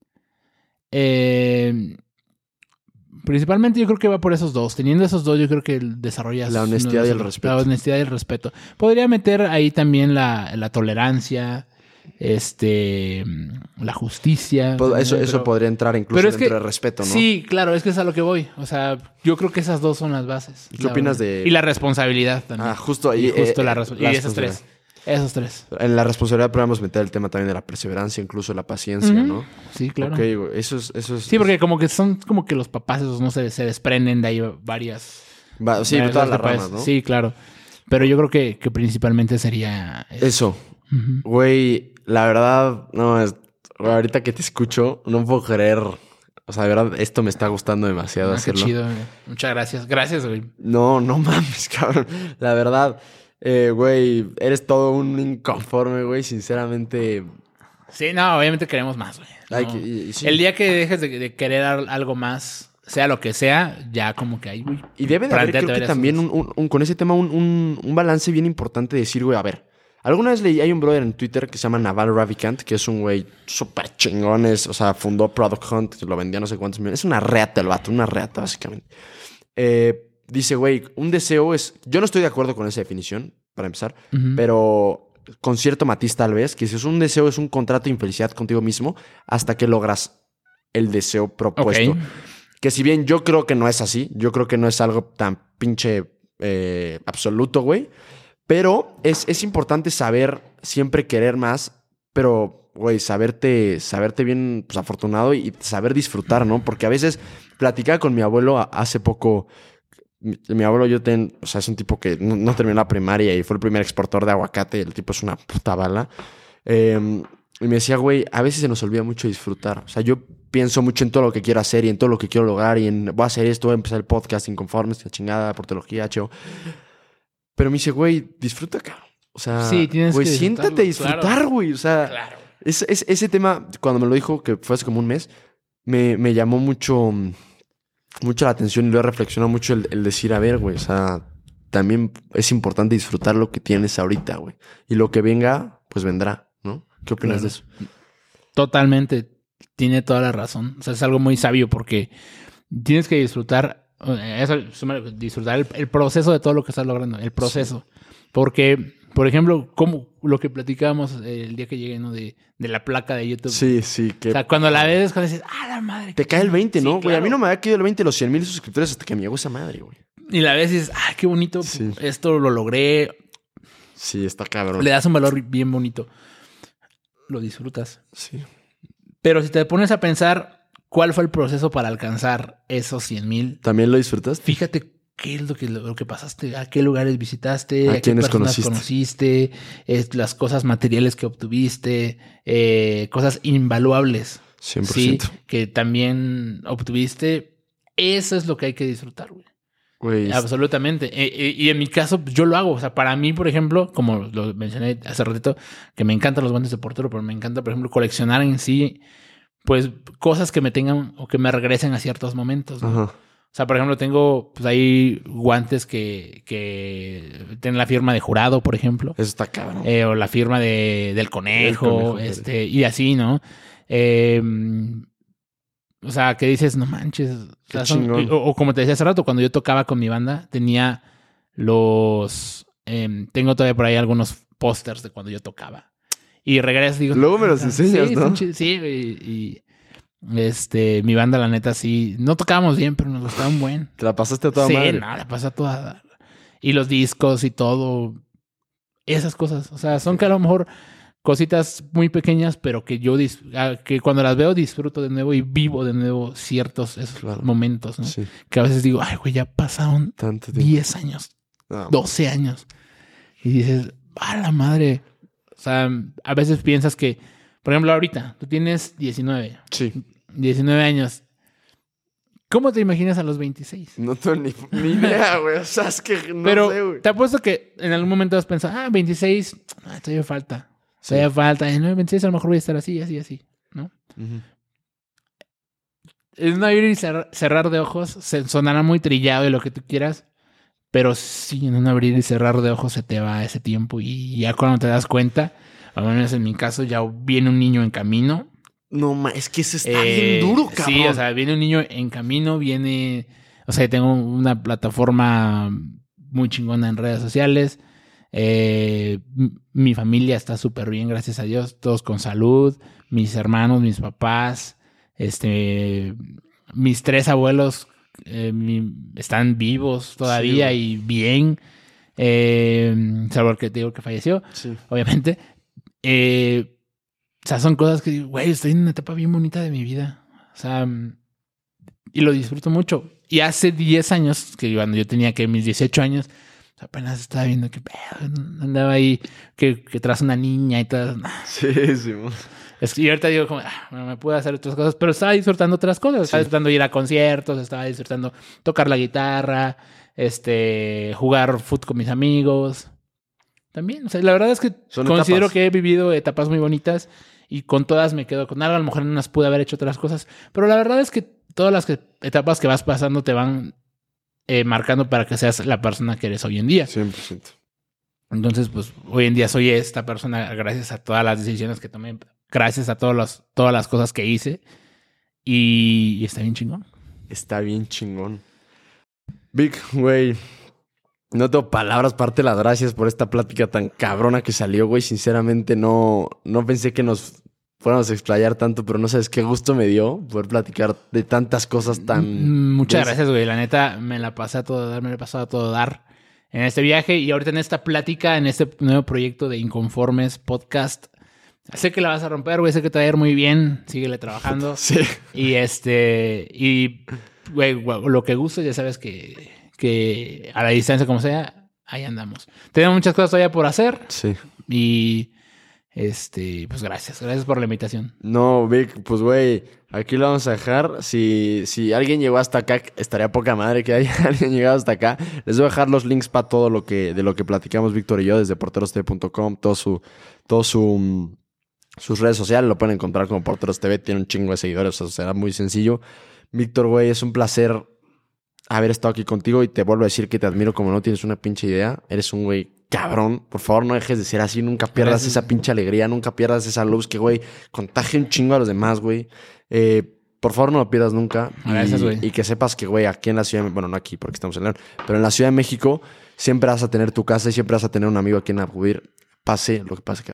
Principalmente yo creo que va por esos dos. Teniendo esos dos, yo creo que desarrollas... La honestidad y el respeto. La honestidad y el respeto. Podría meter ahí también la tolerancia, la justicia. Eso podría entrar incluso dentro del respeto, ¿no? Sí, claro, es que es a lo que voy. O sea, yo creo que esas dos son las bases. ¿Qué opinas de...? Y la responsabilidad también. Justo ahí. Y esas tres. Esos tres. En la responsabilidad podemos meter el tema también de la perseverancia, incluso la paciencia, ¿no? Sí, claro. Ok, güey. Eso es... Sí, porque como que son como que los papás esos, no sé, se desprenden de ahí varias... Sí, varias todas las papás. ramas, ¿no? Sí, claro. Pero yo creo que principalmente sería... Eso. Güey, la verdad, no, güey, ahorita que te escucho, no puedo creer. O sea, de verdad, esto me está gustando demasiado hacerlo. Qué chido, güey. Muchas gracias. Gracias, güey. No mames, cabrón. La verdad, güey, eres todo un inconforme, güey. Sinceramente. Sí, no, obviamente queremos más, güey. Ay, No. sí. El día que dejes de querer algo más, sea lo que sea, ya como que hay, güey. Y debe de haber, creo que también con ese tema un balance bien importante de decir, güey, a ver. Alguna vez leí, hay un brother en Twitter que se llama Naval Ravikant, que es un güey súper chingón, o sea, fundó Product Hunt, lo vendía no sé cuántos millones. Es una reata el vato, una reata básicamente. Dice, güey, un deseo es... Yo no estoy de acuerdo con esa definición, para empezar, pero con cierto matiz tal vez, que si es un deseo es un contrato de infelicidad contigo mismo hasta que logras el deseo propuesto. Okay. Que si bien yo creo que no es así, yo creo que no es algo tan pinche absoluto, güey. Pero es importante saber siempre querer más, pero, güey, saberte bien pues, afortunado y saber disfrutar, ¿no? Porque a veces platicaba con mi abuelo hace poco. Mi abuelo, o sea, es un tipo que no terminó la primaria y fue el primer exportador de aguacate. El tipo es una puta bala. Y me decía, güey, a veces se nos olvida mucho disfrutar. O sea, yo pienso mucho en todo lo que quiero hacer y en todo lo que quiero lograr y en voy a hacer esto, voy a empezar el podcast Inconformes, la chingada, portología, HO. Pero me dice, güey, disfruta, cabrón. O sea, sí, tienes güey, que siéntate a disfrutar, güey. Claro. O sea, claro. Ese tema, cuando me lo dijo, que fue hace como un mes, me llamó mucho la atención y lo he reflexionado mucho el decir, a ver, güey, o sea, también es importante disfrutar lo que tienes ahorita, güey. Y lo que venga, pues vendrá, ¿no? ¿Qué opinas de eso? Totalmente. Tiene toda la razón. O sea, es algo muy sabio porque tienes que disfrutar... disfrutar el proceso de todo lo que estás logrando, el proceso. Sí. Porque, por ejemplo, como lo que platicábamos el día que llegué, ¿no? De la placa de YouTube. Sí. Que... O sea, cuando la ves, cuando dices, la madre. Te cae el 20, ¿no? Güey, claro. A mí no me había caído el 20 los 100,000 suscriptores hasta que me llegó esa madre, güey. Y la ves y dices, qué bonito, esto lo logré. Sí, está cabrón. Le das un valor bien bonito. Lo disfrutas. Sí. Pero si te pones a pensar... ¿Cuál fue el proceso para alcanzar esos 100,000? ¿También lo disfrutaste? Fíjate qué es lo que pasaste, a qué lugares visitaste, a qué personas conociste, las cosas materiales que obtuviste, cosas invaluables. 100%. ¿Sí? Que también obtuviste. Eso es lo que hay que disfrutar, güey. Absolutamente. Y en mi caso, yo lo hago. O sea, para mí, por ejemplo, como lo mencioné hace ratito, que me encantan los guantes de portero, pero me encanta, por ejemplo, coleccionar en sí... pues cosas que me tengan o que me regresen a ciertos momentos, ¿no? Ajá. O sea, por ejemplo, tengo pues ahí guantes que tienen la firma de Jurado, por ejemplo. Eso está cabrón. O la firma del conejo, y así, ¿no? O sea, que dices, no manches. O como te decía hace rato, cuando yo tocaba con mi banda, tenía tengo todavía por ahí algunos pósters de cuando yo tocaba. Y regresas y digo... Luego me los enseñas, ¿no? Sí, y mi banda, la neta, sí... No tocábamos bien, pero nos gustaban buen. ¿Te la pasaste a toda madre? Sí, no, la pasé a toda... Y los discos y todo... Esas cosas. O sea, son que a lo mejor cositas muy pequeñas, pero que yo... que cuando las veo disfruto de nuevo y vivo de nuevo ciertos momentos, ¿no? Sí. Que a veces digo, ay, güey, ya pasaron 10 años. 12 años. Y dices, la madre... O sea, a veces piensas que... Por ejemplo, ahorita, tú tienes 19. Sí. 19 años. ¿Cómo te imaginas a los 26? No tengo ni idea, güey. O sea, es que no Pero sé, güey. Te apuesto que en algún momento has pensado, 26, todavía falta. Todavía falta. En 26 a lo mejor voy a estar así, ¿no? Uh-huh. En un abrir y cerrar de ojos sonará muy trillado y lo que tú quieras. Pero sí, en un abrir y cerrar de ojos se te va ese tiempo y ya cuando te das cuenta, al menos en mi caso, ya viene un niño en camino. No, es que eso está bien duro, cabrón. Sí, o sea, viene un niño en camino, o sea, tengo una plataforma muy chingona en redes sociales. Mi familia está súper bien, gracias a Dios, todos con salud. Mis hermanos, mis papás, mis 3 abuelos están vivos todavía y bien. Salvo el que te digo que falleció, Sí. obviamente. O sea, son cosas que, güey, estoy en una etapa bien bonita de mi vida. O sea, y lo disfruto mucho. Y hace 10 años, que cuando yo tenía que mis 18 años, apenas estaba viendo que andaba ahí, que tras una niña y todo. Sí, sí. Y ahorita digo, como, bueno, me pude hacer otras cosas, pero estaba disfrutando otras cosas. Estaba disfrutando ir a conciertos, estaba disfrutando tocar la guitarra, jugar fútbol con mis amigos. También, o sea, la verdad es que Son considero etapas. que he vivido etapas muy bonitas y con todas me quedo con algo. A lo mejor en unas pude haber hecho otras cosas, pero la verdad es que todas las etapas que vas pasando te van marcando para que seas la persona que eres hoy en día. 100%. Entonces, pues, hoy en día soy esta persona gracias a todas las decisiones que tomé, gracias a todas las cosas que hice y está bien chingón. Está bien chingón. Vic, güey, no tengo palabras, parte las gracias por esta plática tan cabrona que salió, güey. Sinceramente no pensé que nos fuéramos a explayar tanto, pero no sabes qué gusto me dio poder platicar de tantas cosas tan... Muchas gracias, güey. La neta, me la pasé a todo dar, me la he pasado a todo dar en este viaje y ahorita en esta plática, en este nuevo proyecto de Inconformes Podcast. Sé que la vas a romper, güey. Sé que te va a ir muy bien. Síguele trabajando. Sí. Y güey, lo que guste, ya sabes que a la distancia como sea, ahí andamos. Tenemos muchas cosas todavía por hacer Sí. y pues gracias por la invitación. No, Vic, pues güey, aquí lo vamos a dejar. Si alguien llegó hasta acá, estaría poca madre que haya alguien llegado hasta acá. Les voy a dejar los links para todo de lo que platicamos Víctor y yo desde porterostv.com, sus redes sociales lo pueden encontrar como Porteros TV, tiene un chingo de seguidores, o sea, será muy sencillo. Víctor, güey, es un placer haber estado aquí contigo y te vuelvo a decir que te admiro como no tienes una pinche idea. Eres un güey cabrón. Por favor, no dejes de ser así. Nunca pierdas Gracias. esa pinche alegría. Nunca pierdas esa luz que, güey, contagia un chingo a los demás, güey. Por favor, no lo pierdas nunca. Gracias, güey. Y que sepas que, güey, aquí en la ciudad... Bueno, no aquí porque estamos en León. Pero en la Ciudad de México siempre vas a tener tu casa y siempre vas a tener un amigo a quien acudir. Pase lo que pase.